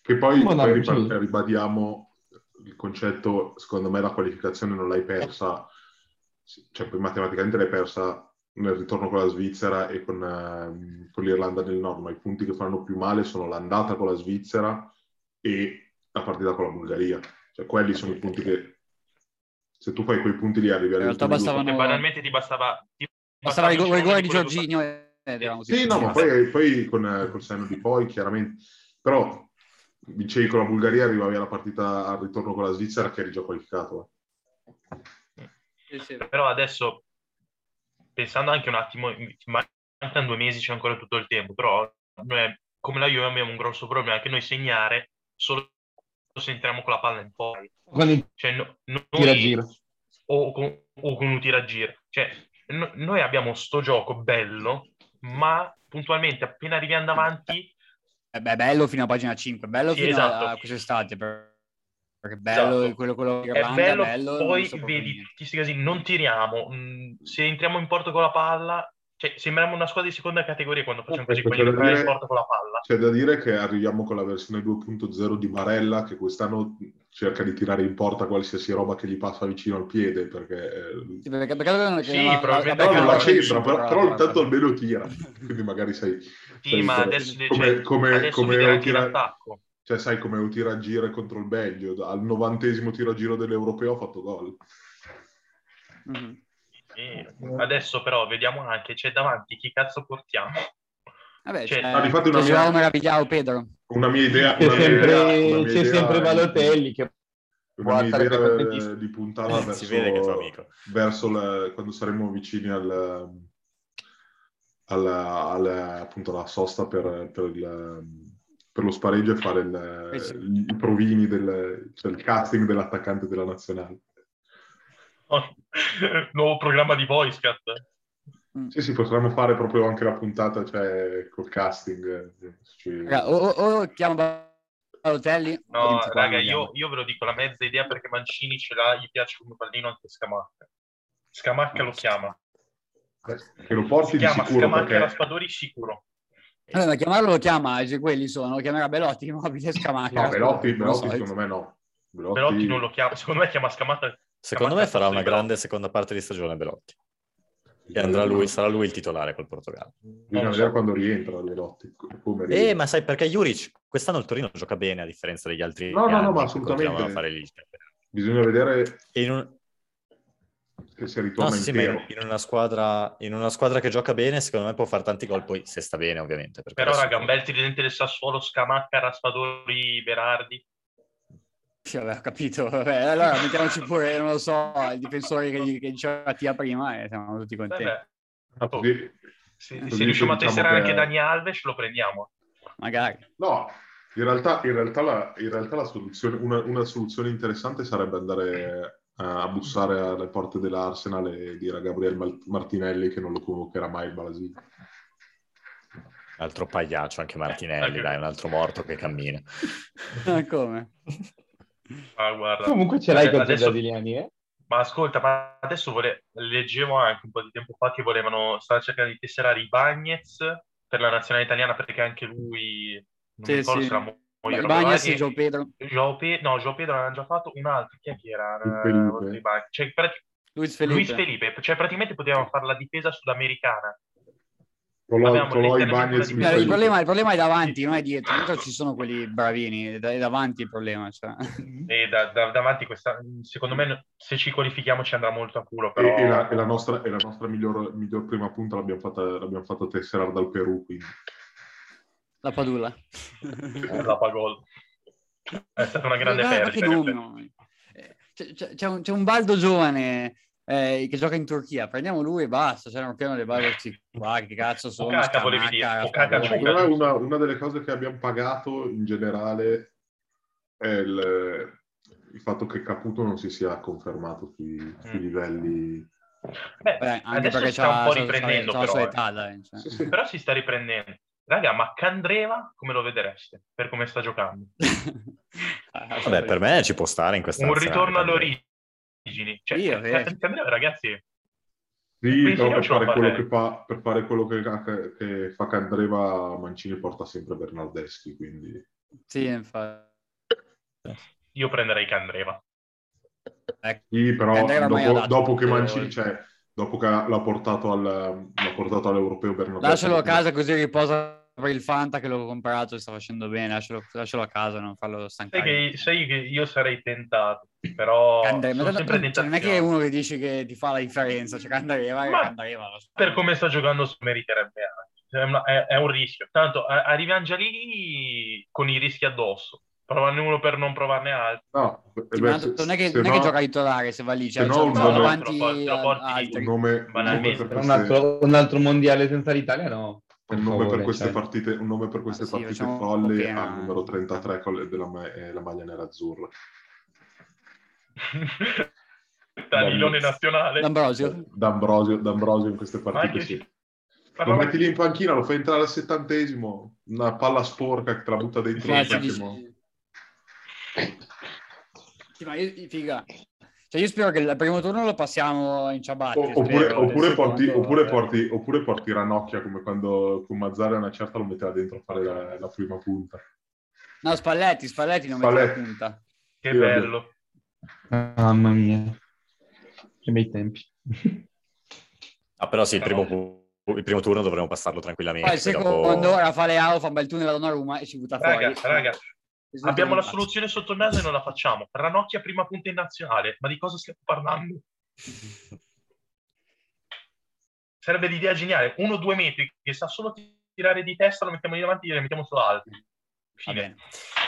S4: Che poi,
S5: Ma no,
S4: poi
S5: sì.
S4: ripa- ribadiamo il concetto, secondo me la qualificazione non l'hai persa, cioè poi matematicamente l'hai persa nel ritorno con la Svizzera e con, eh, con l'Irlanda del Nord, ma i punti che fanno più male sono l'andata con la Svizzera e la partita con la Bulgaria. Cioè quelli sono i punti che, se tu fai quei punti lì arrivi
S1: In
S4: alle
S1: realtà
S4: ultime due.
S2: Perché
S1: bastavano...
S2: banalmente ti bastava... Ti
S1: Bastava il go- il
S2: vincere una
S1: rigore di
S2: quelle due
S1: Jorginho
S2: partite.
S1: ed erano
S4: Sì,
S1: tutti
S4: no, ma
S1: punti.
S4: poi, poi con eh, col senno di poi, chiaramente. Però vincevi con la Bulgaria, arrivavi alla partita al ritorno con la Svizzera che eri già qualificato. eh.
S1: Sì, sì.
S2: Però adesso, pensando anche un attimo, mancano due mesi, c'è ancora tutto il tempo, però noi, come la Juve, abbiamo un grosso problema, che noi segnare solo se entriamo con la palla in poi.
S5: Quando
S2: Cioè, no, noi,
S5: tira a giro.
S2: O con, o con un tiro a giro. Cioè, no- noi abbiamo sto gioco bello, ma puntualmente appena arriviamo davanti...
S1: Eh beh, bello fino a pagina cinque, bello
S2: Sì,
S1: fino
S2: esatto.
S1: a, a quest'estate, per- perché bello
S2: Esatto.
S1: quello, quello
S2: È
S1: Irlanda,
S2: bello,
S1: bello, non ho
S2: poi
S1: visto proprio
S2: vedi
S1: niente.
S2: tutti questi casi, non tiriamo. Mm, se entriamo in porto con la palla, cioè sembriamo una squadra di seconda categoria quando facciamo così,
S4: Ecco,
S2: quelli
S4: c'è da
S2: entrare in
S4: dire-
S2: porto con la palla.
S4: C'è da dire che arriviamo con la versione due punto zero di Barella, che quest'anno cerca di tirare in porta qualsiasi roba che gli passa vicino al piede, perché... eh,
S1: Sì, perché, perché non,
S2: Sì,
S1: non ha-
S2: probabilmente
S1: vabbè,
S4: però
S1: che
S4: non
S1: non
S4: la
S1: c'è il
S4: centra,
S1: super,
S4: però, però
S1: la-
S4: intanto
S1: la-
S4: almeno tira, quindi magari sai...
S2: Sì,
S4: sai
S2: ma
S4: come-
S2: adesso,
S4: come,
S2: cioè,
S4: come,
S2: adesso
S4: come
S2: vedere anche in
S4: tira-
S2: attacco.
S4: Cioè, sai come un tiro a giro contro il Belgio, al novantesimo tiro a giro dell'Europeo ha fatto gol.
S1: Mhm.
S2: Sì. Adesso però vediamo anche, c'è davanti chi cazzo portiamo.
S1: Vabbè,
S2: Cioè,
S1: c'è,
S4: Ah, difatti una
S1: c'è
S4: mia-
S1: Joao Meravigliao, Pedro.
S4: Una mia idea,
S5: C'è
S4: una mia idea, una
S5: sempre,
S4: mia
S5: c'è
S4: idea
S5: sempre
S4: di-
S5: Balotelli che
S4: una
S5: può
S4: mia
S5: essere
S4: idea
S5: perfettissimo.
S4: di puntata
S3: Si vede che è tuo
S4: verso,
S3: amico.
S4: verso la- quando saremo vicini al, alla, alla- appunto alla sosta per, per, il, per lo spareggio e fare il-
S1: Eh sì.
S4: i provini del, cioè il casting dell'attaccante della nazionale.
S2: nuovo programma di Voicecat.
S1: Mm.
S4: Sì, sì, potremmo fare proprio anche la puntata, cioè col casting. eh, ci-
S1: Raga, o, o, o chiamo Balotelli, o
S2: No,
S1: niente qua,
S2: raga,
S1: non andiamo.
S2: io, io ve lo dico, la mezza idea perché Mancini ce l'ha, gli piace come pallino anche Scamacca. Scamacca
S1: No,
S2: lo chiama.
S4: Che lo porti
S2: Si
S4: di
S2: chiama
S4: sicuro
S2: Scamacca
S4: perché...
S2: Raspadori sicuro.
S1: Vabbè, ma chiamarlo lo chiama, cioè, quelli sono, lo chiamerà Belotti, Immobile, Scamacca.
S4: No, Belotti,
S1: come al
S4: Belotti
S1: solito.
S4: secondo me no. Belotti,
S2: Belotti non lo chiama, secondo me chiama Scamacca.
S3: Secondo
S2: Scamacca
S3: me farà
S2: al posto
S3: una
S2: di Belotti.
S3: grande seconda parte di stagione Belotti. E andrà lui, sarà lui il titolare col Portogallo.
S4: Bisogna
S2: Non lo
S4: vedere
S2: so.
S4: quando rientra Belotti. Come
S3: Eh,
S4: rientra.
S3: ma sai perché Juric quest'anno il Torino gioca bene a differenza degli altri
S4: No, no, no,
S3: anni
S4: ma
S3: in cui continuavano a
S4: assolutamente.
S3: fare lì.
S4: Bisogna vedere
S3: E in un...
S4: che se
S3: No,
S4: ritorna
S3: sì, sì, ma
S4: intero.
S3: in, in una squadra, in una squadra che gioca bene, secondo me può fare tanti gol, poi se sta bene ovviamente. perché
S2: Però,
S3: adesso-
S2: raga, un bel tridente del Sassuolo, Scamacca, Raspadori, Berardi.
S1: Sì, vabbè, ho capito. Vabbè, allora mettiamoci pure, non lo so, il difensore che, che diceva Tia prima e siamo tutti contenti.
S2: Vabbè,
S4: Ah,
S2: oh,
S4: così-
S2: se,
S4: così
S2: se riusciamo a
S4: diciamo
S2: tesserare
S4: che-
S2: anche Dani Alves, lo prendiamo.
S1: Magari.
S4: No, in realtà, in realtà, la, in realtà la soluzione, una, una soluzione interessante sarebbe andare a, a bussare alle porte dell'Arsenal e dire a Gabriel Mal- Martinelli che non lo convocherà mai il Brasile.
S3: Un altro pagliaccio, anche Martinelli,
S2: Anche-
S3: dai, un altro morto che cammina.
S1: Ah, come?
S2: Ah, guarda.
S5: Comunque ce l'hai
S2: Ade-
S5: contro i
S2: adesso-
S5: brasiliani, eh?
S2: Ma ascolta, ma adesso vole... leggevo anche un po' di tempo fa che volevano, stare cercando di tesserare i Bagnez per la nazionale italiana perché anche lui, non
S1: Sì,
S2: mi ricordo
S1: sì.
S2: se era Mo- Moiro,
S1: Bagnas
S2: e-
S1: e Joe Pedro.
S2: Joao Pe- no, Joao Pedro l'hanno già fatto, un altro, chi è che era?
S4: Luis
S2: Eh,
S4: Felipe.
S2: oltre i Bagni? Cioè, pra-
S1: Luis Felipe.
S2: Luis Felipe, cioè praticamente potevamo fare la difesa sudamericana.
S4: Toloi,
S2: Avevamo
S4: Toloi,
S2: letteralmente
S4: Bagnez,
S2: una
S4: Luis
S1: No, il,
S4: Felipe.
S1: problema, il problema è davanti, non è dietro. Dietro ci sono quelli bravini, è da- è davanti il problema. Cioè.
S2: E da, da- davanti questa, secondo me se ci qualifichiamo ci andrà molto a culo,
S4: E,
S2: però
S4: e la, e la nostra, e la nostra miglior, miglior prima punta l'abbiamo fatta, l'abbiamo fatta tesserare dal Perù, quindi.
S1: La Padula.
S2: la pagol. È stata una grande
S1: Ma- ma che
S2: perdita.
S1: nome, no? Eh, C'è, c'è- c'è un, c'è un baldo giovane eh, che gioca in Turchia, prendiamo lui e basta, c'è un piano dei baldi qua, che cazzo sono,
S2: Okaka volevi dire,
S1: Scamacca,
S2: Okaka
S1: Raspadori.
S2: Ciuca.
S4: Secondo me una, una delle cose che abbiamo pagato in generale è il, il fatto che Caputo non si sia confermato sui, sui
S2: Mm.
S4: livelli.
S2: Beh,
S1: Beh, anche
S2: adesso
S1: perché
S2: si sta un
S1: c'ha,
S2: po'
S1: c'ha-
S2: riprendendo
S1: c'ha la sua
S2: però, eh.
S1: età, dai, cioè.
S4: Sì, sì.
S2: Però si sta riprendendo. Raga, ma Candreva come lo vedreste per come sta giocando?
S3: Vabbè, per me ci può stare in questa
S2: Un
S3: nazionale,
S2: ritorno alle
S3: Candreva.
S2: origini. Cioè,
S1: Io,
S2: Ca-
S1: sì.
S2: Candreva, ragazzi,
S4: Sì,
S2: Pensi
S4: però
S2: che
S4: per
S2: ce lo
S4: fare
S2: fa
S4: quello
S2: te?
S4: che fa, per fare quello che, che fa Candreva, Mancini porta sempre Bernardeschi, quindi
S1: Sì, infatti.
S2: Io prenderei Candreva.
S1: Ecco.
S4: Sì, però
S1: Candreva mai ha
S4: dopo,
S1: dato
S4: dopo che
S1: tutte le
S4: Mancini,
S1: volte.
S4: cioè, dopo che l'ha portato, al, l'ha portato all'Europeo Bernabeu,
S1: Lascialo a
S4: dopo-
S1: casa così riposa per il Fanta che l'ho comprato e sta facendo bene. Lascialo, lascialo a casa, non farlo
S2: Sai
S1: stancare.
S2: che, sai che io sarei tentato, però
S1: Candreva,
S2: sono
S1: ma
S2: sempre
S1: non, cioè, non è che è
S2: tentazioni.
S1: uno che dici che ti fa la differenza, cioè Candreva è
S2: Ma
S1: Candreva. lo so.
S2: per come sta giocando si meriterebbe anche. È, una- è- è un rischio. Tanto a- arriviamo già lì con i rischi addosso. Provarne uno per non provarne altri.
S4: No, eh
S1: Sì,
S4: beh,
S1: ma
S4: se,
S1: non è che,
S4: se
S1: non è che
S4: no,
S1: gioca a titolare se va lì,
S4: se
S1: cioè,
S4: no
S1: c'ha,
S4: un
S1: c'ha
S2: No, no,
S4: nome,
S2: te lo,
S1: davanti
S2: por- te lo
S1: a-
S2: porti
S4: un
S1: altri.
S4: nome, un nome
S2: banalmente.
S4: per
S5: Per un
S4: queste,
S5: altro, un altro mondiale senza l'Italia, no. Per
S4: un nome per
S5: favore,
S4: queste
S5: cioè.
S4: partite, un nome per
S1: Ah,
S4: queste
S1: sì,
S4: partite
S1: facciamo
S4: folli
S1: pena.
S4: al numero trentatré con le- della ma- eh, la maglia nera-azzurra.
S2: Danilone nazionale.
S1: D'Ambrosio?
S4: D'Ambrosio, D'Ambrosio in queste
S2: Ma
S4: partite,
S2: anche
S4: sì.
S2: se-
S4: Lo metti lì in panchina, lo fai entrare al settantesimo, una palla sporca che te la butta dentro in
S1: Infatti,
S4: qualche
S1: dici-
S4: modo.
S1: Sì, ma io, figa. Cioè, io spero che il primo turno lo passiamo in ciabatte,
S4: O- oppure,
S1: spero. Il
S4: oppure porti,
S1: secondo,
S4: oppure,
S1: eh.
S4: porti, oppure porti Ranocchia come quando con Mazzara una certa lo metteva dentro a fare la, la prima punta.
S1: No, Spalletti, Spalletti non mette la
S4: Spalletti.
S1: punta.
S2: Che
S4: Sì, vabbè.
S2: bello.
S5: Mamma mia. Che bei tempi.
S3: Ah, però sì, il primo,
S2: No.
S3: il primo turno dovremmo passarlo tranquillamente.
S1: Poi il
S3: poi
S1: secondo,
S3: dopo...
S1: Raffaele Ao fa un bel tunnel a Donnarumma e ci butta
S2: Raga,
S1: fuori.
S2: raga,
S1: Risulta
S2: abbiamo
S1: un
S2: la
S1: cazzo.
S2: soluzione sotto il naso e non la facciamo. Ranocchia prima punta in nazionale. Ma di cosa stiamo parlando? Sarebbe l'idea geniale. Uno o due metri che sa solo tirare di testa, lo mettiamo lì davanti e ne mettiamo solo altri.
S1: Va
S2: Fine.
S1: bene.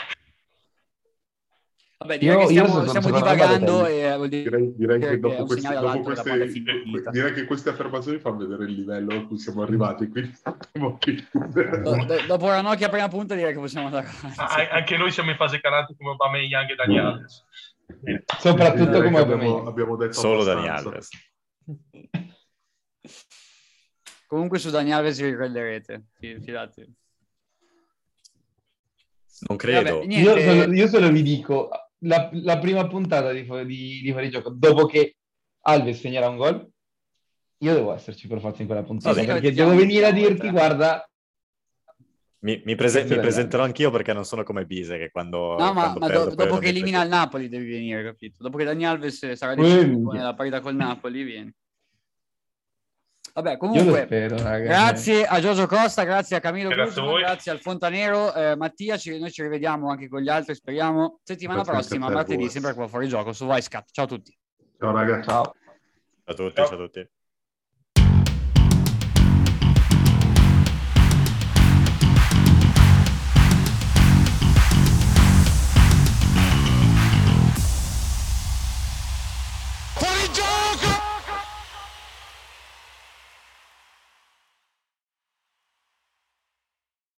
S1: Vabbè, direi
S5: Io-
S1: che
S5: io
S1: stiamo,
S5: sono-
S1: stiamo
S5: sono
S1: divagando
S5: Balotelli.
S1: e vuol dire
S4: Direi, direi che
S1: che è
S4: dopo
S1: un
S4: queste,
S1: segnale
S4: dopo
S1: dall'alto che la palla è
S4: queste,
S1: finita.
S4: direi che queste affermazioni fanno vedere il livello a cui siamo arrivati, quindi possiamo chiudere.
S1: Do- do- dopo Ranocchia prima punta direi che possiamo andare avanti.
S2: Ah, anche noi siamo in fase calante come Aubameyang e Dani Alves. Bene.
S5: Soprattutto
S4: Direi
S5: come
S4: che abbiamo,
S5: Aubameyang.
S4: abbiamo detto
S3: Solo Dani
S4: abbastanza.
S3: Alves.
S1: Comunque su Dani Alves vi riprenderete, fi- fidate.
S3: Non credo.
S1: Vabbè,
S5: Io
S1: niente.
S5: solo, io solo vi dico, la, la prima puntata di, di, di fuorigioco, dopo che Alves segnerà un gol, io devo esserci per forza in quella puntata,
S1: Sì, sì, noi
S5: perché
S1: mettiamo-
S5: devo venire a
S1: mettiamo
S5: dirti,
S1: te.
S5: guarda,
S3: Mi, mi prese-
S5: Questo
S3: mi
S5: è
S3: presenterò
S5: Dani
S3: anch'io perché non sono come Bise che quando,
S1: No, ma,
S3: quando
S1: ma
S3: perdo
S1: do-
S3: poi
S1: dopo
S3: non
S1: che
S3: mette
S1: elimina
S3: più.
S1: il Napoli devi venire, capito? Dopo che Dani Alves sarà
S5: Eh,
S1: decisivo
S5: minchia.
S1: nella partita col Napoli, vieni. Vabbè,
S5: io lo
S1: comunque,
S5: spero, raga.
S1: grazie a Giorgio Costa, grazie a Camilo
S2: Grazie a
S1: Guzman,
S2: voi.
S1: grazie al Fontanero. Eh, Mattia, ci- noi ci rivediamo anche con gli altri, speriamo, settimana
S4: Grazie anche
S1: prossima,
S4: a te,
S1: martedì,
S4: Boaz.
S1: sempre qua fuori gioco su Wisecat. Ciao a tutti.
S4: Ciao ragazzi.
S5: Ciao.
S3: Ciao a tutti,
S2: Ciao.
S3: ciao a tutti.